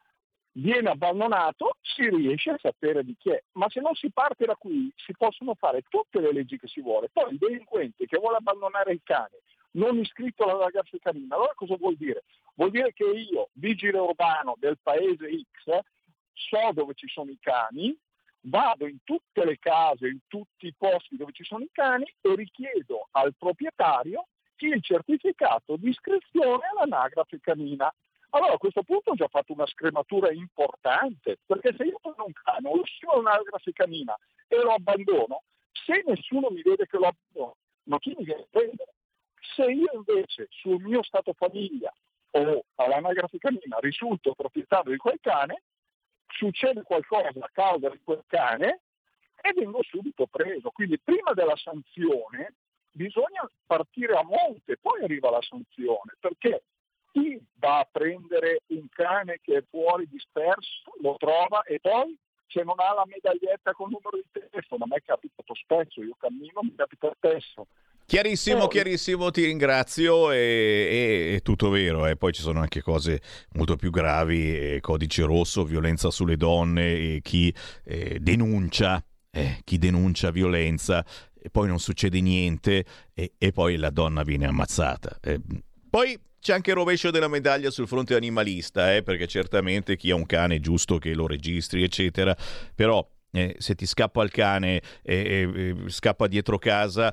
[SPEAKER 21] Viene abbandonato, si riesce a sapere di chi è, ma se non si parte da qui si possono fare tutte le leggi che si vuole. Poi il delinquente che vuole abbandonare il cane non iscritto all'anagrafe canina, allora cosa vuol dire? Vuol dire che io, vigile urbano del paese X, so dove ci sono i cani, vado in tutte le case, in tutti i posti dove ci sono i cani e richiedo al proprietario il certificato di iscrizione all'anagrafe canina. Allora a questo punto ho già fatto una scrematura importante, perché se io prendo un cane, lo scrivo all'anagrafe canina e lo abbandono, se nessuno mi vede che lo abbandono, ma chi mi viene a prendere? Se io invece sul mio stato famiglia o all'anagrafe canina risulto proprietario di quel cane, succede qualcosa a causa di quel cane e vengo subito preso. Quindi prima della sanzione bisogna partire a monte, poi arriva la sanzione, perché chi va a prendere un cane che è fuori disperso, lo trova e poi se non ha la medaglietta con il numero di telefono, a me è capitato spesso, io cammino, mi capita spesso.
[SPEAKER 2] Chiarissimo,
[SPEAKER 21] eh,
[SPEAKER 2] chiarissimo, ti ringrazio, è, è, è tutto vero, eh. Poi ci sono anche cose molto più gravi, eh, codice rosso, violenza sulle donne, e chi eh, denuncia, eh, chi denuncia violenza e poi non succede niente e, e poi la donna viene ammazzata. Eh, poi c'è anche il rovescio della medaglia sul fronte animalista, eh, perché certamente chi ha un cane è giusto che lo registri, eccetera, però eh, se ti scappa il cane e eh, eh, scappa dietro casa,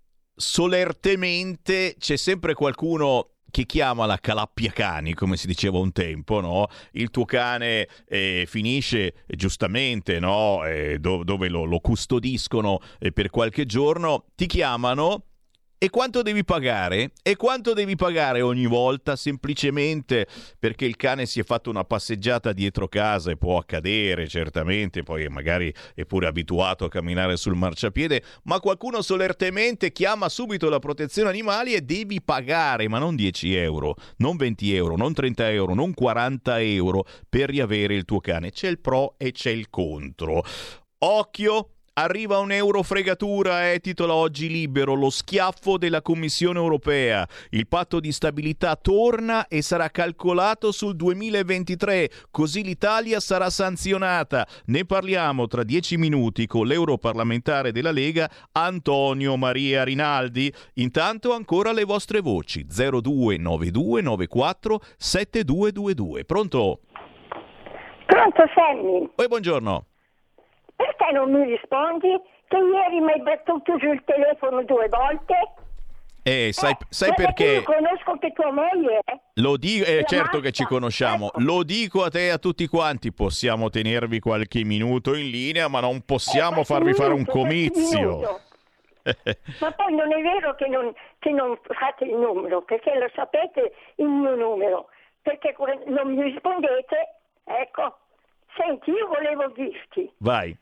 [SPEAKER 2] solertemente c'è sempre qualcuno che chiama la calappia cani, come si diceva un tempo, no? Il tuo cane eh, finisce eh, giustamente, no? Eh, do- dove lo, lo custodiscono eh, per qualche giorno, ti chiamano. E quanto devi pagare? E quanto devi pagare ogni volta semplicemente perché il cane si è fatto una passeggiata dietro casa, e può accadere certamente, poi magari è pure abituato a camminare sul marciapiede, ma qualcuno solertemente chiama subito la protezione animali e devi pagare, ma non dieci euro, non venti euro, non trenta euro, non quaranta euro per riavere il tuo cane. C'è il pro e c'è il contro. Occhio! Arriva un'eurofregatura, eh, titola oggi Libero, lo schiaffo della Commissione Europea. Il patto di stabilità torna e sarà calcolato sul duemilaventitré, così l'Italia sarà sanzionata. Ne parliamo tra dieci minuti con l'europarlamentare della Lega Antonio Maria Rinaldi. Intanto ancora le vostre voci, zero due nove due nove quattro sette due due due. Pronto?
[SPEAKER 22] Pronto, Sammy?
[SPEAKER 2] Oi, buongiorno.
[SPEAKER 22] Perché non mi rispondi? Che ieri mi hai battuto giù il telefono due volte?
[SPEAKER 2] Eh, sai,
[SPEAKER 22] eh,
[SPEAKER 2] sai perché?
[SPEAKER 22] Io conosco che tua moglie è.
[SPEAKER 2] Lo dico, eh, certo
[SPEAKER 22] mazza.
[SPEAKER 2] che ci conosciamo. Ecco. Lo dico a te e a tutti quanti. Possiamo tenervi qualche minuto in linea, ma non possiamo eh, farvi minuto, fare un comizio.
[SPEAKER 22] Ma poi non è vero che non, che non fate il numero, perché lo sapete il mio numero. Perché non mi rispondete, ecco. Senti, io volevo dirti,
[SPEAKER 2] Vai.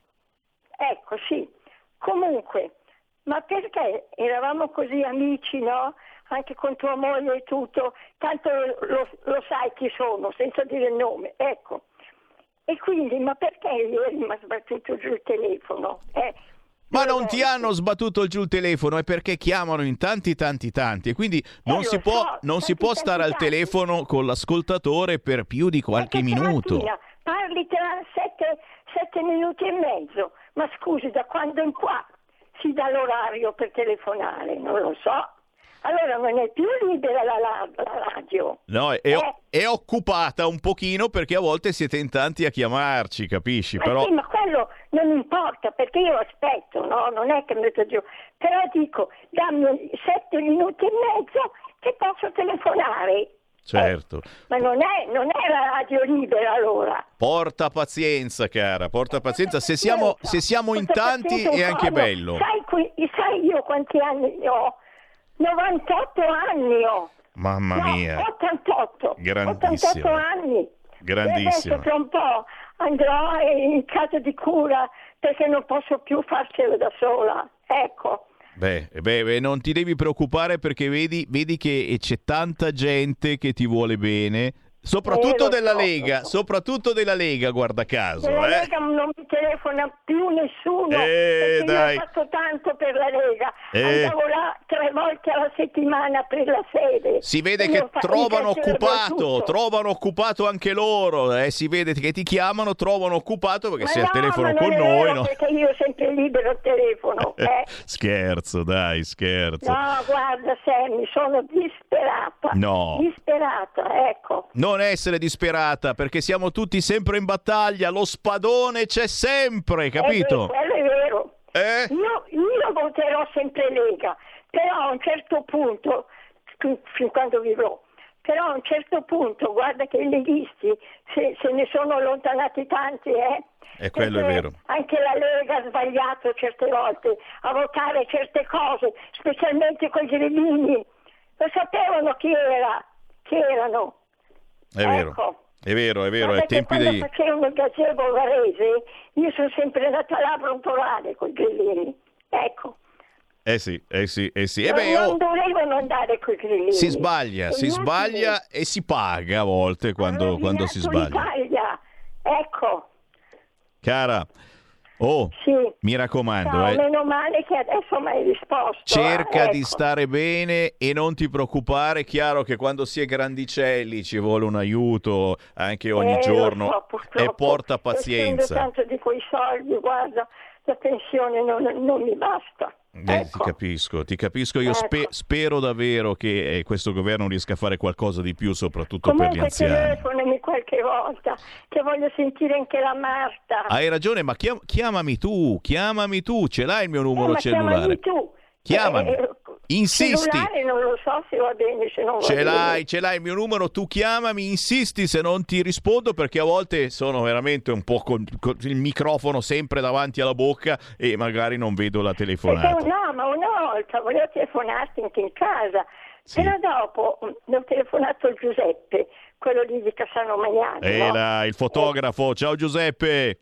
[SPEAKER 22] ecco sì, comunque, ma perché eravamo così amici, no? Anche con tua moglie e tutto, tanto lo, lo sai chi sono, senza dire il nome, ecco. E quindi, ma perché ieri mi ha sbattuto giù il telefono? Eh?
[SPEAKER 2] Ma non ti hanno sbattuto giù il telefono, è perché chiamano in tanti tanti tanti e quindi non
[SPEAKER 22] Eh,
[SPEAKER 2] si
[SPEAKER 22] lo
[SPEAKER 2] può,
[SPEAKER 22] so,
[SPEAKER 2] non si
[SPEAKER 22] tanti,
[SPEAKER 2] può
[SPEAKER 22] tanti,
[SPEAKER 2] stare al
[SPEAKER 22] tanti.
[SPEAKER 2] telefono con l'ascoltatore per più di qualche minuto.
[SPEAKER 22] Stamattina parli tra sette, sette minuti e mezzo, ma scusi, da quando in qua si dà l'orario per telefonare? Non lo so. Allora non è più libera la, la, la radio.
[SPEAKER 2] No, è,
[SPEAKER 22] Eh.
[SPEAKER 2] è occupata un pochino perché a volte siete in tanti a chiamarci, capisci?
[SPEAKER 22] Ma
[SPEAKER 2] Però
[SPEAKER 22] sì, ma quello non importa, perché io aspetto, no? Non è che metto giù. Però dico, dammi sette minuti e mezzo che posso telefonare.
[SPEAKER 2] certo.
[SPEAKER 22] Ma non è, non è la radio libera allora.
[SPEAKER 2] Porta pazienza, cara, porta pazienza. Se siamo, se siamo in
[SPEAKER 22] Porta
[SPEAKER 2] tanti
[SPEAKER 22] pazienza un
[SPEAKER 2] è anche
[SPEAKER 22] po',
[SPEAKER 2] bello.
[SPEAKER 22] Sai, qui- sai io quanti anni ho? novantotto anni ho.
[SPEAKER 2] Mamma
[SPEAKER 22] No,
[SPEAKER 2] mia.
[SPEAKER 22] ottantotto.
[SPEAKER 2] Grandissimo.
[SPEAKER 22] ottantotto anni.
[SPEAKER 2] Grandissimo.
[SPEAKER 22] E adesso tra un po' andrò in casa di cura perché non posso più farcela da sola. Ecco.
[SPEAKER 2] Beh, beh, beh, non ti devi preoccupare perché vedi, vedi che c'è tanta gente che ti vuole bene, soprattutto
[SPEAKER 22] Eh, lo
[SPEAKER 2] della
[SPEAKER 22] so,
[SPEAKER 2] Lega,
[SPEAKER 22] lo so.
[SPEAKER 2] soprattutto della Lega, guarda caso.
[SPEAKER 22] Della
[SPEAKER 2] Eh.
[SPEAKER 22] Lega non mi telefona più nessuno
[SPEAKER 2] Eh,
[SPEAKER 22] perché
[SPEAKER 2] dai.
[SPEAKER 22] io ho fatto tanto per la Lega.
[SPEAKER 2] Eh.
[SPEAKER 22] Andavo là tre volte alla settimana per la sede.
[SPEAKER 2] Si vede
[SPEAKER 22] E
[SPEAKER 2] che
[SPEAKER 22] io fa-
[SPEAKER 2] trovano
[SPEAKER 22] mi piaceva
[SPEAKER 2] occupato,
[SPEAKER 22] tutto.
[SPEAKER 2] trovano occupato anche loro, eh, si vede che ti chiamano, trovano occupato perché
[SPEAKER 22] Ma
[SPEAKER 2] sei
[SPEAKER 22] no,
[SPEAKER 2] al telefono
[SPEAKER 22] ma
[SPEAKER 2] con
[SPEAKER 22] non è
[SPEAKER 2] noi,
[SPEAKER 22] vero,
[SPEAKER 2] no?
[SPEAKER 22] perché io ho sempre libero il telefono. Eh.
[SPEAKER 2] Scherzo, dai, scherzo.
[SPEAKER 22] No, guarda Sammy, sono disperata.
[SPEAKER 2] No.
[SPEAKER 22] Disperata, ecco.
[SPEAKER 2] Non essere disperata, perché siamo tutti sempre in battaglia, lo spadone c'è sempre, capito?
[SPEAKER 22] Eh, beh, quello è vero.
[SPEAKER 2] Eh?
[SPEAKER 22] Io, io voterò sempre Lega, però a un certo punto, fin quando vivrò, però a un certo punto, guarda che i leghisti se, se ne sono allontanati tanti, eh?
[SPEAKER 2] E quello è
[SPEAKER 22] Perché
[SPEAKER 2] vero.
[SPEAKER 22] Anche la Lega ha sbagliato certe volte a votare certe cose, specialmente con i grillini. Lo sapevano chi era, chi erano.
[SPEAKER 2] È vero.
[SPEAKER 22] Ecco.
[SPEAKER 2] È vero, è vero,
[SPEAKER 22] Guarda
[SPEAKER 2] ai
[SPEAKER 22] che
[SPEAKER 2] tempi
[SPEAKER 22] quando
[SPEAKER 2] dei...
[SPEAKER 22] facevano il gazebo varese, io sono sempre andata là a brontolare con i grillini. Ecco.
[SPEAKER 2] Eh sì, eh sì, eh sì. E
[SPEAKER 22] non,
[SPEAKER 2] beh, oh,
[SPEAKER 22] non dovevano andare con i grillini.
[SPEAKER 2] si sbaglia, si
[SPEAKER 22] Inutile.
[SPEAKER 2] sbaglia e si paga a volte quando, quando si
[SPEAKER 22] Rovinato
[SPEAKER 2] sbaglia.
[SPEAKER 22] l'Italia. Ecco.
[SPEAKER 2] Cara, oh,
[SPEAKER 22] Sì.
[SPEAKER 2] mi raccomando,
[SPEAKER 22] No,
[SPEAKER 2] eh,
[SPEAKER 22] meno male che adesso mi hai risposto.
[SPEAKER 2] cerca
[SPEAKER 22] eh,
[SPEAKER 2] di
[SPEAKER 22] ecco.
[SPEAKER 2] stare bene e non ti preoccupare. È chiaro che quando si è grandicelli ci vuole un aiuto anche ogni
[SPEAKER 22] Eh, lo
[SPEAKER 2] giorno
[SPEAKER 22] so, purtroppo.
[SPEAKER 2] e porta
[SPEAKER 22] E spendo
[SPEAKER 2] pazienza.
[SPEAKER 22] tanto di quei soldi, guarda, la pensione non, non mi basta.
[SPEAKER 2] Eh, Ti capisco, ti capisco. Io
[SPEAKER 22] Ecco.
[SPEAKER 2] spe- spero davvero che eh, questo governo riesca a fare qualcosa di più, soprattutto per gli
[SPEAKER 22] Comunque
[SPEAKER 2] anziani.
[SPEAKER 22] telefonami qualche volta, che voglio sentire anche la Marta.
[SPEAKER 2] Hai ragione, ma chiam- chiamami tu, chiamami tu, ce l'hai il mio
[SPEAKER 22] Eh,
[SPEAKER 2] numero
[SPEAKER 22] ma
[SPEAKER 2] cellulare.
[SPEAKER 22] chiamami tu.
[SPEAKER 2] Chiamami,
[SPEAKER 22] Eh,
[SPEAKER 2] insisti.
[SPEAKER 22] Cellulare non lo so se va bene, se non va
[SPEAKER 2] Ce
[SPEAKER 22] bene.
[SPEAKER 2] l'hai, ce l'hai il mio numero, tu chiamami, insisti se non ti rispondo perché a volte sono veramente un po' con, con il microfono sempre davanti alla bocca e magari non vedo la
[SPEAKER 22] Perché,
[SPEAKER 2] telefonata.
[SPEAKER 22] no, ma una volta volevo telefonarti anche in casa,
[SPEAKER 2] Sì.
[SPEAKER 22] però dopo mm, mi ho telefonato a Giuseppe, quello lì di Cassano Magnani.
[SPEAKER 2] E
[SPEAKER 22] no?
[SPEAKER 2] là, il fotografo, ciao Giuseppe.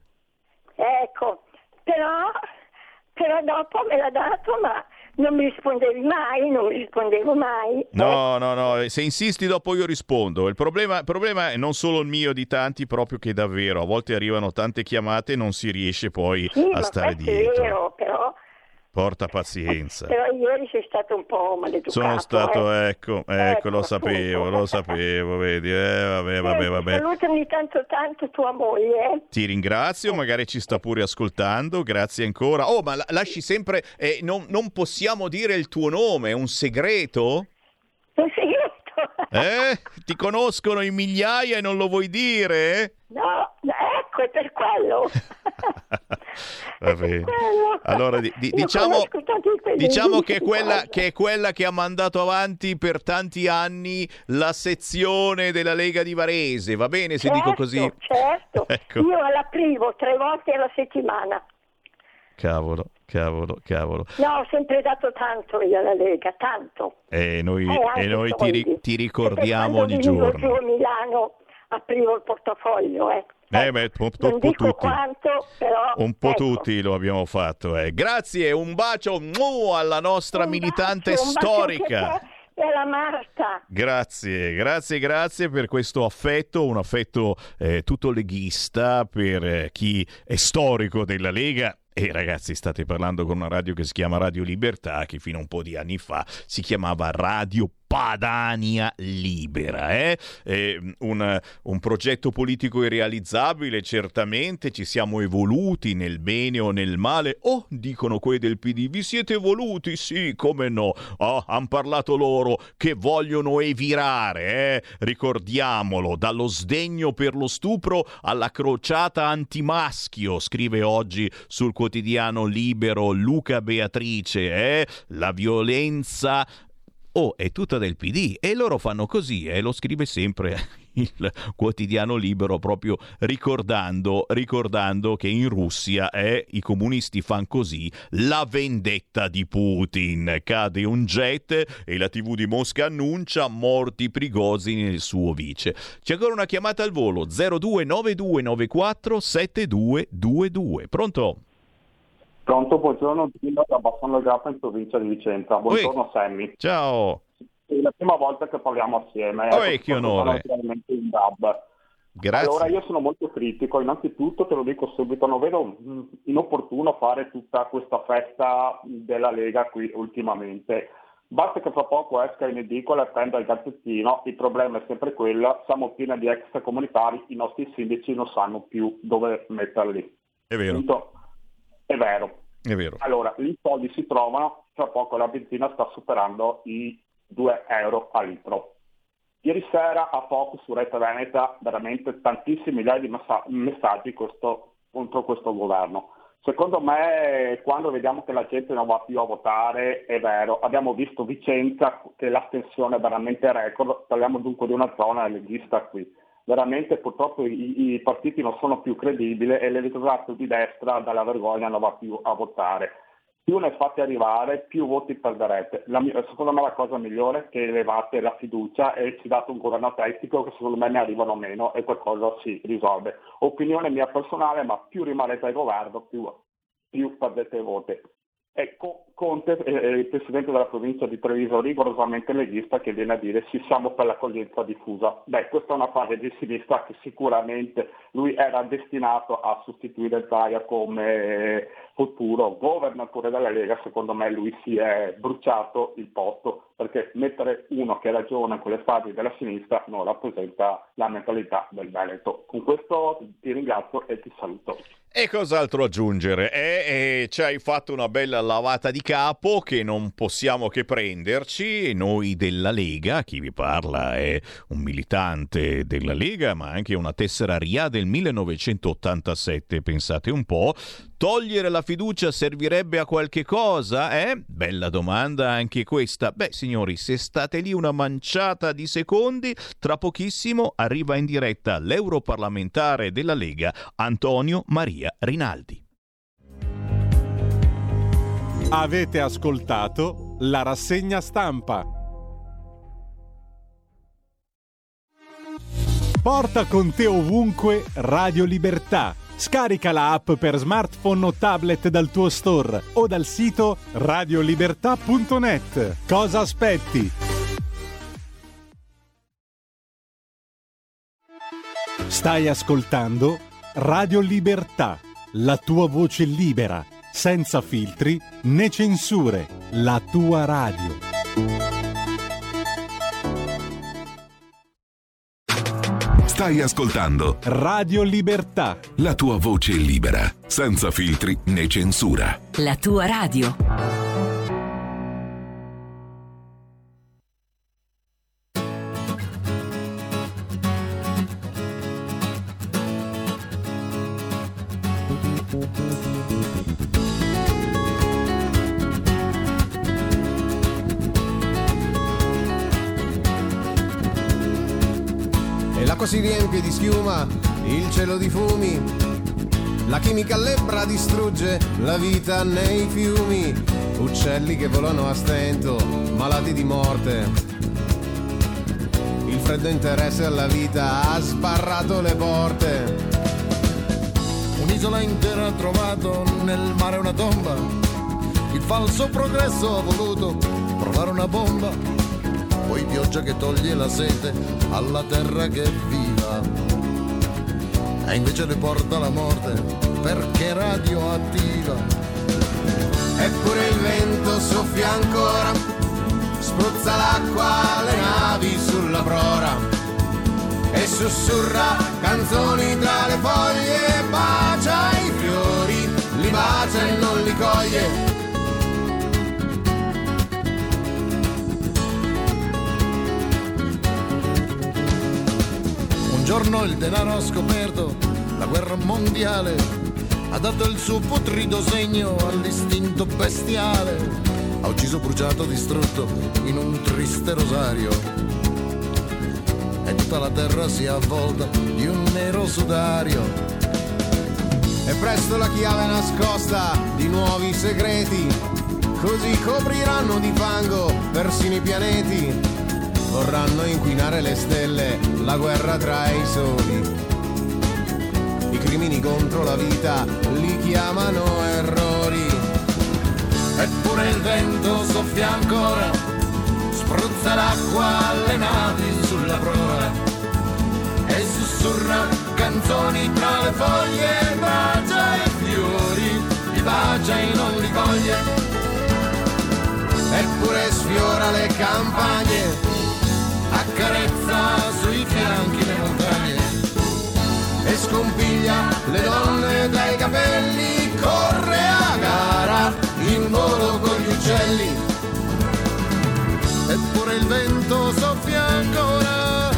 [SPEAKER 22] Ecco, però, però dopo me l'ha dato, ma non mi rispondevi mai, non mi rispondevo mai.
[SPEAKER 2] No, no, no, se insisti dopo io rispondo. Il problema, il problema è non solo il mio, di tanti, proprio che davvero a volte arrivano tante chiamate e non si riesce poi
[SPEAKER 22] Sì,
[SPEAKER 2] a
[SPEAKER 22] ma
[SPEAKER 2] stare
[SPEAKER 22] questo è
[SPEAKER 2] dietro.
[SPEAKER 22] vero, però,
[SPEAKER 2] Porta pazienza.
[SPEAKER 22] però ieri sei stato un po' maleducato.
[SPEAKER 2] Sono stato,
[SPEAKER 22] eh.
[SPEAKER 2] ecco, ecco,
[SPEAKER 22] Ecco,
[SPEAKER 2] lo sapevo,
[SPEAKER 22] appunto.
[SPEAKER 2] lo sapevo, vedi, eh, vabbè, vabbè,
[SPEAKER 22] Eh,
[SPEAKER 2] vabbè.
[SPEAKER 22] Salutami tanto tanto tua moglie, eh.
[SPEAKER 2] Ti ringrazio, magari ci sta pure ascoltando, grazie ancora. Oh, ma la- lasci sempre, eh, non, non possiamo dire il tuo nome, è un segreto?
[SPEAKER 22] Un segreto.
[SPEAKER 2] Eh? Ti conoscono in migliaia e non lo vuoi dire?
[SPEAKER 22] No, ecco, è per quello.
[SPEAKER 2] Va bene.
[SPEAKER 22] quello.
[SPEAKER 2] Allora, di- di-
[SPEAKER 22] Io
[SPEAKER 2] diciamo,
[SPEAKER 22] conosco tutti quelli
[SPEAKER 2] diciamo
[SPEAKER 22] lì,
[SPEAKER 2] che, è quella,
[SPEAKER 22] guarda.
[SPEAKER 2] che è quella che ha mandato avanti per tanti anni la sezione della Lega di Varese, va bene se dico
[SPEAKER 22] Certo,
[SPEAKER 2] così?
[SPEAKER 22] Certo,
[SPEAKER 2] Ecco.
[SPEAKER 22] io l'aprivo tre volte alla settimana.
[SPEAKER 2] Cavolo, cavolo, cavolo.
[SPEAKER 22] No, ho sempre dato tanto io alla Lega, tanto.
[SPEAKER 2] E noi,
[SPEAKER 22] Eh, anche
[SPEAKER 2] e noi ti, ri-
[SPEAKER 22] soldi.
[SPEAKER 2] ti
[SPEAKER 22] Perché
[SPEAKER 2] ricordiamo
[SPEAKER 22] quando
[SPEAKER 2] ogni
[SPEAKER 22] venivo
[SPEAKER 2] giorno.
[SPEAKER 22] giù a Milano aprivo il portafoglio, eh.
[SPEAKER 2] Eh beh, un po',
[SPEAKER 22] non dico
[SPEAKER 2] tutti.
[SPEAKER 22] quanto, però
[SPEAKER 2] Un po'
[SPEAKER 22] ecco.
[SPEAKER 2] tutti lo abbiamo fatto. Eh. Grazie, un bacio mu, alla nostra
[SPEAKER 22] Un
[SPEAKER 2] militante
[SPEAKER 22] bacio, un bacio
[SPEAKER 2] storica.
[SPEAKER 22] anche te e alla Marta.
[SPEAKER 2] Grazie, grazie, grazie per questo affetto, un affetto eh, tutto leghista per eh, chi è storico della Lega. E ragazzi, state parlando con una radio che si chiama Radio Libertà, che fino a un po' di anni fa si chiamava Radio Padania Libera, eh? Eh, un, un progetto politico irrealizzabile, certamente, ci siamo evoluti nel bene o nel male. Oh, dicono quelli del P D, vi siete evoluti? Sì, come no. Oh, han parlato loro che vogliono evirare, eh? Ricordiamolo, dallo sdegno per lo stupro alla crociata antimaschio, scrive oggi sul quotidiano Libero Luca Beatrice, eh? La violenza... Oh, è tutta del P D e loro fanno così, e eh? Lo scrive sempre il quotidiano Libero, proprio ricordando, ricordando che in Russia eh, i comunisti fanno così, la vendetta di Putin. Cade un jet e la tivù di Mosca annuncia morti Prigozhin e il suo vice. C'è ancora una chiamata al volo, zero due nove due nove quattro sette due due due. Pronto?
[SPEAKER 21] Pronto, buongiorno, Dino da Bassano Grappa in provincia di Vicenza. Buongiorno Sammy.
[SPEAKER 2] Ciao.
[SPEAKER 21] È la prima volta che parliamo assieme.
[SPEAKER 2] Oh, che onore.
[SPEAKER 21] In D A B.
[SPEAKER 2] Grazie.
[SPEAKER 21] Allora io sono molto critico, innanzitutto te lo dico subito, non vedo inopportuno fare tutta questa festa della Lega qui ultimamente. Basta che fra poco esca in edicola e prenda il gazzettino, il problema è sempre quello, siamo pieni di extracomunitari, i nostri sindaci non sanno più dove metterli.
[SPEAKER 2] È vero.
[SPEAKER 21] Punto. È vero.
[SPEAKER 2] È vero.
[SPEAKER 21] Allora, i soldi si trovano, tra poco la benzina sta superando i due euro a litro. Ieri sera a Focus su Rete Veneta veramente tantissimi migliaia di messa- messaggi questo, contro questo governo. Secondo me, quando vediamo che la gente non va più a votare, è vero. Abbiamo visto Vicenza che l'astensione è veramente record, parliamo dunque di una zona leghista qui. Veramente purtroppo i, i partiti non sono più credibili e l'elettorato di destra dalla vergogna non va più a votare. Più ne fate arrivare, più voti perderete. La, secondo me la cosa migliore è che elevate la fiducia e ci date un governo tecnico che secondo me ne arrivano meno e qualcosa si risolve. Opinione mia personale, ma più rimanete al governo, più, più perdete voti. Ecco, Conte, eh, il presidente della provincia di Treviso, rigorosamente leghista, che viene a dire sì, siamo per l'accoglienza diffusa. Beh, questa è una fase di sinistra che sicuramente lui era destinato a sostituire Zaia come futuro governatore della Lega. Secondo me lui si è bruciato il posto, perché mettere uno che ragiona in quelle fasi della sinistra non rappresenta la mentalità del Veneto. Con questo ti ringrazio e ti saluto.
[SPEAKER 2] E cos'altro aggiungere? Eh, eh, ci hai fatto una bella lavata di capo che non possiamo che prenderci. Noi della Lega, chi vi parla è un militante della Lega, ma anche una tessera R I A del millenovecentottantasette, pensate un po'. Togliere la fiducia servirebbe a qualche cosa? Eh? Bella domanda anche questa. Beh, signori, se state lì una manciata di secondi, tra pochissimo arriva in diretta l'europarlamentare della Lega, Antonio Maria Rinaldi.
[SPEAKER 1] Avete ascoltato la rassegna stampa. Porta con te ovunque Radio Libertà. Scarica la app per smartphone o tablet dal tuo store o dal sito radiolibertà punto net. Cosa aspetti? Stai ascoltando Radio Libertà, la tua voce libera, senza filtri né censure, la tua radio.
[SPEAKER 7] Stai ascoltando
[SPEAKER 1] Radio Libertà,
[SPEAKER 7] la tua voce libera, senza filtri né censura.
[SPEAKER 6] La tua radio.
[SPEAKER 3] L'acqua si riempie di schiuma, il cielo di fumi, la chimica lebbra distrugge la vita nei fiumi, uccelli che volano a stento, malati di morte. Il freddo interesse alla vita ha sbarrato le porte. un'isola intera ha trovato nel mare una tomba. Il falso progresso ha voluto provare una bomba, poi pioggia che toglie la sete alla terra che è viva, e invece le porta la morte perché è radioattiva. Eppure il vento soffia ancora, spruzza l'acqua alle navi sulla prora e sussurra canzoni tra le foglie, bacia i fiori, li bacia e non li coglie. Un giorno il denaro ha scoperto la guerra mondiale, ha dato il suo putrido segno all'istinto bestiale, ha ucciso, bruciato, distrutto in un triste rosario, e tutta la terra si è avvolta di un nero sudario. E presto la chiave nascosta di nuovi segreti, così copriranno di fango persino i pianeti, vorranno inquinare le stelle, la guerra tra i soli. I crimini contro la vita li chiamano errori. Eppure il vento soffia ancora, spruzza l'acqua alle navi sulla prora e sussurra canzoni tra le foglie, bacia i fiori, li bacia e non li coglie. Eppure sfiora le campagne, accarezza sui fianchi le montagne e scompiglia le donne dai capelli, corre a gara in volo con gli uccelli. Eppure il vento soffia ancora.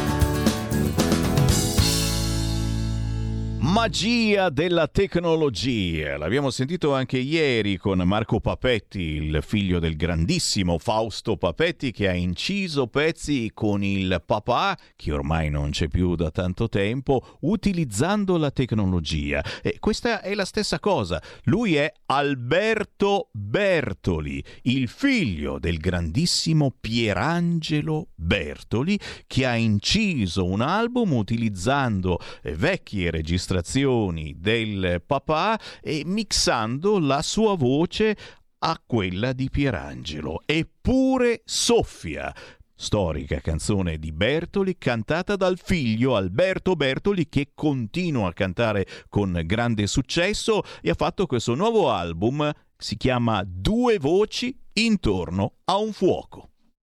[SPEAKER 2] Magia della tecnologia. L'abbiamo sentito anche ieri con Marco Papetti, il figlio del grandissimo Fausto Papetti, che ha inciso pezzi con il papà, che ormai non c'è più da tanto tempo, utilizzando la tecnologia. E questa è la stessa cosa. Lui è Alberto Bertoli, il figlio del grandissimo Pierangelo Bertoli, che ha inciso un album utilizzando vecchie registrazioni del papà e mixando la sua voce a quella di Pierangelo. Eppure soffia, storica canzone di Bertoli cantata dal figlio Alberto Bertoli, che continua a cantare con grande successo e ha fatto questo nuovo album, si chiama Due voci intorno a un fuoco.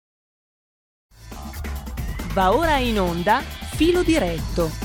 [SPEAKER 5] Va ora in onda Filo Diretto.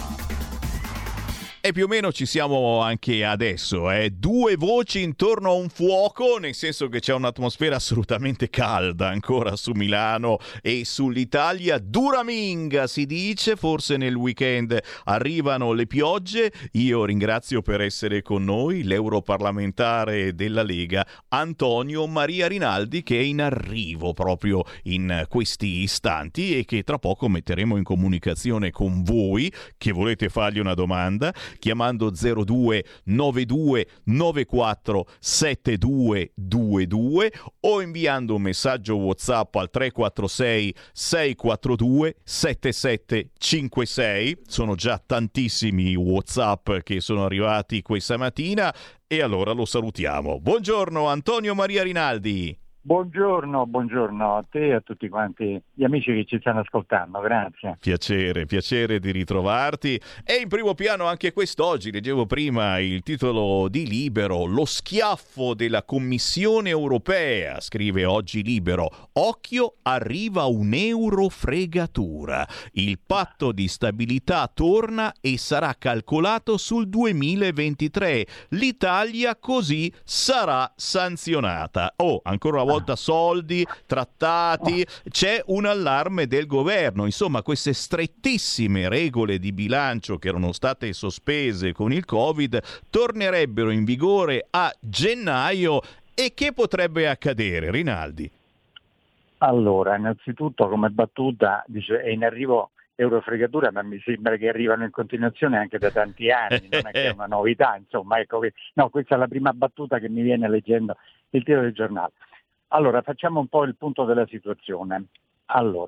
[SPEAKER 2] E più o meno ci siamo anche adesso, eh? Due voci intorno a un fuoco, nel senso che c'è un'atmosfera assolutamente calda ancora su Milano e sull'Italia. Duraminga si dice, forse nel weekend arrivano le piogge. Io ringrazio per essere con noi l'europarlamentare della Lega Antonio Maria Rinaldi, che è in arrivo proprio in questi istanti e che tra poco metteremo in comunicazione con voi che volete fargli una domanda, chiamando zero due nove due nove quattro sette due due due o inviando un messaggio WhatsApp al tre quattro sei sei quattro due sette sette cinque sei. Sono già tantissimi WhatsApp che sono arrivati questa mattina e allora lo salutiamo. Buongiorno Antonio Maria Rinaldi.
[SPEAKER 9] Buongiorno, buongiorno a te e a tutti quanti gli amici che ci stanno ascoltando, grazie.
[SPEAKER 2] Piacere, piacere di ritrovarti. E in primo piano anche quest'oggi, leggevo prima il titolo di Libero, lo schiaffo della Commissione Europea, scrive oggi Libero, occhio arriva un'eurofregatura, il patto di stabilità torna e sarà calcolato sul duemilaventitré, l'Italia così sarà sanzionata. Oh, ancora una volta soldi, trattati, c'è un allarme del governo. Insomma, queste strettissime regole di bilancio che erano state sospese con il Covid tornerebbero in vigore a gennaio. E che potrebbe accadere, Rinaldi?
[SPEAKER 9] Allora, innanzitutto come battuta dice è in arrivo eurofregatura, ma mi sembra che arrivano in continuazione anche da tanti anni, non è che è una novità, insomma, ecco che, no, questa è la prima battuta che mi viene leggendo il titolo del giornale. Allora, facciamo un po' il punto della situazione. Allora,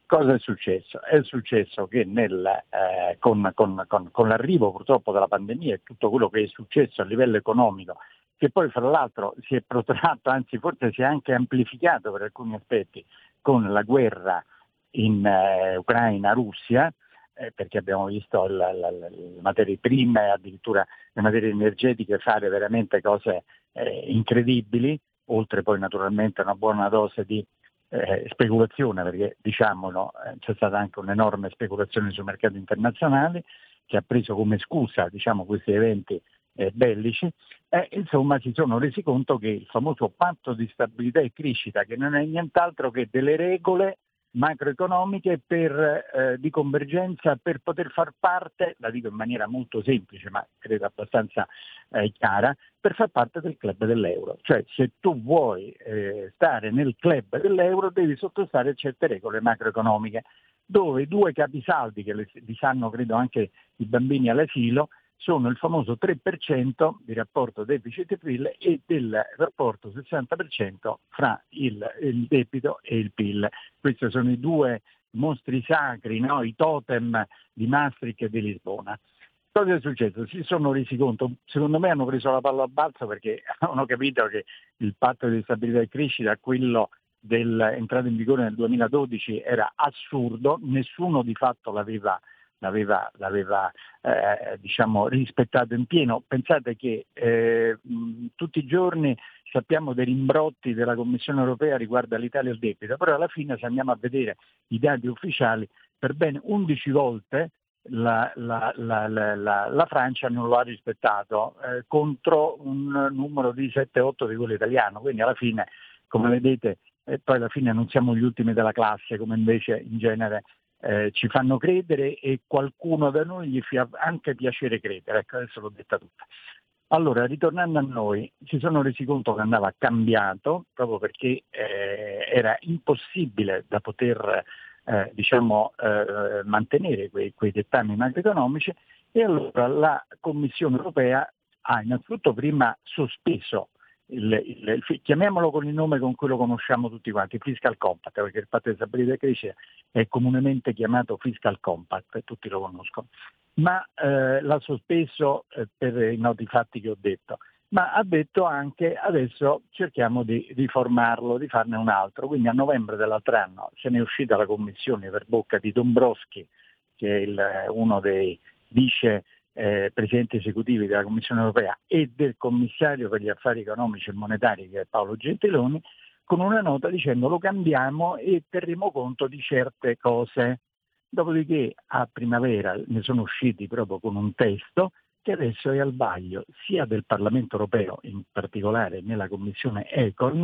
[SPEAKER 9] Cosa è successo? È successo che nel, eh, con, con, con, con l'arrivo purtroppo della pandemia e tutto quello che è successo a livello economico, che poi fra l'altro si è protratto, anzi forse si è anche amplificato per alcuni aspetti con la guerra in eh, Ucraina-Russia, eh, perché abbiamo visto la, la, la, le materie prime, addirittura le materie energetiche fare veramente cose eh, incredibili, oltre poi naturalmente a una buona dose di Eh, speculazione, perché diciamolo, eh, c'è stata anche un'enorme speculazione sui mercati internazionali che ha preso come scusa, diciamo, questi eventi eh, bellici, e insomma si sono resi conto che il famoso patto di stabilità e crescita, che non è nient'altro che delle regole macroeconomiche per, eh, di convergenza per poter far parte, la dico in maniera molto semplice ma credo abbastanza eh, chiara, per far parte del club dell'euro. Cioè se tu vuoi eh, stare nel club dell'euro devi sottostare a certe regole macroeconomiche, dove i due capisaldi che le, li sanno credo anche i bambini all'asilo sono il famoso tre per cento di rapporto deficit-P I L e del rapporto sessanta per cento fra il, il debito e il P I L. Questi sono i due mostri sacri, no? I totem di Maastricht e di Lisbona. Cosa è successo? Si sono resi conto, secondo me hanno preso la palla al balzo perché hanno capito che il patto di stabilità e crescita, quello dell'entrata in vigore nel duemiladodici, era assurdo, nessuno di fatto l'aveva l'aveva, l'aveva eh, diciamo rispettato in pieno. Pensate che eh, mh, tutti i giorni sappiamo dei rimbrotti della Commissione europea riguardo all'Italia e al debito, però alla fine se andiamo a vedere i dati ufficiali, per ben undici volte la, la, la, la, la, la Francia non lo ha rispettato eh, contro un numero di sette otto di quello italiano, quindi alla fine, come vedete, eh, poi alla fine non siamo gli ultimi della classe come invece in genere Eh, ci fanno credere, e qualcuno da noi gli fa anche piacere credere. Ecco, adesso l'ho detta tutta. Allora, ritornando a noi, si sono resi conto che andava cambiato proprio perché eh, era impossibile da poter eh, diciamo eh, mantenere quei, quei dettami macroeconomici, e allora la Commissione europea ha innanzitutto prima sospeso Il, il, il, chiamiamolo con il nome con cui lo conosciamo tutti quanti, il Fiscal Compact, perché il patto di stabilità e crescita è comunemente chiamato Fiscal Compact, tutti lo conoscono, ma eh, l'ha sospeso eh, per i noti fatti che ho detto, ma ha detto anche adesso cerchiamo di riformarlo, di farne un altro. Quindi a novembre dell'altro anno se ne è uscita la Commissione per bocca di Dombrovskis, che è il, uno dei vice Eh, presidenti esecutivi della Commissione europea, e del commissario per gli affari economici e monetari, che è Paolo Gentiloni, con una nota dicendo lo cambiamo e terremo conto di certe cose. Dopodiché a primavera ne sono usciti proprio con un testo che adesso è al vaglio sia del Parlamento europeo, in particolare nella Commissione Econ,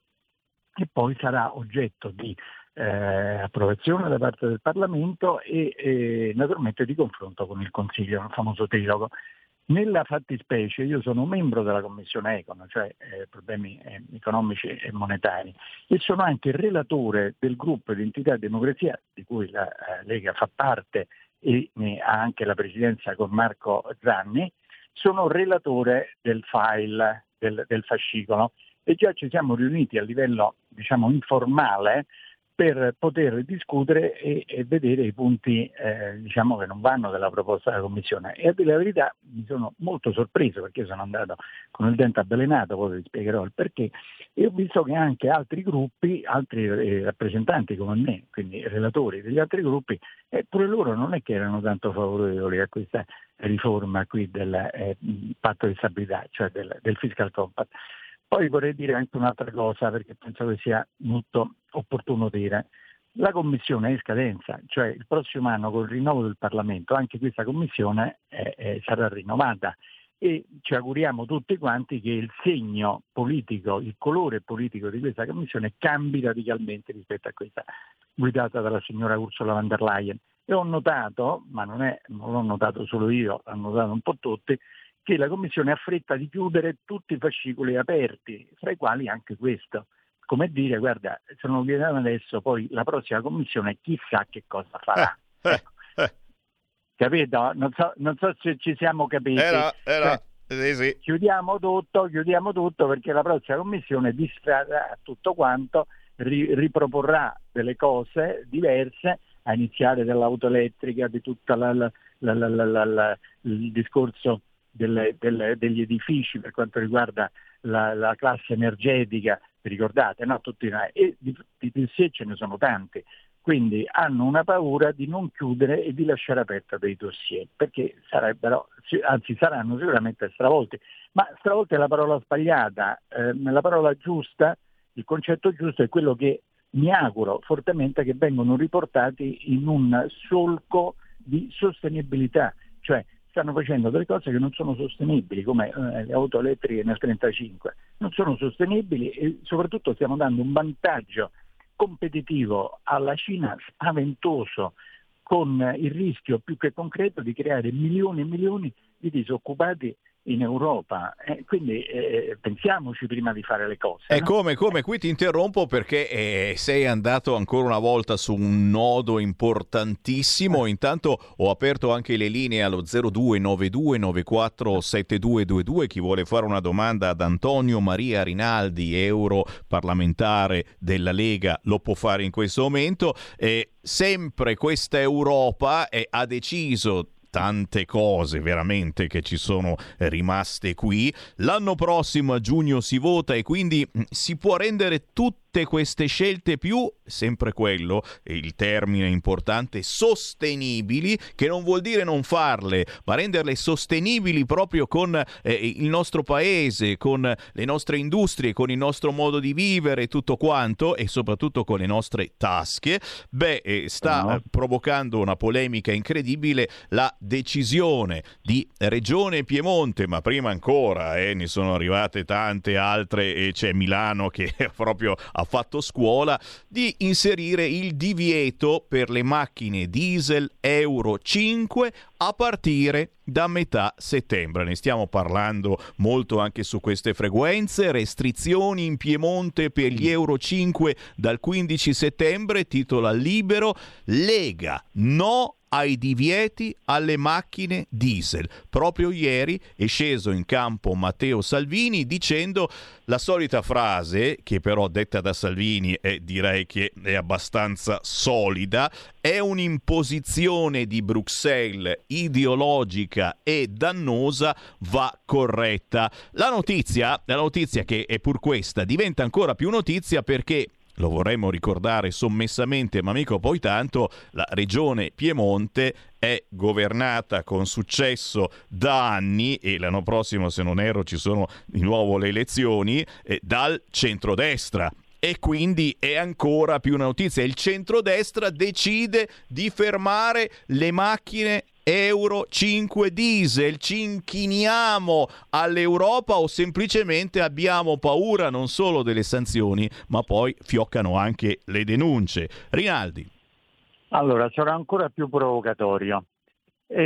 [SPEAKER 9] e poi sarà oggetto di Eh, approvazione da parte del Parlamento e eh, naturalmente di confronto con il Consiglio, il famoso trilogo. Nella fattispecie io sono membro della Commissione Econ, cioè eh, problemi eh, economici e monetari, e sono anche il relatore del gruppo Identità e Democrazia, di cui la eh, Lega fa parte e ne ha anche la presidenza con Marco Zanni. Sono relatore del file, del, del fascicolo, e già ci siamo riuniti a livello diciamo informale per poter discutere e, e vedere i punti eh, diciamo che non vanno della proposta della Commissione. E a dire la verità mi sono molto sorpreso, perché sono andato con il dente avvelenato, poi vi spiegherò il perché, e ho visto che anche altri gruppi, altri eh, rappresentanti come me, quindi relatori degli altri gruppi, eh, pure loro non è che erano tanto favorevoli a questa riforma qui del eh, patto di stabilità, cioè del, del Fiscal Compact. Poi vorrei dire anche un'altra cosa, perché penso che sia molto opportuno dire. La Commissione è in scadenza, cioè il prossimo anno col rinnovo del Parlamento anche questa Commissione eh, eh, sarà rinnovata, e ci auguriamo tutti quanti che il segno politico, il colore politico di questa Commissione cambi radicalmente rispetto a questa guidata dalla signora Ursula von der Leyen. E ho notato, ma non, è, non l'ho notato solo io, l'hanno notato un po' tutti, che la Commissione ha fretta di chiudere tutti i fascicoli aperti, fra i quali anche questo. Come dire, guarda, se non lo chiediamo adesso, poi la prossima Commissione chissà che cosa farà.
[SPEAKER 2] Eh,
[SPEAKER 9] ecco.
[SPEAKER 2] eh, eh.
[SPEAKER 9] Capito? Non so, non so se ci siamo capiti.
[SPEAKER 2] Era, era.
[SPEAKER 9] Cioè,
[SPEAKER 2] sì, sì.
[SPEAKER 9] Chiudiamo tutto, chiudiamo tutto, perché la prossima Commissione distrarrà tutto quanto ri- riproporrà delle cose diverse, a iniziare dall'auto elettrica, di tutta la, la, la, la, la, la, la, il discorso delle, delle, degli edifici per quanto riguarda la, la classe energetica, vi ricordate, no? Tutti, e di, di, di sé ce ne sono tanti, quindi hanno una paura di non chiudere e di lasciare aperta dei dossier, perché sarebbero, anzi saranno sicuramente stravolti, ma stravolti è la parola sbagliata, eh, la parola giusta, il concetto giusto è quello che mi auguro fortemente che vengano riportati in un solco di sostenibilità, cioè stanno facendo delle cose che non sono sostenibili, come eh, le auto elettriche nel trentacinque, non sono sostenibili e soprattutto stiamo dando un vantaggio competitivo alla Cina spaventoso, con il rischio più che concreto di creare milioni e milioni di disoccupati in Europa, eh, quindi eh, pensiamoci prima di fare le cose.
[SPEAKER 2] E
[SPEAKER 9] no?
[SPEAKER 2] come, come, qui ti interrompo perché eh, sei andato ancora una volta su un nodo importantissimo. Intanto ho aperto anche le linee allo zero due nove due nove quattro sette due due due, chi vuole fare una domanda ad Antonio Maria Rinaldi, europarlamentare della Lega, lo può fare in questo momento. Eh, sempre questa Europa eh, ha deciso tante cose veramente che ci sono rimaste qui. L'anno prossimo a giugno si vota e quindi si può rendere tutte queste scelte più, sempre quello, il termine importante, sostenibili, che non vuol dire non farle, ma renderle sostenibili proprio con eh, il nostro paese, con le nostre industrie, con il nostro modo di vivere, tutto quanto, e soprattutto con le nostre tasche. Beh, eh, sta no. provocando una polemica incredibile la decisione di Regione Piemonte, ma prima ancora eh, ne sono arrivate tante altre, e c'è Milano che proprio ha fatto scuola, di inserire il divieto per le macchine diesel Euro cinque a partire da metà settembre. Ne stiamo parlando molto anche su queste frequenze. Restrizioni in Piemonte per gli Euro cinque dal quindici settembre, titola Libero. Lega no ai divieti alle macchine diesel. Proprio ieri è sceso in campo Matteo Salvini dicendo la solita frase, che però detta da Salvini e direi che è abbastanza solida: è un'imposizione di Bruxelles ideologica e dannosa, va corretta. La notizia, la notizia che è pur questa, diventa ancora più notizia perché, lo vorremmo ricordare sommessamente, ma mica poi tanto, la regione Piemonte è governata con successo da anni, e l'anno prossimo, se non erro, ci sono di nuovo le elezioni, eh, dal centrodestra. E quindi è ancora più una notizia. Il centrodestra decide di fermare le macchine Euro cinque diesel. Ci inchiniamo all'Europa o semplicemente abbiamo paura non solo delle sanzioni, ma poi fioccano anche le denunce? Rinaldi.
[SPEAKER 9] Allora, sarà ancora più provocatorio, e,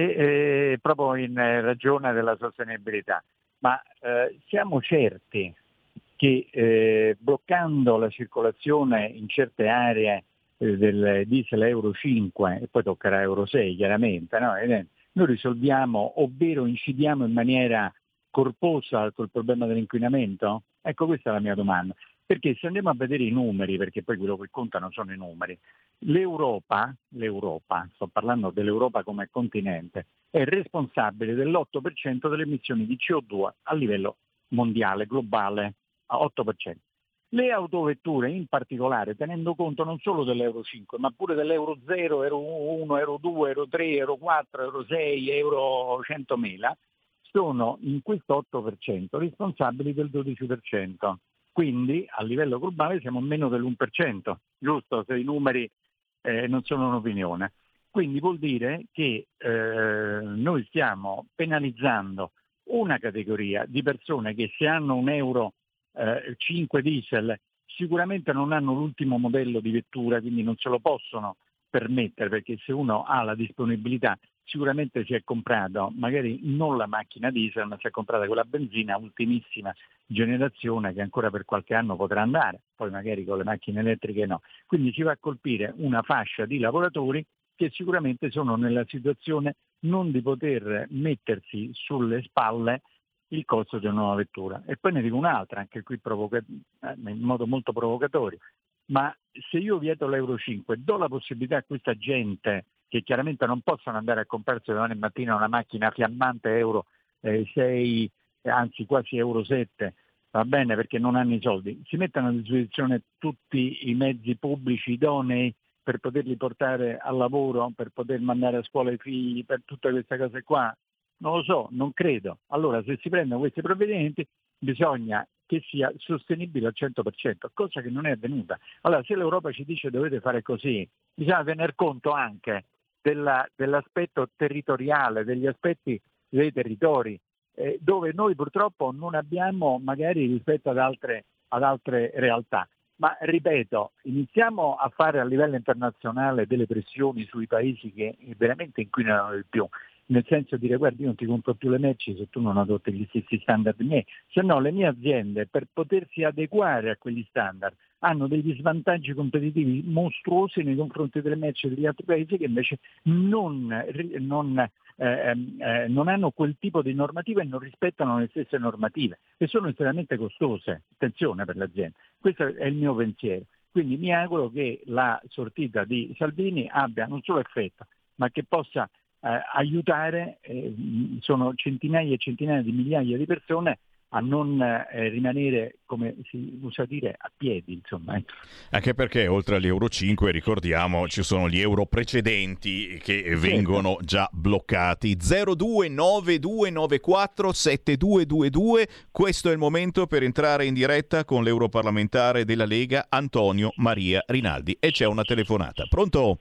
[SPEAKER 9] e proprio in ragione della sostenibilità, ma eh, siamo certi che eh, bloccando la circolazione in certe aree eh, del diesel Euro cinque, e poi toccherà Euro sei chiaramente, no? Noi risolviamo, ovvero incidiamo in maniera corposa col problema dell'inquinamento? Ecco, questa è la mia domanda. Perché se andiamo a vedere i numeri, perché poi quello che contano sono i numeri, l'Europa, l'Europa, sto parlando dell'Europa come continente, è responsabile dell'otto per cento delle emissioni di C O due a livello mondiale, globale, a otto per cento. Le autovetture in particolare, tenendo conto non solo dell'Euro cinque, ma pure dell'Euro zero, Euro uno, Euro due, Euro tre, Euro quattro, Euro sei, Euro centomila, sono in questo otto per cento responsabili del dodici per cento. Quindi a livello globale siamo meno dell'uno per cento, giusto? Se i numeri eh, non sono un'opinione. Quindi vuol dire che eh, noi stiamo penalizzando una categoria di persone che, se hanno un Euro eh, cinque diesel, sicuramente non hanno l'ultimo modello di vettura, quindi non se lo possono permettere, perché se uno ha la disponibilità sicuramente si è comprato magari non la macchina diesel, ma si è comprata quella benzina ultimissima generazione che ancora per qualche anno potrà andare, poi magari con le macchine elettriche no. Quindi ci va a colpire una fascia di lavoratori che sicuramente sono nella situazione non di poter mettersi sulle spalle il costo di una nuova vettura. E poi ne dico un'altra, anche qui provoca- in modo molto provocatorio. ma se io vieto l'Euro cinque, do la possibilità a questa gente, che chiaramente non possono andare a comprarsi domani mattina una macchina fiammante Euro sei, anzi quasi Euro sette, va bene, perché non hanno i soldi, si mettono a disposizione tutti i mezzi pubblici idonei per poterli portare al lavoro, per poter mandare a scuola i figli, per tutte queste cose qua? Non lo so, non credo. Allora, se si prendono questi provvedimenti bisogna che sia sostenibile al cento per cento, cosa che non è avvenuta. Allora, se l'Europa ci dice dovete fare così, bisogna tener conto anche della, dell'aspetto territoriale, degli aspetti dei territori, eh, dove noi purtroppo non abbiamo magari rispetto ad altre, ad altre realtà. Ma ripeto, iniziamo a fare a livello internazionale delle pressioni sui paesi che veramente inquinano di più, nel senso di dire guarda io non ti compro più le merci se tu non adotti gli stessi standard miei, se no le mie aziende per potersi adeguare a quegli standard hanno degli svantaggi competitivi mostruosi nei confronti delle merci degli altri paesi che invece non, non, eh, eh, non hanno quel tipo di normative e non rispettano le stesse normative e sono estremamente costose, attenzione per l'azienda. Questo è il mio pensiero, quindi mi auguro che la sortita di Salvini abbia non solo effetto ma che possa Eh, aiutare, eh, sono centinaia e centinaia di migliaia di persone a non eh, rimanere, come si usa dire, a piedi, insomma. Ecco.
[SPEAKER 2] Anche perché oltre agli Euro cinque, ricordiamo, ci sono gli euro precedenti che certo. vengono già bloccati. zero due nove due nove quattro sette due due due, questo è il momento per entrare in diretta con l'europarlamentare della Lega Antonio Maria Rinaldi. E c'è una telefonata. Pronto?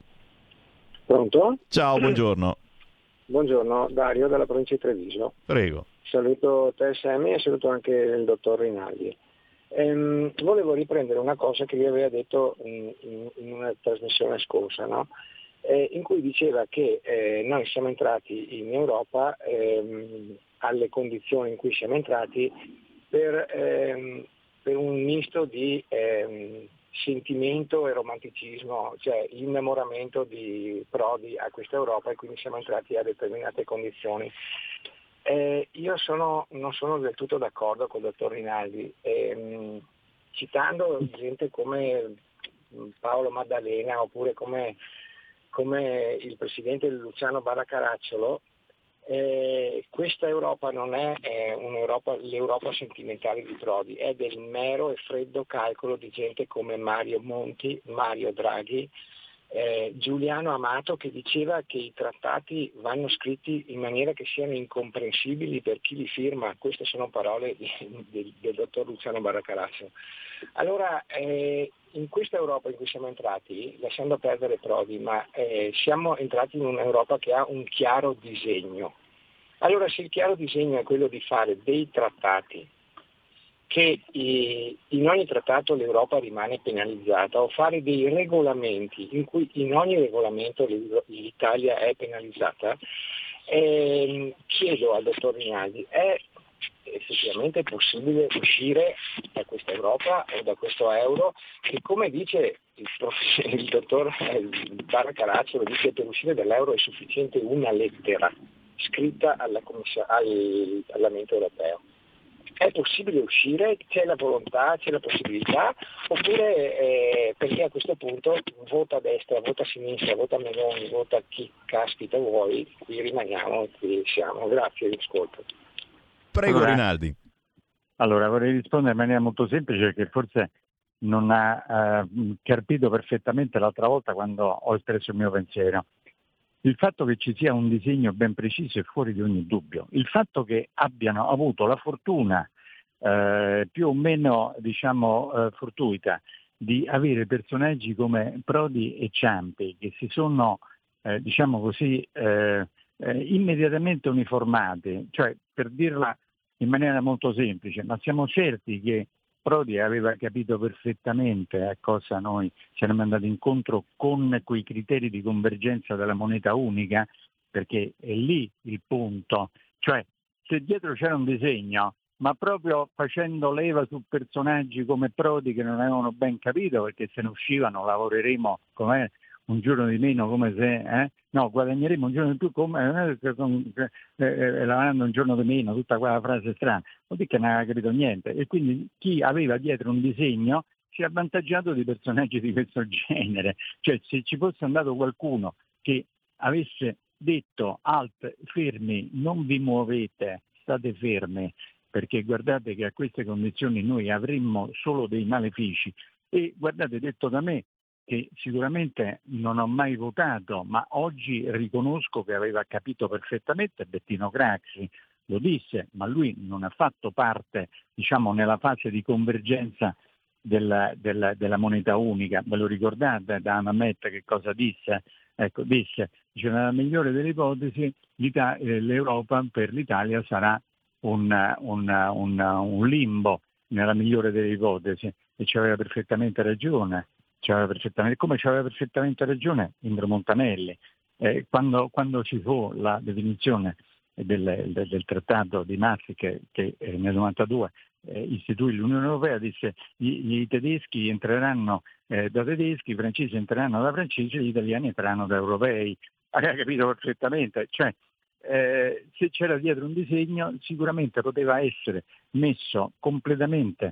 [SPEAKER 10] Pronto?
[SPEAKER 2] Ciao, buongiorno.
[SPEAKER 10] Buongiorno, Dario dalla provincia di Treviso.
[SPEAKER 2] Prego.
[SPEAKER 10] Saluto te Sammy e saluto anche il dottor Rinaldi. Ehm, volevo riprendere una cosa che lui aveva detto in, in, in una trasmissione scorsa, no? eh, in cui diceva che eh, noi siamo entrati in Europa ehm, alle condizioni in cui siamo entrati per, ehm, per un misto di ehm, sentimento e romanticismo, cioè l'innamoramento di Prodi a questa Europa e quindi siamo entrati a determinate condizioni. Eh, io sono, non sono del tutto d'accordo con il dottor Rinaldi, eh, citando gente come Paolo Maddalena oppure come, come il presidente Luciano Baraccaracciolo. Eh, questa Europa non è eh, un'Europa, l'Europa sentimentale di Prodi, è del mero e freddo calcolo di gente come Mario Monti, Mario Draghi, eh, Giuliano Amato, che diceva che i trattati vanno scritti in maniera che siano incomprensibili per chi li firma. Queste sono parole di, del, del dottor Luciano Baraccaracciolo. Allora, eh, in questa Europa in cui siamo entrati, lasciando perdere Prodi, ma eh, siamo entrati in un'Europa che ha un chiaro disegno. Allora, se il chiaro disegno è quello di fare dei trattati, che eh, in ogni trattato l'Europa rimane penalizzata, o fare dei regolamenti in cui in ogni regolamento l'Italia è penalizzata, eh, chiedo al dottor Rinaldi, è effettivamente possibile uscire da questa Europa o da questo euro che, come dice il, prof, il dottor Baraccaracciolo, dice che per uscire dall'euro è sufficiente una lettera scritta alla al Parlamento europeo. È possibile uscire? C'è la volontà, c'è la possibilità? Oppure eh, perché a questo punto vota a destra, vota a sinistra, vota a Meloni, vota chi caspita vuoi, qui rimaniamo, qui siamo. Grazie, vi ascolto.
[SPEAKER 2] Prego
[SPEAKER 9] allora,
[SPEAKER 2] Rinaldi.
[SPEAKER 9] Allora vorrei rispondere in maniera molto semplice, che forse non ha eh, capito perfettamente l'altra volta quando ho espresso il mio pensiero. Il fatto che ci sia un disegno ben preciso è fuori di ogni dubbio. Il fatto che abbiano avuto la fortuna eh, più o meno diciamo eh, fortuita di avere personaggi come Prodi e Ciampi che si sono eh, diciamo così eh, eh, immediatamente uniformati, cioè per dirla in maniera molto semplice, ma siamo certi che Prodi aveva capito perfettamente a cosa noi saremmo andati incontro con quei criteri di convergenza della moneta unica, perché è lì il punto. Cioè, se dietro c'era un disegno, ma proprio facendo leva su personaggi come Prodi che non avevano ben capito, perché se ne uscivano lavoreremo come un giorno di meno, come se eh? no, guadagneremo un giorno di più, come eh, eh, lavorando un giorno di meno, tutta quella frase strana, vuol dire che non aveva capito niente. E quindi chi aveva dietro un disegno si è avvantaggiato di personaggi di questo genere. Cioè, se ci fosse andato qualcuno che avesse detto alt, fermi, non vi muovete, state fermi, perché guardate che a queste condizioni noi avremmo solo dei malefici. E guardate, detto da me, che sicuramente non ho mai votato, ma oggi riconosco che aveva capito perfettamente Bettino Craxi, lo disse, ma lui non ha fatto parte, diciamo, nella fase di convergenza della, della, della moneta unica. Ve lo ricordate da Mamet che cosa disse? Ecco, disse, dice, nella migliore delle ipotesi l'Europa per l'Italia sarà un, un, un, un limbo, nella migliore delle ipotesi, e ci aveva perfettamente ragione, ci aveva perfettamente, come ci aveva perfettamente ragione Indro Montanelli. Eh, quando, quando ci fu la definizione del, del, del trattato di Maastricht che, che eh, nel novantadue eh, istituì l'Unione Europea, disse gli, i tedeschi entreranno eh, da tedeschi, i francesi entreranno da francesi, gli italiani entreranno da europei. Aveva capito perfettamente, cioè eh, se c'era dietro un disegno sicuramente poteva essere messo completamente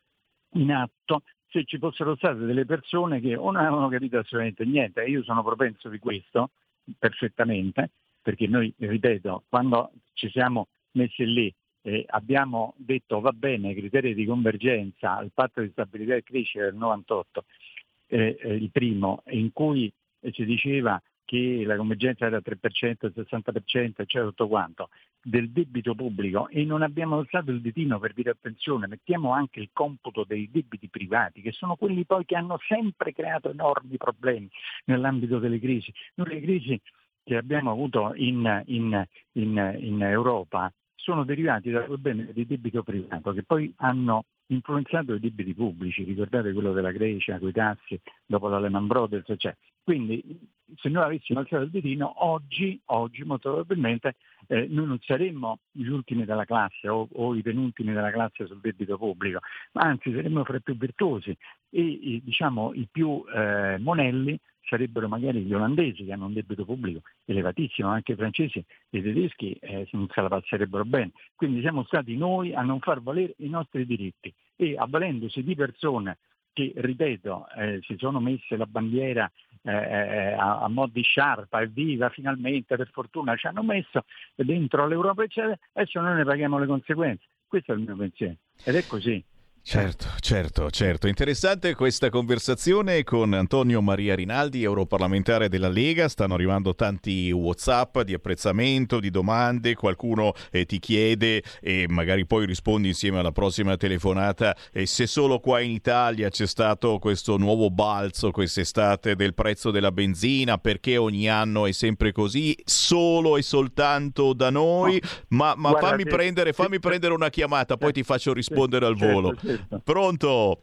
[SPEAKER 9] in atto se ci fossero state delle persone che o non avevano capito assolutamente niente. Io sono propenso di questo perfettamente, perché noi, ripeto, quando ci siamo messi lì e abbiamo detto va bene, criteri di convergenza al patto di stabilità e crescita del novantotto, eh, eh, il primo, in cui eh, ci diceva che la convergenza era al tre per cento, il sessanta per cento, eccetera, tutto quanto, del debito pubblico, e non abbiamo alzato il ditino per dire attenzione, mettiamo anche il computo dei debiti privati, che sono quelli poi che hanno sempre creato enormi problemi nell'ambito delle crisi. Noi le crisi che abbiamo avuto in, in, in, in Europa sono derivati dal problema del debito privato, che poi hanno influenzato i debiti pubblici. Ricordate quello della Grecia, con i tassi, dopo la Lehman Brothers, cioè. Quindi se noi avessimo alzato il ditino, oggi, oggi molto probabilmente eh, noi non saremmo gli ultimi della classe o, o i penultimi della classe sul debito pubblico, ma anzi saremmo fra i più virtuosi e i, diciamo, i più eh, monelli sarebbero magari gli olandesi, che hanno un debito pubblico elevatissimo, anche i francesi e i tedeschi eh, non se la passerebbero bene. Quindi siamo stati noi a non far valere i nostri diritti e avvalendosi di persone che, ripeto, eh, si sono messe la bandiera eh, a, a mo' di sciarpa, evviva, finalmente, per fortuna ci hanno messo dentro l'Europa, eccetera, adesso noi ne paghiamo le conseguenze. Questo è il mio pensiero ed è così.
[SPEAKER 2] Certo, certo, certo. Interessante questa conversazione con Antonio Maria Rinaldi, europarlamentare della Lega. Stanno arrivando tanti WhatsApp di apprezzamento, di domande. Qualcuno eh, ti chiede e magari poi rispondi insieme alla prossima telefonata eh, se solo qua in Italia c'è stato questo nuovo balzo quest'estate del prezzo della benzina, perché ogni anno è sempre così, solo e soltanto da noi. Ma, ma
[SPEAKER 9] Guarda,
[SPEAKER 2] fammi
[SPEAKER 9] sì,
[SPEAKER 2] prendere, fammi
[SPEAKER 9] sì,
[SPEAKER 2] prendere una chiamata, poi ti faccio rispondere al
[SPEAKER 9] certo,
[SPEAKER 2] volo.
[SPEAKER 9] certo.
[SPEAKER 2] Pronto?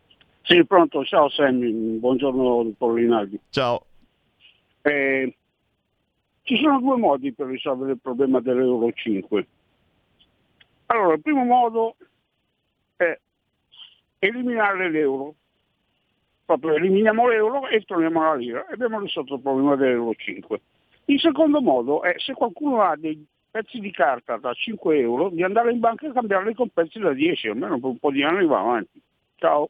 [SPEAKER 11] Sì, pronto, ciao Sammy, buongiorno dottor Rinaldi.
[SPEAKER 2] Ciao.
[SPEAKER 11] Eh, ci sono due modi per risolvere il problema dell'Euro cinque. Allora, il primo modo è eliminare l'euro. Proprio eliminiamo l'euro e torniamo alla lira e abbiamo risolto il problema dell'Euro cinque. Il secondo modo è, se qualcuno ha dei pezzi di carta da cinque euro, di andare in banca e cambiarli con pezzi da dieci, almeno per un po' di anni va avanti. Ciao.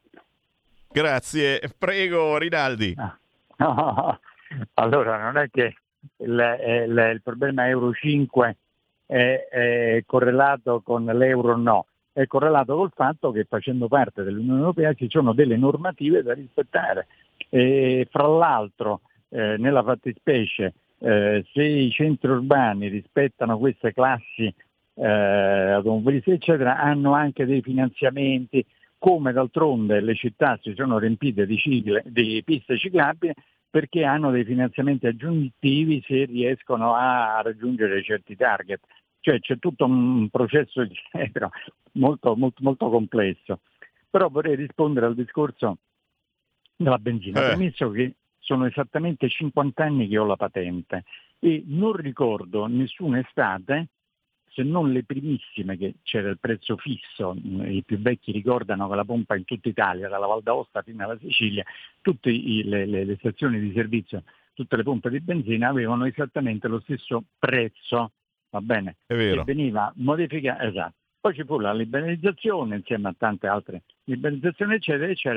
[SPEAKER 2] Grazie, prego Rinaldi.
[SPEAKER 9] No, allora non è che il, il, il problema Euro cinque è, è correlato con l'euro, no, è correlato col fatto che facendo parte dell'Unione Europea ci sono delle normative da rispettare e fra l'altro eh, nella fattispecie Eh, se i centri urbani rispettano queste classi eh, automobilistiche eccetera, hanno anche dei finanziamenti, come d'altronde le città si sono riempite di, cicle, di piste ciclabili perché hanno dei finanziamenti aggiuntivi se riescono a raggiungere certi target. Cioè c'è tutto un processo dietro molto, molto, molto complesso. Però vorrei rispondere al discorso della benzina,
[SPEAKER 2] eh.
[SPEAKER 9] premesso che sono esattamente cinquanta anni che ho la patente e non ricordo nessuna estate, se non le primissime, che c'era il prezzo fisso. I più vecchi ricordano che la pompa in tutta Italia, dalla Val d'Aosta fino alla Sicilia, tutte i, le, le, le stazioni di servizio, tutte le pompe di benzina avevano esattamente lo stesso prezzo, va bene?
[SPEAKER 2] È vero.
[SPEAKER 9] E veniva modificato, esatto. Poi ci fu la liberalizzazione insieme a tante altre liberalizzazioni, eccetera, eccetera.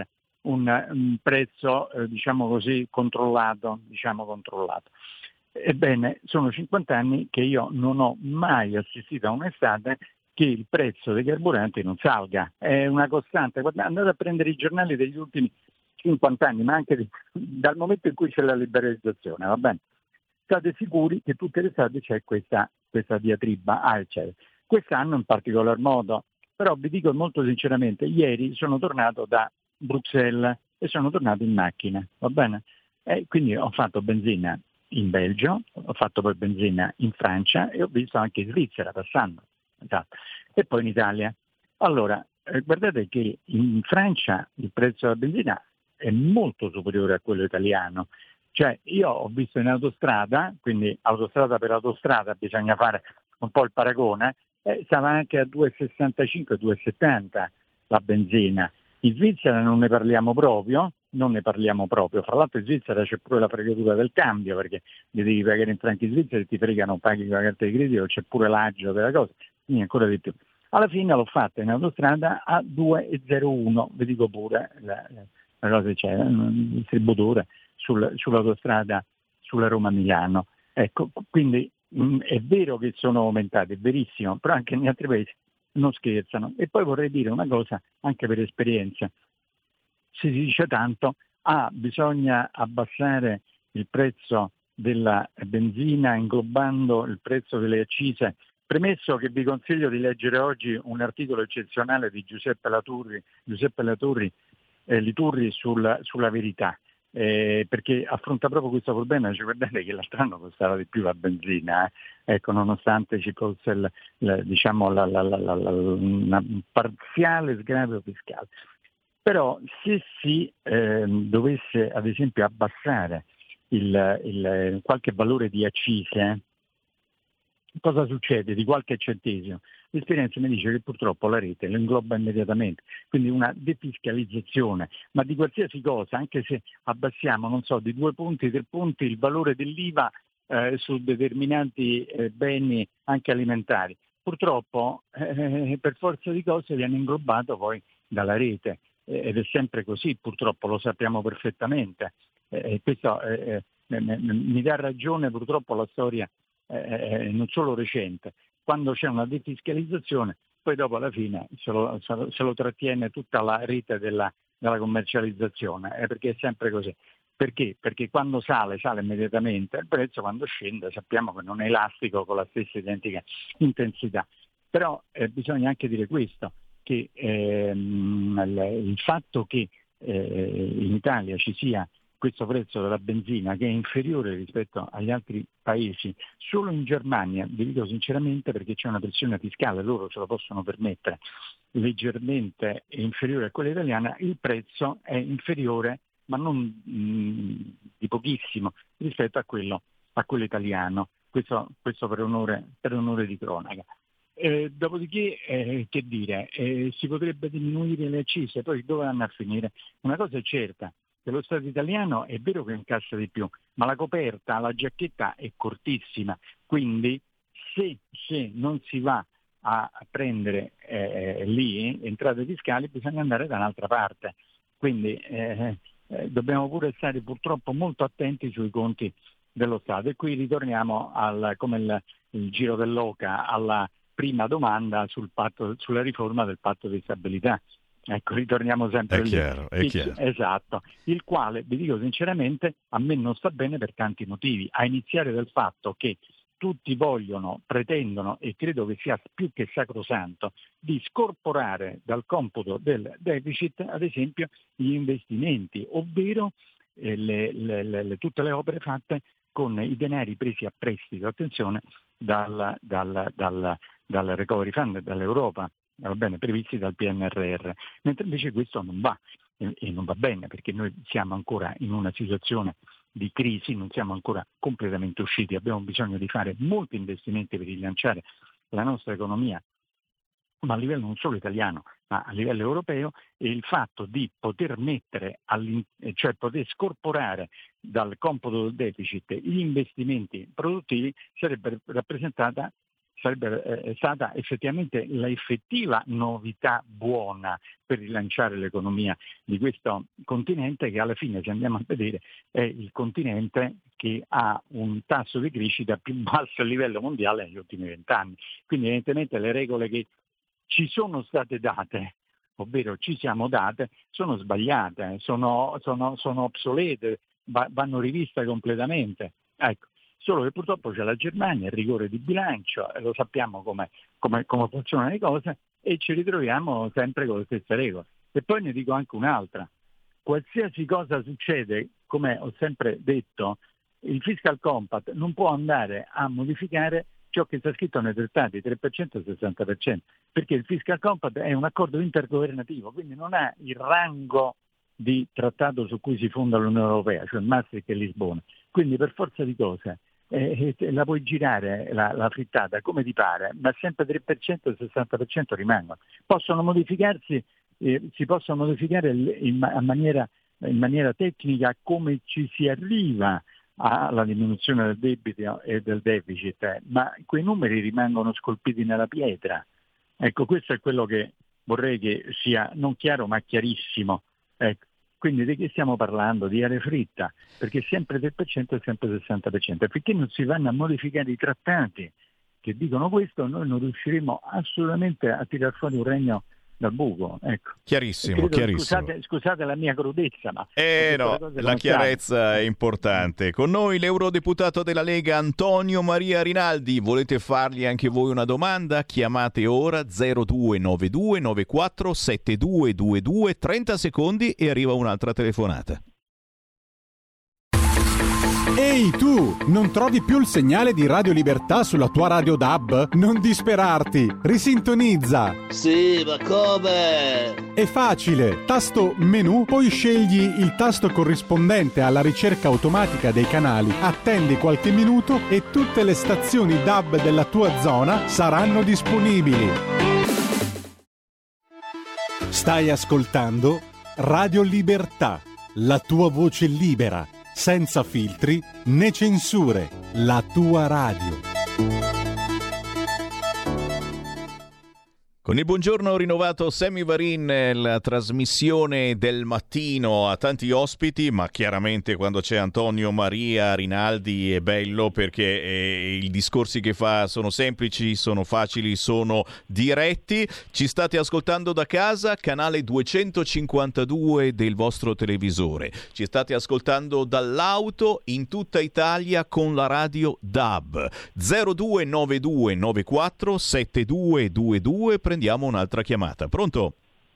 [SPEAKER 9] un, un prezzo eh, diciamo così controllato, diciamo controllato. Ebbene, sono cinquanta anni che io non ho mai assistito a un'estate che il prezzo dei carburanti non salga, è una costante. Guardate, andate a prendere i giornali degli ultimi cinquanta anni, ma anche di, dal momento in cui c'è la liberalizzazione, va bene? State sicuri che tutte le estate c'è questa, questa diatriba, ah, eccetera. Quest'anno in particolar modo, però vi dico molto sinceramente, ieri sono tornato da Bruxelles e sono tornato in macchina, va bene? E quindi ho fatto benzina in Belgio, ho fatto poi benzina in Francia e ho visto anche in Svizzera passando, esatto. E poi in Italia. Allora, eh, guardate che in Francia il prezzo della benzina è molto superiore a quello italiano. Cioè io ho visto in autostrada, quindi autostrada per autostrada bisogna fare un po' il paragone, eh, stava anche a due virgola sessantacinque due virgola settanta la benzina. In Svizzera non ne parliamo proprio, non ne parliamo proprio. Fra l'altro in Svizzera c'è pure la fregatura del cambio, perché li devi pagare in franchi svizzeri e ti fregano, paghi con la carta di credito, c'è pure l'agio della cosa, quindi ancora di più. Alla fine l'ho fatta in autostrada a due virgola zero uno, vi dico pure la, la cosa c'è, un distributore sul, sull'autostrada sulla Roma-Milano. Ecco, quindi mh, è vero che sono aumentati, è verissimo, però anche negli altri paesi non scherzano. E poi vorrei dire una cosa anche per esperienza. Si dice tanto, ah, bisogna abbassare il prezzo della benzina inglobando il prezzo delle accise. Premesso che vi consiglio di leggere oggi un articolo eccezionale di Giuseppe Laturri, Giuseppe Laturri, eh, Liturri sul, sulla Verità, eh, perché affronta proprio questo problema. Cioè, guardate che l'altro anno costava di più la benzina, eh? Ecco, nonostante ci fosse il, il, diciamo, la, la, la, la, la, una parziale sgravio fiscale. Però se si eh, dovesse ad esempio abbassare il, il, qualche valore di accise, cosa succede? Di qualche centesimo. L'esperienza mi dice che purtroppo la rete lo ingloba immediatamente, quindi una defiscalizzazione, ma di qualsiasi cosa, anche se abbassiamo, non so, di due punti, tre punti il valore dell'I V A eh, su determinati eh, beni anche alimentari, purtroppo eh, per forza di cose viene inglobato poi dalla rete. Ed è sempre così, purtroppo lo sappiamo perfettamente. Eh, questo eh, eh, mi dà ragione purtroppo la storia eh, non solo recente. Quando c'è una defiscalizzazione, poi dopo alla fine se lo, se lo trattiene tutta la rete della, della commercializzazione, eh, perché è sempre così. Perché? Perché quando sale, sale immediatamente, il prezzo quando scende sappiamo che non è elastico con la stessa identica intensità. Però eh, bisogna anche dire questo, che ehm, il, il fatto che eh, in Italia ci sia questo prezzo della benzina che è inferiore rispetto agli altri paesi, solo in Germania, vi dico sinceramente, perché c'è una pressione fiscale, loro se lo possono permettere, leggermente inferiore a quella italiana, il prezzo è inferiore, ma non mh, di pochissimo, rispetto a quello, a quello italiano. Questo, questo per onore, per onore di cronaca. Eh, dopodiché, eh, che dire, eh, si potrebbe diminuire le accise, poi dove vanno a finire? Una cosa è certa, che lo Stato italiano è vero che incassa di più, ma la coperta, la giacchetta è cortissima, quindi se, se non si va a prendere eh, lì entrate fiscali bisogna andare da un'altra parte, quindi eh, eh, dobbiamo pure stare purtroppo molto attenti sui conti dello Stato. E qui ritorniamo al, come il, il giro dell'oca alla prima domanda sul patto, sulla riforma del patto di stabilità. Ecco, ritorniamo sempre
[SPEAKER 2] è
[SPEAKER 9] lì.
[SPEAKER 2] Chiaro, è
[SPEAKER 9] il,
[SPEAKER 2] chiaro.
[SPEAKER 9] Esatto, il quale, vi dico sinceramente, a me non sta bene per tanti motivi, a iniziare dal fatto che tutti vogliono, pretendono, e credo che sia più che sacrosanto, di scorporare dal computo del deficit, ad esempio, gli investimenti, ovvero eh, le, le, le, tutte le opere fatte con i denari presi a prestito, attenzione, dal, dal, dal, dal Recovery Fund, dall'Europa, va bene, previsti dal P N R R, mentre invece questo non va, e, e non va bene perché noi siamo ancora in una situazione di crisi, non siamo ancora completamente usciti, abbiamo bisogno di fare molti investimenti per rilanciare la nostra economia, ma a livello non solo italiano, ma a livello europeo, e il fatto di poter mettere, cioè poter scorporare dal computo del deficit gli investimenti produttivi sarebbe rappresentata sarebbe eh, stata effettivamente l'effettiva novità buona per rilanciare l'economia di questo continente, che alla fine, se andiamo a vedere, è il continente che ha un tasso di crescita più basso a livello mondiale negli ultimi vent'anni. Quindi evidentemente le regole che ci sono state date, ovvero ci siamo date, sono sbagliate, sono, sono, sono obsolete, va, vanno riviste completamente. Ecco. Solo che purtroppo c'è la Germania, il rigore di bilancio, e lo sappiamo come, come, come funzionano le cose, e ci ritroviamo sempre con le stesse regole. E poi ne dico anche un'altra: qualsiasi cosa succede, come ho sempre detto, il Fiscal Compact non può andare a modificare ciò che sta scritto nei trattati, tre per cento e sessanta per cento, perché il Fiscal Compact è un accordo intergovernativo, quindi non ha il rango di trattato su cui si fonda l'Unione Europea, cioè Maastricht e Lisbona. Quindi per forza di cose eh, la puoi girare la, la frittata come ti pare, ma sempre tre per cento e sessanta per cento rimangono. Possono modificarsi, eh, si possono modificare in, in, maniera, in maniera tecnica come ci si arriva alla diminuzione del debito e del deficit, eh, ma quei numeri rimangono scolpiti nella pietra. Ecco, questo è quello che vorrei che sia non chiaro ma chiarissimo. Ecco. Quindi di che stiamo parlando? Di aria fritta, perché sempre tre per cento e sempre sessanta per cento. E finché non si vanno a modificare i trattati che dicono questo, noi non riusciremo assolutamente a tirar fuori un regno dal buco. Ecco.
[SPEAKER 2] Chiarissimo,
[SPEAKER 9] credo,
[SPEAKER 2] chiarissimo.
[SPEAKER 9] Scusate, scusate la mia crudezza, ma...
[SPEAKER 2] Eh no, la chiarezza è importante. Con noi l'eurodeputato della Lega Antonio Maria Rinaldi. Volete fargli anche voi una domanda? Chiamate ora zero due nove due nove quattro sette due due due, trenta secondi e arriva un'altra telefonata.
[SPEAKER 1] Ehi tu, non trovi più il segnale di Radio Libertà sulla tua radio D A B? Non disperarti, risintonizza!
[SPEAKER 4] Sì, ma come?
[SPEAKER 1] È facile, tasto menu, poi scegli il tasto corrispondente alla ricerca automatica dei canali, attendi qualche minuto e tutte le stazioni D A B della tua zona saranno disponibili. Stai ascoltando Radio Libertà, la tua voce libera, senza filtri né censure, la tua radio.
[SPEAKER 2] Con il buongiorno rinnovato Sammy Varin, la trasmissione del mattino ha tanti ospiti, ma chiaramente quando c'è Antonio Maria Rinaldi è bello perché eh, i discorsi che fa sono semplici, sono facili, sono diretti. Ci state ascoltando da casa, canale duecentocinquantadue del vostro televisore. Ci state ascoltando dall'auto in tutta Italia con la radio D A B. zero due nove due nove quattro sette due due due. Prendiamo un'altra chiamata. Pronto?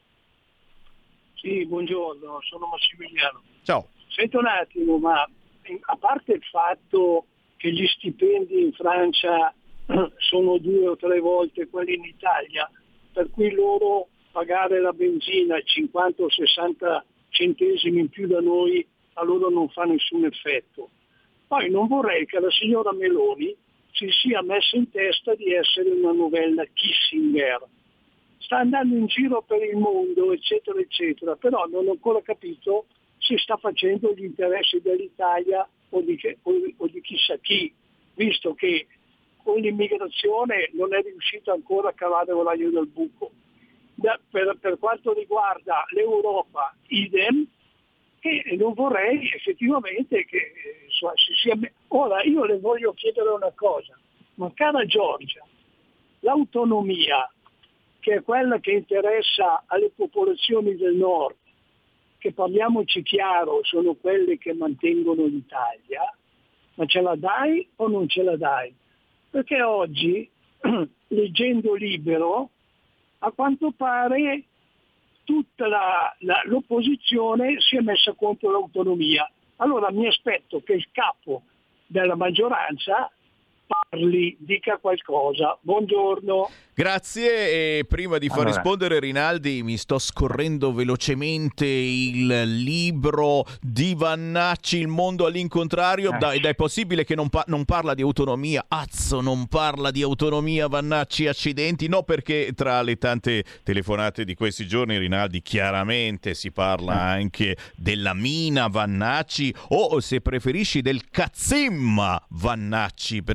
[SPEAKER 12] Sì, buongiorno, sono Massimiliano.
[SPEAKER 2] Ciao.
[SPEAKER 12] Sento un attimo, ma a parte il fatto che gli stipendi in Francia sono due o tre volte quelli in Italia, per cui loro pagare la benzina cinquanta o sessanta centesimi in più da noi a loro non fa nessun effetto. Poi non vorrei che la signora Meloni si sia messa in testa di essere una novella Kissinger. Sta andando in giro per il mondo, eccetera, eccetera, però non ho ancora capito se sta facendo gli interessi dell'Italia o di, o, o di chissà chi, visto che con l'immigrazione non è riuscito ancora a cavare l'aglio dal buco. Da, per, per quanto riguarda l'Europa, idem, e non vorrei effettivamente che so, si sia... Ora io le voglio chiedere una cosa, ma cara Giorgia, l'autonomia, che è quella che interessa alle popolazioni del nord, che parliamoci chiaro, sono quelle che mantengono l'Italia, ma ce la dai o non ce la dai? Perché oggi, leggendo Libero, a quanto pare tutta la, la, l'opposizione si è messa contro l'autonomia. Allora mi aspetto che il capo della maggioranza parli, dica qualcosa. Buongiorno.
[SPEAKER 2] Grazie, e prima di far
[SPEAKER 9] allora.
[SPEAKER 2] rispondere Rinaldi mi sto scorrendo velocemente il libro di Vannacci, Il mondo all'incontrario.
[SPEAKER 9] Eh.
[SPEAKER 2] Dai, dai, è possibile che non, pa- non parla di autonomia? Azzo, non parla di autonomia Vannacci, accidenti. No, perché tra le tante telefonate di questi giorni Rinaldi chiaramente si parla eh. anche della mina Vannacci, o se preferisci del cazzimma Vannacci, perché potrebbe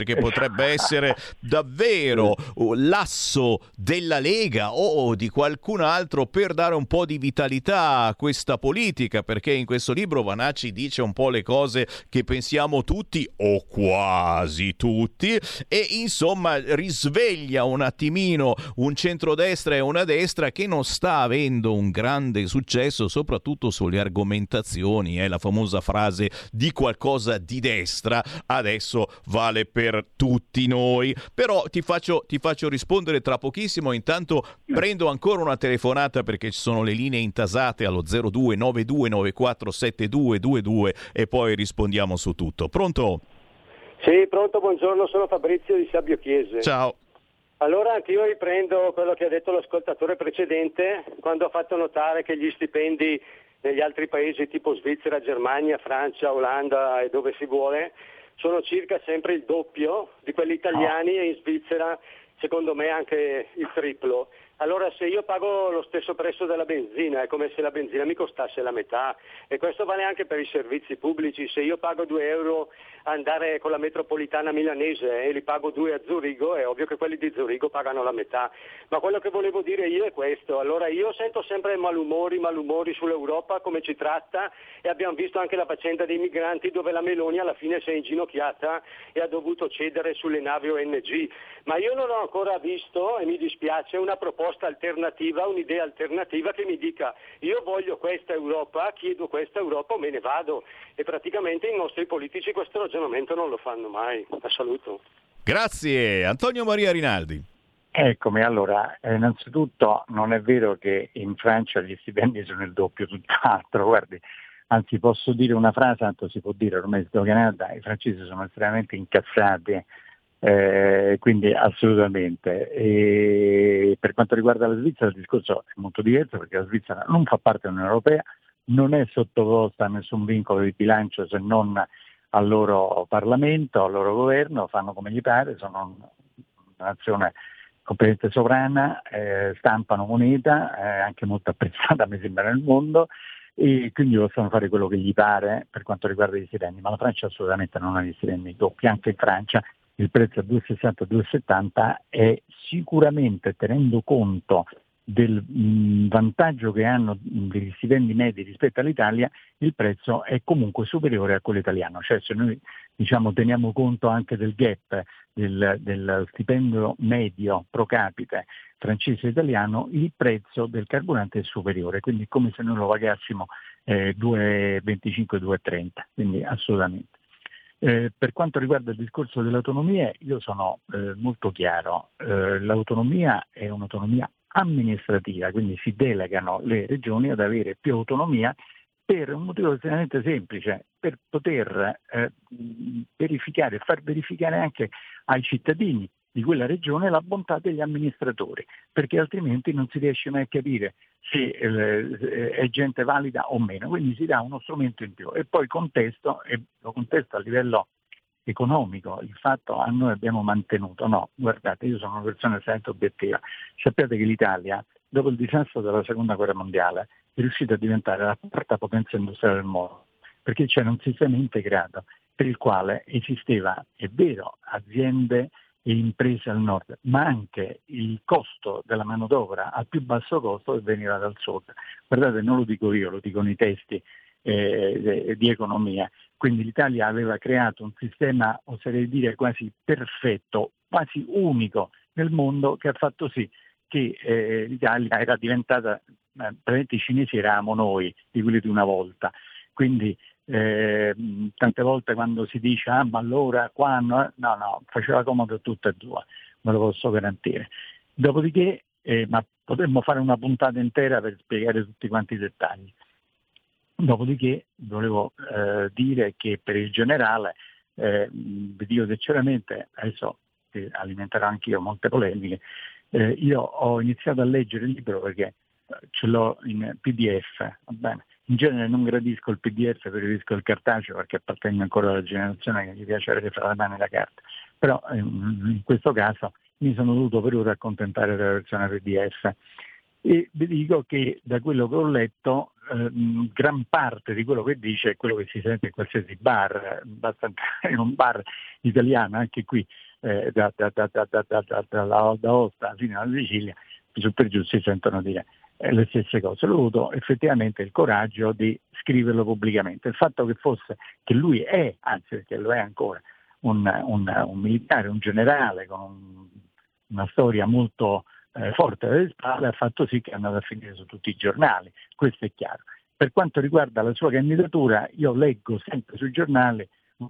[SPEAKER 2] potrebbe essere davvero l'asso della Lega o di qualcun altro per dare un po' di vitalità a questa politica, perché in questo libro Vanacci dice un po' le cose che pensiamo tutti o quasi tutti, e insomma risveglia un attimino un centrodestra e una destra che non sta avendo un grande successo, soprattutto sulle argomentazioni. È la famosa frase di qualcosa di destra adesso vale per tutti noi. Però ti faccio, ti faccio rispondere tra pochissimo. Intanto prendo ancora una telefonata perché ci sono le linee intasate allo zero due nove due nove quattro sette due due due e poi rispondiamo su tutto. Pronto?
[SPEAKER 8] Sì, pronto, buongiorno, sono Fabrizio di Sabbio Chiese.
[SPEAKER 2] Ciao.
[SPEAKER 8] Allora anch'io riprendo quello che ha detto l'ascoltatore precedente quando ha fatto notare che gli stipendi negli altri paesi tipo Svizzera, Germania, Francia, Olanda e dove si vuole sono circa sempre il doppio di quelli italiani, e in Svizzera secondo me anche il triplo. Allora se io pago lo stesso prezzo della benzina è come se la benzina mi costasse la metà, e questo vale anche per i servizi pubblici. Se io pago due euro andare con la metropolitana milanese e li pago due a Zurigo, è ovvio che quelli di Zurigo pagano la metà. Ma quello che volevo dire io è questo: allora io sento sempre malumori, malumori sull'Europa, come ci tratta, e abbiamo visto anche la faccenda dei migranti dove la Meloni alla fine si è inginocchiata e ha dovuto cedere sulle navi O N G. Ma io non ho ancora visto, e mi dispiace, una proposta alternativa, un'idea alternativa che mi dica io voglio questa Europa, chiedo questa Europa o me ne vado. E praticamente i nostri politici questo ragionamento non lo fanno mai. La saluto.
[SPEAKER 2] Grazie. Antonio Maria Rinaldi.
[SPEAKER 9] Eccomi, allora, eh, innanzitutto non è vero che in Francia gli stipendi sono il doppio, tutt'altro, guardi, anzi posso dire una frase, tanto si può dire, ormai sto Canada, i francesi sono estremamente incazzati, eh, quindi assolutamente. E per quanto riguarda la Svizzera il discorso è molto diverso, perché la Svizzera non fa parte dell'Unione Europea, non è sottoposta a nessun vincolo di bilancio se non al loro Parlamento, al loro governo, fanno come gli pare, sono una nazione completamente sovrana, eh, stampano moneta, eh, anche molto apprezzata mi sembra nel mondo, e quindi possono fare quello che gli pare per quanto riguarda gli stipendi, ma la Francia assolutamente non ha gli stipendi doppi. Anche in Francia il prezzo a due virgola sessanta due virgola settanta è sicuramente, tenendo conto del mh, vantaggio che hanno degli stipendi medi rispetto all'Italia, il prezzo è comunque superiore a quello italiano. Cioè se noi diciamo teniamo conto anche del gap del, del stipendio medio pro capite francese e italiano, il prezzo del carburante è superiore, quindi è come se noi lo pagassimo eh, due virgola venticinque due virgola trenta, quindi assolutamente. Eh, per quanto riguarda il discorso delle autonomie, io sono eh, molto chiaro, eh, l'autonomia è un'autonomia amministrativa, quindi si delegano le regioni ad avere più autonomia per un motivo estremamente semplice, per poter eh, verificare, far verificare anche ai cittadini di quella regione la bontà degli amministratori, perché altrimenti non si riesce mai a capire se eh, è gente valida o meno, quindi si dà uno strumento in più. E poi contesto, e lo contesto a livello economico, il fatto a noi abbiamo mantenuto, no, guardate, io sono una persona estremamente obiettiva, sappiate che l'Italia dopo il disastro della seconda guerra mondiale è riuscita a diventare la quarta potenza industriale del mondo, perché c'era un sistema integrato per il quale esisteva, è vero, aziende e imprese al nord, ma anche il costo della manodopera a più basso costo che veniva dal sud. Guardate, non lo dico io, lo dicono i testi eh, di economia. Quindi l'Italia aveva creato un sistema, oserei dire, quasi perfetto, quasi unico nel mondo, che ha fatto sì che eh, l'Italia era diventata, eh, praticamente i cinesi eravamo noi, di quelli di una volta. Quindi eh, tante volte quando si dice ah ma allora qua no, no, no, faceva comodo tutte e due, me lo posso garantire. Dopodiché, eh, ma potremmo fare una puntata intera per spiegare tutti quanti i dettagli. Dopodiché volevo eh, dire che per il generale, eh, vi dico sinceramente, adesso eh, alimenterò anch'io molte polemiche, eh, io ho iniziato a leggere il libro perché ce l'ho in P D F, va bene? In genere non gradisco il P D F, preferisco il cartaceo perché appartengo ancora alla generazione che gli piace avere fra le mani la carta, però eh, in questo caso mi sono dovuto per ora accontentare della versione P D F. E vi dico che da quello che ho letto eh, gran parte di quello che dice è quello che si sente in qualsiasi bar, basta entrare in un bar italiano, anche qui eh, da, da, da, da, da, da, da, dalla Val d'Aosta fino alla Sicilia, su per giù si sentono dire eh, le stesse cose. Ho avuto effettivamente il coraggio di scriverlo pubblicamente. Il fatto che fosse, che lui è, anzi perché lo è ancora, un, un, un militare, un generale con un, una storia molto eh, forte alle spalle, ha fatto sì che è andato a finire su tutti i giornali, questo è chiaro. Per quanto riguarda la sua candidatura, io leggo sempre sui giornali,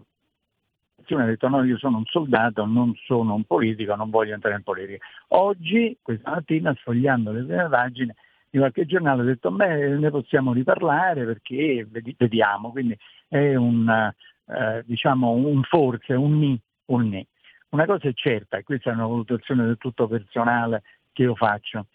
[SPEAKER 9] ha detto no, io sono un soldato, non sono un politico, non voglio entrare in politica. Oggi, questa mattina, sfogliando le prime pagine di qualche giornale, ho detto beh, ne possiamo riparlare perché vediamo, quindi è un, eh, diciamo, un forse, un ni, un ni. Una cosa è certa, e questa è una valutazione del tutto personale che io faccio,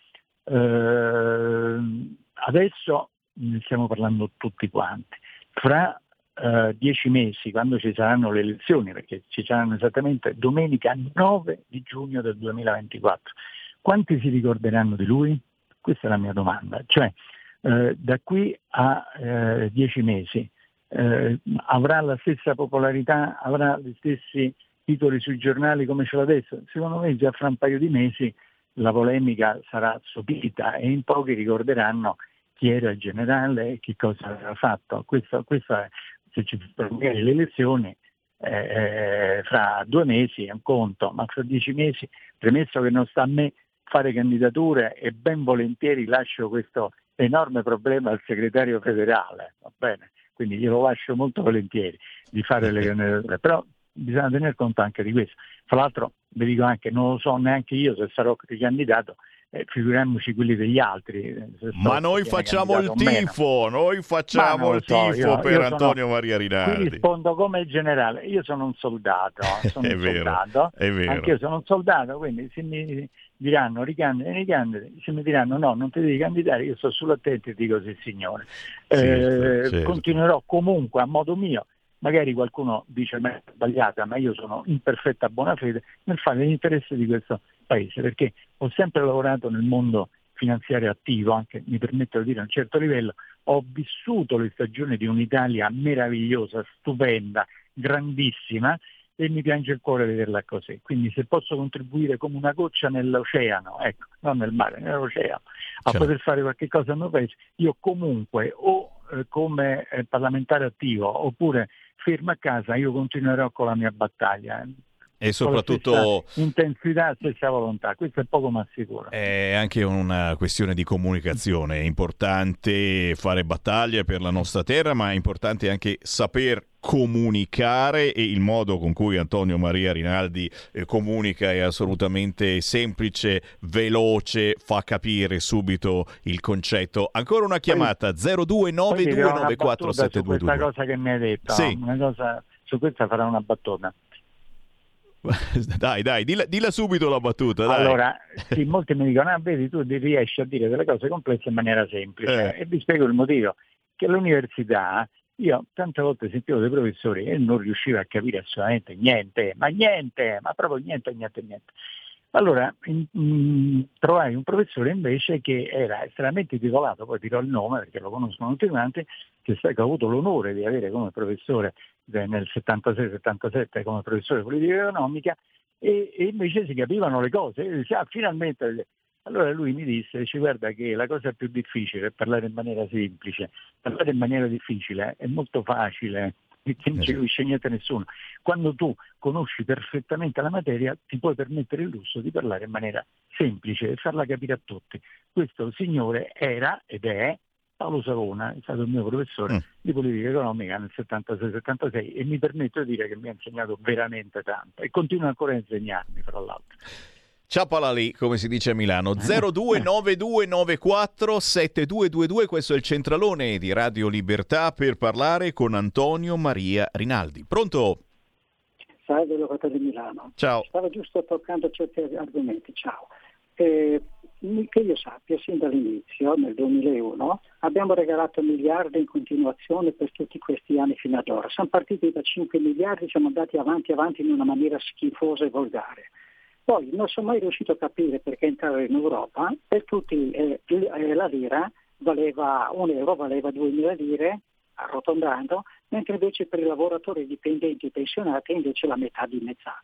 [SPEAKER 9] eh, adesso ne stiamo parlando tutti quanti, fra Uh, dieci mesi, quando ci saranno le elezioni, perché ci saranno esattamente domenica nove di giugno del duemilaventiquattro, quanti si ricorderanno di lui? Questa è la mia domanda. Cioè, uh, da qui a uh, dieci mesi uh, avrà la stessa popolarità, avrà gli stessi titoli sui giornali come ce l'ha adesso? Secondo me già fra un paio di mesi la polemica sarà sopita e in pochi ricorderanno chi era il generale e che cosa aveva fatto. Questo, questo è, se ci sono le elezioni, eh, fra due mesi è un conto, ma fra dieci mesi, premesso che non sta a me fare candidature e ben volentieri lascio questo enorme problema al segretario federale, va bene? Quindi glielo lascio molto volentieri di fare le candidature, però bisogna tener conto anche di questo. Tra l'altro vi dico anche, non lo so neanche io se sarò ricandidato, eh, figuriamoci quelli degli altri.
[SPEAKER 2] Ma noi facciamo il tifo, noi facciamo il
[SPEAKER 9] so,
[SPEAKER 2] tifo
[SPEAKER 9] io,
[SPEAKER 2] per
[SPEAKER 9] io
[SPEAKER 2] Antonio
[SPEAKER 9] sono,
[SPEAKER 2] Maria Rinaldi.
[SPEAKER 9] Qui rispondo come generale, io sono un soldato, sono
[SPEAKER 2] è
[SPEAKER 9] un
[SPEAKER 2] vero,
[SPEAKER 9] soldato,
[SPEAKER 2] è vero.
[SPEAKER 9] Anche io sono un soldato, quindi se mi diranno ricandidati, ricandidati, se mi diranno no, non ti devi candidare, io sto sull'attento e dico sì signore.
[SPEAKER 2] Certo,
[SPEAKER 9] eh,
[SPEAKER 2] certo.
[SPEAKER 9] Continuerò comunque a modo mio. Magari qualcuno dice ma è sbagliata, ma io sono in perfetta buona fede nel fare l'interesse di questo paese, perché ho sempre lavorato nel mondo finanziario attivo, anche mi permetto di dire a un certo livello, ho vissuto le stagioni di un'Italia meravigliosa, stupenda, grandissima, e mi piange il cuore vederla così. Quindi se posso contribuire come una goccia nell'oceano, ecco, non nel mare, nell'oceano, a
[SPEAKER 2] Certo.
[SPEAKER 9] poter fare qualche cosa al mio paese, io comunque o eh, come eh, parlamentare attivo oppure fermo a casa, io continuerò con la mia battaglia.
[SPEAKER 2] E soprattutto
[SPEAKER 9] stessa intensità, stessa volontà, questo è poco ma sicuro.
[SPEAKER 2] è anche una questione di comunicazione, è importante fare battaglie per la nostra terra, ma è importante anche saper comunicare, e il modo con cui Antonio Maria Rinaldi eh, comunica è assolutamente semplice, veloce, fa capire subito il concetto. Ancora una chiamata zero due nove due nove quattro sette due due.
[SPEAKER 9] Questa cosa che mi hai detto,
[SPEAKER 2] sì.
[SPEAKER 9] Una cosa, su questa farò una battuta.
[SPEAKER 2] Dai, dai, dilla, dilla subito la battuta. Dai.
[SPEAKER 9] Allora, sì, molti mi dicono, ah, vedi, tu riesci a dire delle cose complesse in maniera semplice,
[SPEAKER 2] Eh.
[SPEAKER 9] e vi spiego il motivo. Che all'università io tante volte sentivo dei professori e non riuscivo a capire assolutamente niente, ma niente, ma proprio niente, niente, niente. Allora in, in, trovai un professore invece che era estremamente titolato, poi dirò il nome perché lo conoscono tutti quanti, che, che ho avuto l'onore di avere come professore nel settantasei settantasette come professore di politica economica, e, e invece si capivano le cose. E dice, ah, finalmente. Allora lui mi disse, dice, guarda che la cosa più difficile è parlare in maniera semplice, parlare in maniera difficile è molto facile, non ci capisce niente nessuno. Quando tu conosci perfettamente la materia ti puoi permettere il lusso di parlare in maniera semplice e farla capire a tutti. Questo signore era ed è Paolo Savona, è stato il mio professore mm. di politica economica nel settantasei settantasei, e mi permetto di dire che mi ha insegnato veramente tanto e continua ancora a insegnarmi, fra l'altro.
[SPEAKER 2] Ciapala lì, come si dice a Milano. zero due nove due nove quattro sette due due due, questo è il centralone di Radio Libertà per parlare con Antonio Maria Rinaldi. Pronto?
[SPEAKER 13] Salve, l'avvocato di Milano.
[SPEAKER 2] Ciao.
[SPEAKER 13] Stavo giusto toccando certi argomenti. Ciao. Eh, che io sappia, sin dall'inizio, nel duemilauno, abbiamo regalato miliardi in continuazione per tutti questi anni fino ad ora. Siamo partiti da cinque miliardi, siamo andati avanti avanti in una maniera schifosa e volgare. Poi non sono mai riuscito a capire perché entrare in Europa per tutti eh, la lira valeva un euro, valeva duemila lire arrotondando, mentre invece per i lavoratori dipendenti e pensionati invece la metà dimezzati.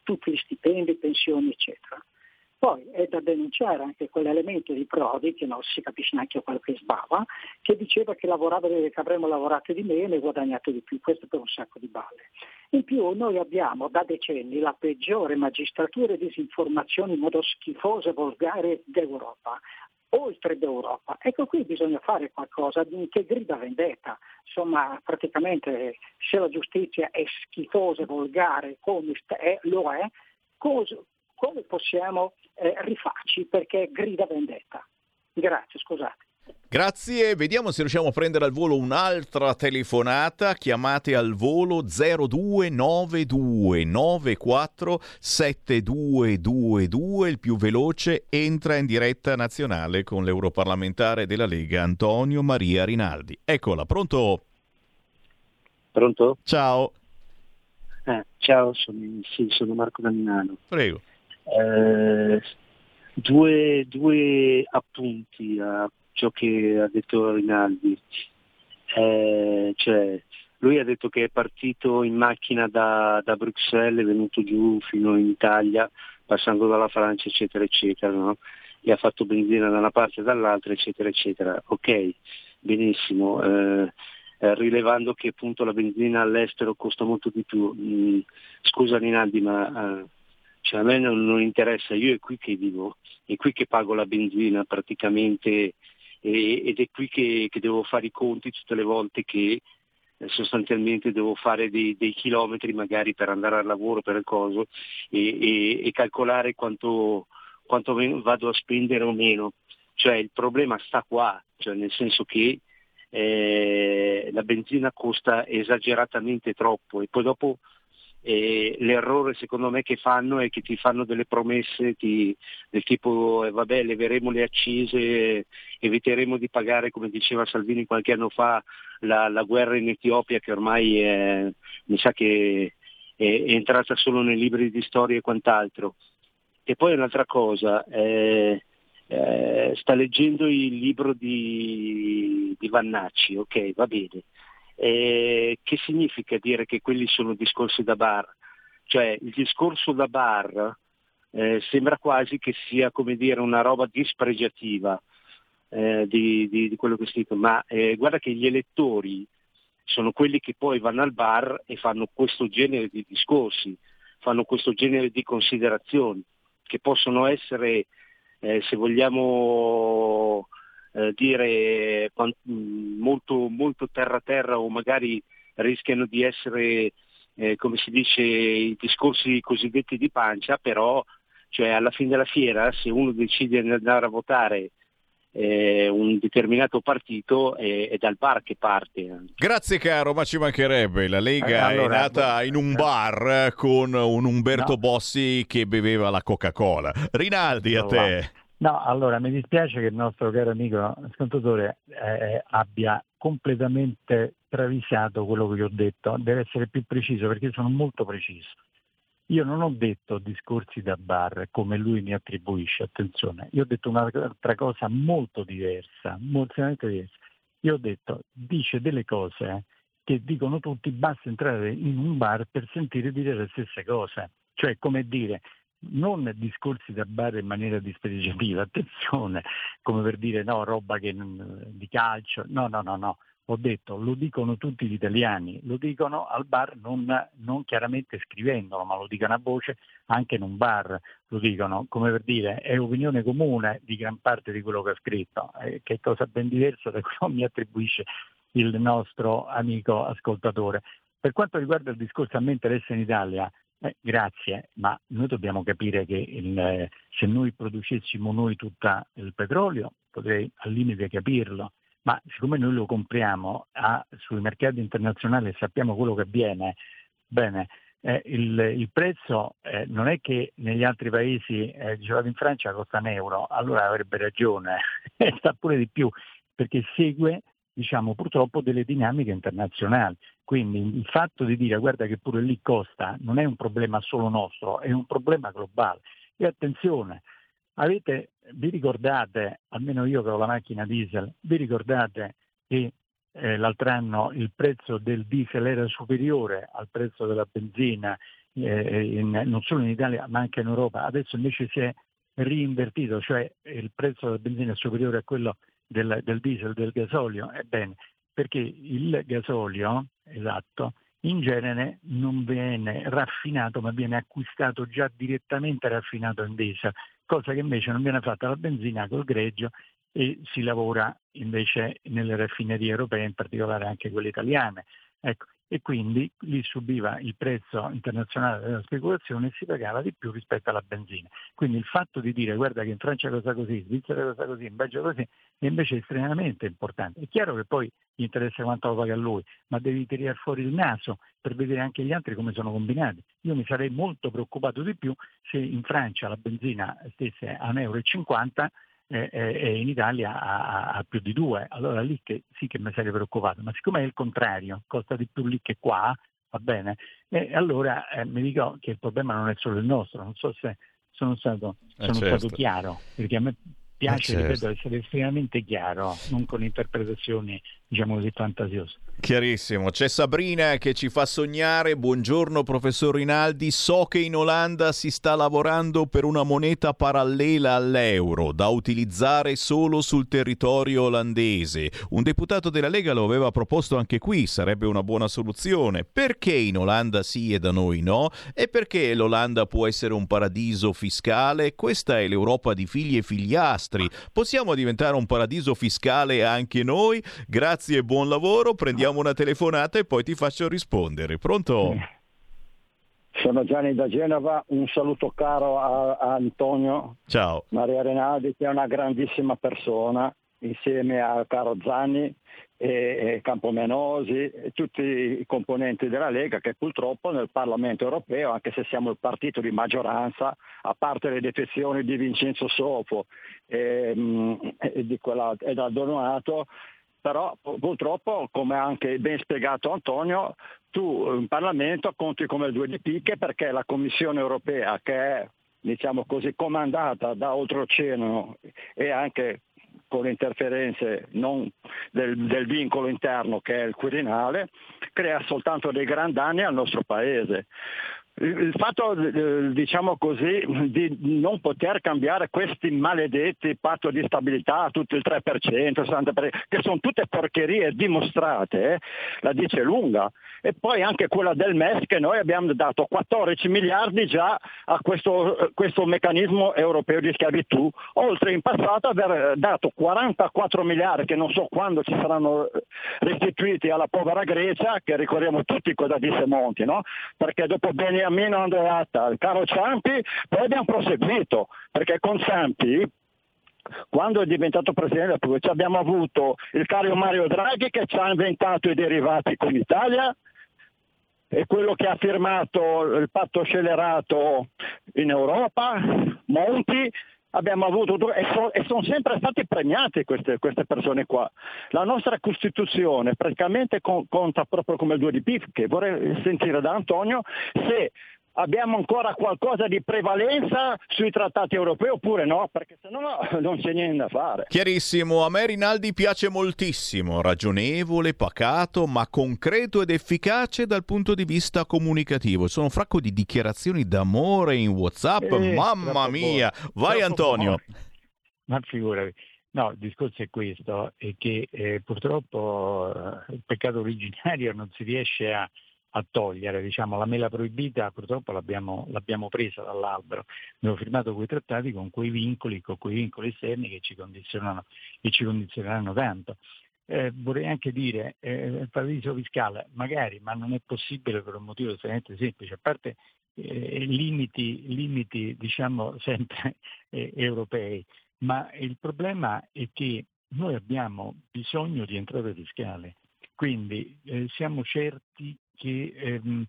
[SPEAKER 13] tutti gli stipendi, pensioni, eccetera. Poi è da denunciare anche quell'elemento di Prodi, che non si capisce neanche quello che sbava, che diceva che lavorava, che avremmo lavorato di meno e guadagnato di più, questo per un sacco di balle. In più noi abbiamo da decenni la peggiore magistratura e disinformazione in modo schifoso e volgare d'Europa, oltre d'Europa. Ecco, qui bisogna fare qualcosa che grida vendetta. Insomma, praticamente se la giustizia è schifosa e volgare come è, lo è, cosa, come possiamo eh, rifarci, perché grida vendetta. Grazie, scusate.
[SPEAKER 2] Grazie, vediamo se riusciamo a prendere al volo un'altra telefonata. Chiamate al volo zero due nove due nove quattro sette due due due, il più veloce entra in diretta nazionale con l'europarlamentare della Lega Antonio Maria Rinaldi. Eccola, pronto?
[SPEAKER 14] Pronto?
[SPEAKER 2] Ciao.
[SPEAKER 14] Eh, ciao, sono, sì, sono Marco da Milano.
[SPEAKER 2] Prego.
[SPEAKER 14] Eh, due, due appunti a ciò che ha detto Rinaldi. Eh, cioè, lui ha detto che è partito in macchina da, da Bruxelles, è venuto giù fino in Italia, passando dalla Francia, eccetera, eccetera, no? E ha fatto benzina da una parte e dall'altra, eccetera, eccetera. Ok, benissimo. Eh, eh, rilevando che appunto la benzina all'estero costa molto di più. Mm, scusa Rinaldi, ma... Eh, Cioè, a me non, non interessa, io è qui che vivo, è qui che pago la benzina praticamente e, ed è qui che, che devo fare i conti tutte le volte che eh, sostanzialmente devo fare dei, dei chilometri magari per andare al lavoro, per il coso e, e, e calcolare quanto, quanto vado a spendere o meno. Cioè il problema sta qua, cioè nel senso che eh, la benzina costa esageratamente troppo e poi dopo E l'errore secondo me che fanno è che ti fanno delle promesse ti, del tipo eh, vabbè leveremo le accise, eviteremo di pagare, come diceva Salvini qualche anno fa, la, la guerra in Etiopia che ormai è, mi sa che è, è entrata solo nei libri di storia e quant'altro. E poi un'altra cosa, eh, eh, sta leggendo il libro di, di Vannacci, ok, va bene. Eh, che significa dire che quelli sono discorsi da bar? Cioè il discorso da bar eh, sembra quasi che sia, come dire, una roba dispregiativa eh, di, di, di quello che è scritto, ma eh, guarda che gli elettori sono quelli che poi vanno al bar e fanno questo genere di discorsi, fanno questo genere di considerazioni che possono essere, eh, se vogliamo Eh, dire molto, molto terra terra o magari rischiano di essere eh, come si dice i discorsi cosiddetti di pancia, però cioè alla fine della fiera se uno decide di andare a votare eh, un determinato partito è, è dal bar che parte.
[SPEAKER 2] Grazie caro, ma ci mancherebbe, la Lega eh, allora, è nata in un bar con un Umberto no. Bossi che beveva la Coca-Cola. Rinaldi, a te.
[SPEAKER 9] No, allora mi dispiace che il nostro caro amico ascoltatore eh, abbia completamente travisato quello che io ho detto. Deve essere più preciso perché sono molto preciso. Io non ho detto discorsi da bar come lui mi attribuisce, attenzione. Io ho detto un'altra cosa molto diversa, molto diversa. Io ho detto, dice delle cose che dicono tutti, basta entrare in un bar per sentire dire le stesse cose. Cioè, come dire... non discorsi da bar in maniera dispregiativa, attenzione, come per dire no, roba che di calcio, no, no, no, no, ho detto, lo dicono tutti gli italiani, lo dicono al bar non, non chiaramente scrivendolo, ma lo dicono a voce anche in un bar, lo dicono, come per dire, è opinione comune di gran parte di quello che ha scritto, eh, che è cosa ben diversa da quello che mi attribuisce il nostro amico ascoltatore. Per quanto riguarda il discorso a me interessa in Italia, Eh, grazie, ma noi dobbiamo capire che il, eh, se noi producessimo noi tutto il petrolio potrei al limite capirlo, ma siccome noi lo compriamo a, sui mercati internazionali e sappiamo quello che avviene, bene, eh, il, il prezzo eh, non è che negli altri paesi, eh, dicevate in Francia costa un euro, allora avrebbe ragione, sta pure di più, perché segue diciamo purtroppo delle dinamiche internazionali. Quindi il fatto di dire guarda che pure lì costa non è un problema solo nostro, è un problema globale. E attenzione, avete, vi ricordate, almeno io che ho la macchina diesel, vi ricordate che eh, l'altro anno il prezzo del diesel era superiore al prezzo della benzina, eh, in, non solo in Italia ma anche in Europa, adesso invece si è rinvertito, cioè il prezzo della benzina è superiore a quello del, del diesel, del gasolio. Ebbene, perché il gasolio, esatto, in genere non viene raffinato ma viene acquistato già direttamente raffinato in diesel, cosa che invece non viene fatta la benzina col greggio e si lavora invece nelle raffinerie europee, in particolare anche quelle italiane. Ecco, e quindi lì subiva il prezzo internazionale della speculazione e si pagava di più rispetto alla benzina. Quindi il fatto di dire guarda che in Francia costa così, in Svizzera costa così, in Belgio così, è invece estremamente importante. È chiaro che poi gli interessa quanto lo paga a lui, ma devi tirare fuori il naso per vedere anche gli altri come sono combinati. Io mi sarei molto preoccupato di più se in Francia la benzina stesse a un euro e cinquanta e eh, in Italia a, a più di due, allora lì che sì che mi sarei preoccupato, ma siccome è il contrario, costa di più lì che qua, va bene, e allora eh, mi dico che il problema non è solo il nostro. Non so se sono stato, sono
[SPEAKER 2] eh certo.
[SPEAKER 9] stato chiaro, perché a me piace,
[SPEAKER 2] eh certo.
[SPEAKER 9] ripeto, essere estremamente chiaro, non con interpretazioni diciamo così fantasiose.
[SPEAKER 2] Chiarissimo. C'è Sabrina che ci fa sognare. Buongiorno professor Rinaldi, so che in Olanda si sta lavorando per una moneta parallela all'euro da utilizzare solo sul territorio olandese. Un deputato della Lega lo aveva proposto anche qui, sarebbe una buona soluzione. Perché in Olanda sì e da noi no? E perché l'Olanda può essere un paradiso fiscale? Questa è l'Europa di figli e figliastri. Possiamo diventare un paradiso fiscale anche noi? Grazie e buon lavoro. Prendiamo una telefonata e poi ti faccio rispondere. Pronto?
[SPEAKER 15] Sono Gianni da Genova, un saluto caro a, a Antonio.
[SPEAKER 2] Ciao.
[SPEAKER 15] Maria Rinaldi, che è una grandissima persona, insieme a caro Zanni e, e Campomenosi e tutti i componenti della Lega, che purtroppo nel Parlamento europeo, anche se siamo il partito di maggioranza, a parte le defezioni di Vincenzo Sofo e, e, di quella, e da Donato, però purtroppo, come ha anche ben spiegato Antonio, tu in Parlamento conti come due di picche, perché la Commissione europea, che è diciamo così comandata da oltreoceano e anche con interferenze non del, del vincolo interno che è il Quirinale, crea soltanto dei grandi danni al nostro paese. Il fatto, diciamo così, di non poter cambiare questi maledetti patto di stabilità, tutto il tre per cento, sessanta per cento, che sono tutte porcherie dimostrate, eh, la dice lunga. E poi anche quella del M E S, che noi abbiamo dato quattordici miliardi già a questo, questo meccanismo europeo di schiavitù, oltre in passato aver dato quarantaquattro miliardi, che non so quando ci saranno restituiti alla povera Grecia, che ricordiamo tutti cosa disse Monti, no? Perché dopo Beni Beniamino Andreatta, il caro Ciampi, poi abbiamo proseguito, perché con Ciampi, quando è diventato Presidente della Repubblica, abbiamo avuto il caro Mario Draghi che ci ha inventato i derivati con l'Italia, e quello che ha firmato il patto scellerato in Europa, Monti. Abbiamo avuto due, e, so, e sono sempre stati premiati queste, queste persone qua. La nostra Costituzione praticamente con, conta proprio come due di picche. Vorrei sentire da Antonio se abbiamo ancora qualcosa di prevalenza sui trattati europei oppure no, perché se no non c'è niente da fare.
[SPEAKER 2] Chiarissimo. A me Rinaldi piace moltissimo, ragionevole, pacato, ma concreto ed efficace dal punto di vista comunicativo. Sono un fracco di dichiarazioni d'amore in WhatsApp, eh, mamma mia. Buono. Vai Antonio.
[SPEAKER 9] Buono. Ma figurati. No, il discorso è questo, è che eh, purtroppo eh, il peccato originario non si riesce a a togliere, diciamo, la mela proibita purtroppo l'abbiamo, l'abbiamo presa dall'albero. Abbiamo firmato quei trattati con quei vincoli, con quei vincoli esterni che ci condizionano e ci condizioneranno tanto. Eh, vorrei anche dire, eh, il paradiso fiscale, magari, ma non è possibile per un motivo estremamente semplice, a parte eh, limiti, limiti, diciamo, sempre eh, europei, ma il problema è che noi abbiamo bisogno di entrate fiscali, quindi eh, siamo certi che ehm,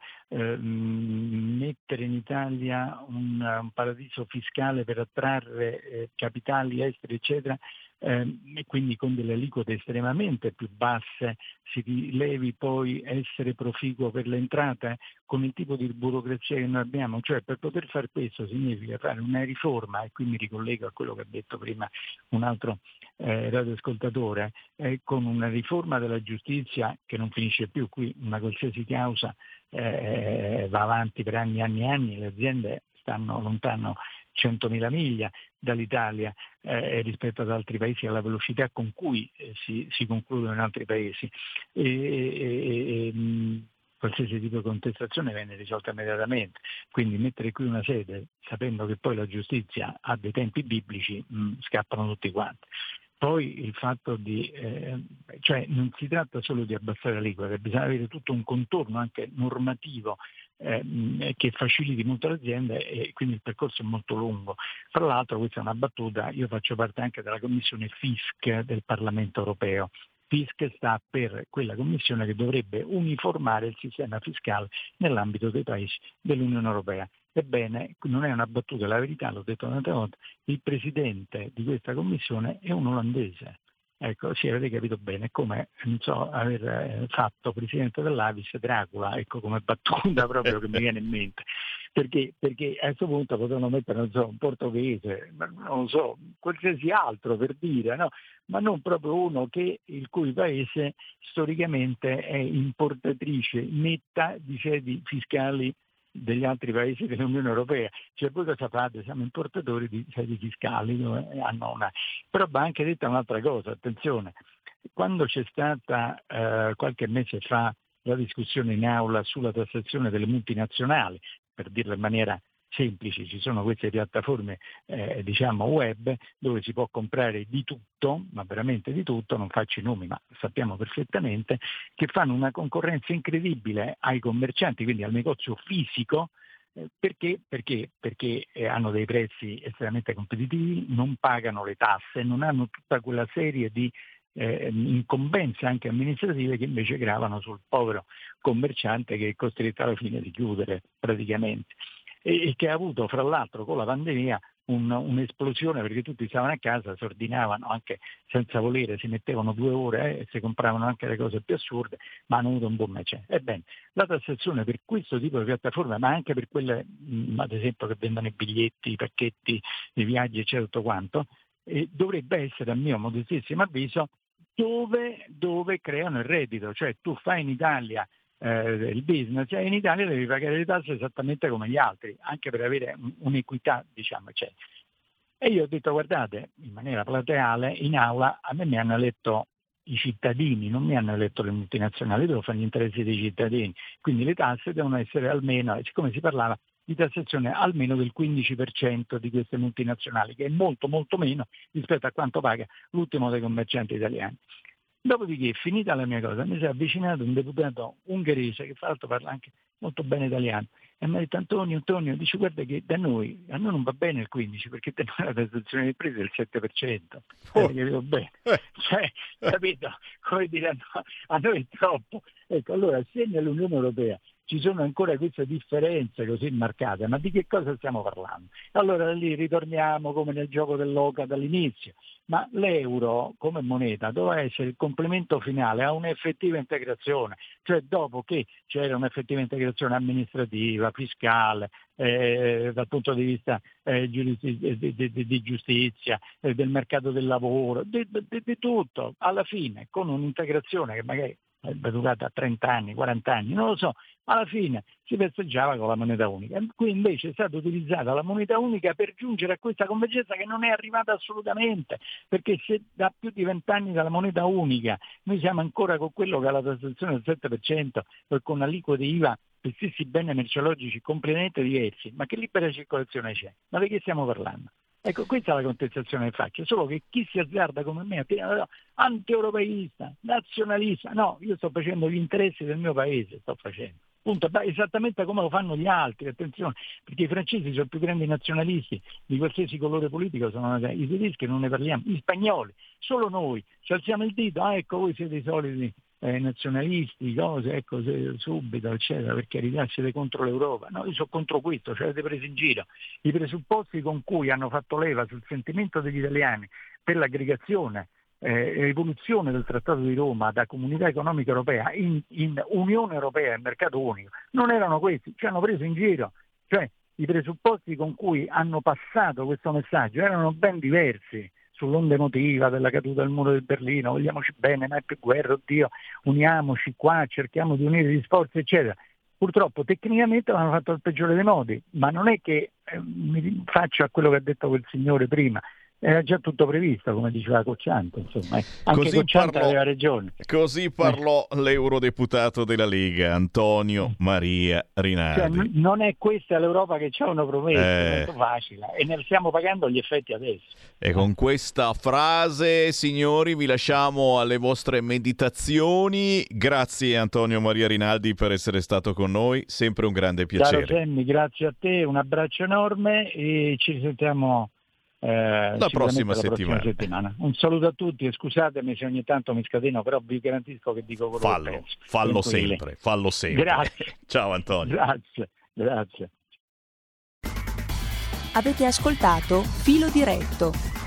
[SPEAKER 9] ehm, mettere in Italia un, un paradiso fiscale per attrarre eh, capitali esteri eccetera
[SPEAKER 16] eh, e quindi con delle aliquote estremamente più basse si rilevi poi essere proficuo per le entrate con il tipo di burocrazia che noi abbiamo. Cioè, per poter fare questo significa fare una riforma, e qui mi ricollego a quello che ha detto prima un altro eh, radioascoltatore, eh, con una riforma della giustizia che non finisce più. Qui una qualsiasi causa eh, va avanti per anni e anni e anni, le aziende stanno lontano centomila miglia dall'Italia eh, rispetto ad altri paesi, alla velocità con cui eh, si, si concludono in altri paesi. E, e, e, mh, qualsiasi tipo di contestazione viene risolta immediatamente, quindi mettere qui una sede sapendo che poi la giustizia ha dei tempi biblici, mh, scappano tutti quanti. Poi il fatto di, eh, cioè non si tratta solo di abbassare l'aliquota, bisogna avere tutto un contorno anche normativo eh, che faciliti molto l'azienda, e quindi il percorso è molto lungo. Tra l'altro, questa è una battuta, io faccio parte anche della commissione F I S C del Parlamento Europeo. F I S C sta per quella commissione che dovrebbe uniformare il sistema fiscale nell'ambito dei paesi dell'Unione Europea. Ebbene, non è una battuta, la verità, l'ho detto tante volte, il presidente di questa commissione è un olandese. Ecco, sì, avete capito bene, come, non so, aver fatto presidente dell'Avis Dracula, ecco, come battuta proprio che mi viene in mente. Perché, perché a questo punto potevano mettere, non so, un portoghese, non lo so, qualsiasi altro per dire, no? Ma non proprio uno che il cui paese storicamente è importatrice netta di sedi fiscali degli altri paesi dell'Unione Europea. Cioè, voi cosa fate? Siamo importatori di sedi fiscali dove hanno una... Però va anche detta un'altra cosa, attenzione, quando c'è stata eh, qualche mese fa la discussione in aula sulla tassazione delle multinazionali, per dirlo in maniera semplice, ci sono queste piattaforme eh, diciamo web dove si può comprare di tutto, ma veramente di tutto, non faccio i nomi ma sappiamo perfettamente, che fanno una concorrenza incredibile ai commercianti, quindi al negozio fisico, eh, perché? Perché, perché eh, hanno dei prezzi estremamente competitivi, non pagano le tasse, non hanno tutta quella serie di eh, incombenze anche amministrative che invece gravano sul povero commerciante, che è costretto alla fine di chiudere praticamente. E che ha avuto fra l'altro con la pandemia un, un'esplosione, perché tutti stavano a casa, si ordinavano anche senza volere, si mettevano due ore e si compravano anche le cose più assurde, ma hanno avuto un buon match. Ebbene, la tassazione per questo tipo di piattaforme, ma anche per quelle mh, ad esempio che vendono i biglietti, i pacchetti, i viaggi eccetera, tutto quanto, eh, dovrebbe essere a mio modestissimo avviso dove, dove creano il reddito, cioè tu fai in Italia Eh, il business, e in Italia devi pagare le tasse esattamente come gli altri, anche per avere un'equità, diciamo, eccetera. E io ho detto, guardate, in maniera plateale, in aula, a me mi hanno eletto i cittadini, non mi hanno eletto le multinazionali, devo fare gli interessi dei cittadini, quindi le tasse devono essere almeno, siccome si parlava di tassazione almeno del quindici per cento di queste multinazionali, che è molto molto meno rispetto a quanto paga l'ultimo dei commercianti italiani. Dopodiché, finita la mia cosa, mi si è avvicinato un deputato ungherese che fra l'altro parla anche molto bene italiano e mi ha detto: Antonio, Antonio, dice, guarda che da noi, a noi non va bene il quindici perché da noi la tassazione delle imprese è il sette per cento. Oh. Capito bene? Cioè, capito? Come dire, no, a noi è troppo. Ecco, allora, se nell'Unione Europea ci sono ancora queste differenze così marcate, ma di che cosa stiamo parlando? Allora lì ritorniamo come nel gioco dell'oca dall'inizio, ma l'euro come moneta doveva essere il complemento finale a un'effettiva integrazione, cioè dopo che c'era un'effettiva integrazione amministrativa, fiscale, eh, dal punto di vista eh, di, di, di, di giustizia, eh, del mercato del lavoro, di, di, di tutto, alla fine con un'integrazione che magari è durata trenta anni, quaranta anni, non lo so, ma alla fine si festeggiava con la moneta unica. Qui invece è stata utilizzata la moneta unica per giungere a questa convergenza che non è arrivata assolutamente, perché se da più di vent'anni dalla moneta unica noi siamo ancora con quello che ha la tassazione del sette per cento, con aliquote I V A per stessi beni merceologici completamente diversi, ma che libera circolazione c'è? Ma di che stiamo parlando? Ecco, questa è la contestazione che faccio, solo che chi si azzarda come me, anti-europeista, nazionalista, no, io sto facendo gli interessi del mio paese, sto facendo. Punto, esattamente come lo fanno gli altri, attenzione, perché i francesi sono i più grandi nazionalisti di qualsiasi colore politico, sono i tedeschi, non ne parliamo, gli spagnoli, solo noi ci alziamo il dito, ah ecco voi siete i soliti eh, nazionalisti, cose, ecco, se, subito, eccetera, per carità siete contro l'Europa. No, io sono contro questo, ci avete preso in giro. I presupposti con cui hanno fatto leva sul sentimento degli italiani per l'aggregazione e eh, evoluzione del Trattato di Roma da Comunità Economica Europea in, in Unione Europea e mercato unico non erano questi, ci hanno preso in giro. Cioè, i presupposti con cui hanno passato questo messaggio erano ben diversi, sull'onda emotiva della caduta del muro di Berlino, vogliamoci bene, mai più guerra, oddio, uniamoci qua, cerchiamo di unire gli sforzi, eccetera. Purtroppo tecnicamente l'hanno fatto al peggiore dei modi, ma non è che eh, mi faccio a quello che ha detto quel signore prima. Era già tutto previsto, come diceva Cocciante, insomma. Anche
[SPEAKER 2] così
[SPEAKER 16] Cocciante
[SPEAKER 2] parlò,
[SPEAKER 16] aveva ragione.
[SPEAKER 2] Così parlò eh. l'eurodeputato della Lega, Antonio Maria Rinaldi.
[SPEAKER 16] Cioè, n- non è questa l'Europa che ci hanno promesso,
[SPEAKER 2] eh.
[SPEAKER 16] è molto facile, e ne stiamo pagando gli effetti adesso.
[SPEAKER 2] E con questa frase, signori, vi lasciamo alle vostre meditazioni. Grazie Antonio Maria Rinaldi per essere stato con noi, sempre un grande piacere.
[SPEAKER 16] Caro Sammy, grazie a te, un abbraccio enorme e ci sentiamo Eh,
[SPEAKER 2] la, prossima,
[SPEAKER 16] la
[SPEAKER 2] settimana.
[SPEAKER 16] prossima settimana. Un saluto a tutti e scusatemi se ogni tanto mi scateno, però vi garantisco che dico quello
[SPEAKER 2] fallo,
[SPEAKER 16] che penso.
[SPEAKER 2] fallo sempre, fallo sempre.
[SPEAKER 16] Grazie.
[SPEAKER 2] Ciao Antonio.
[SPEAKER 16] Grazie, grazie.
[SPEAKER 5] Avete ascoltato Filo Diretto.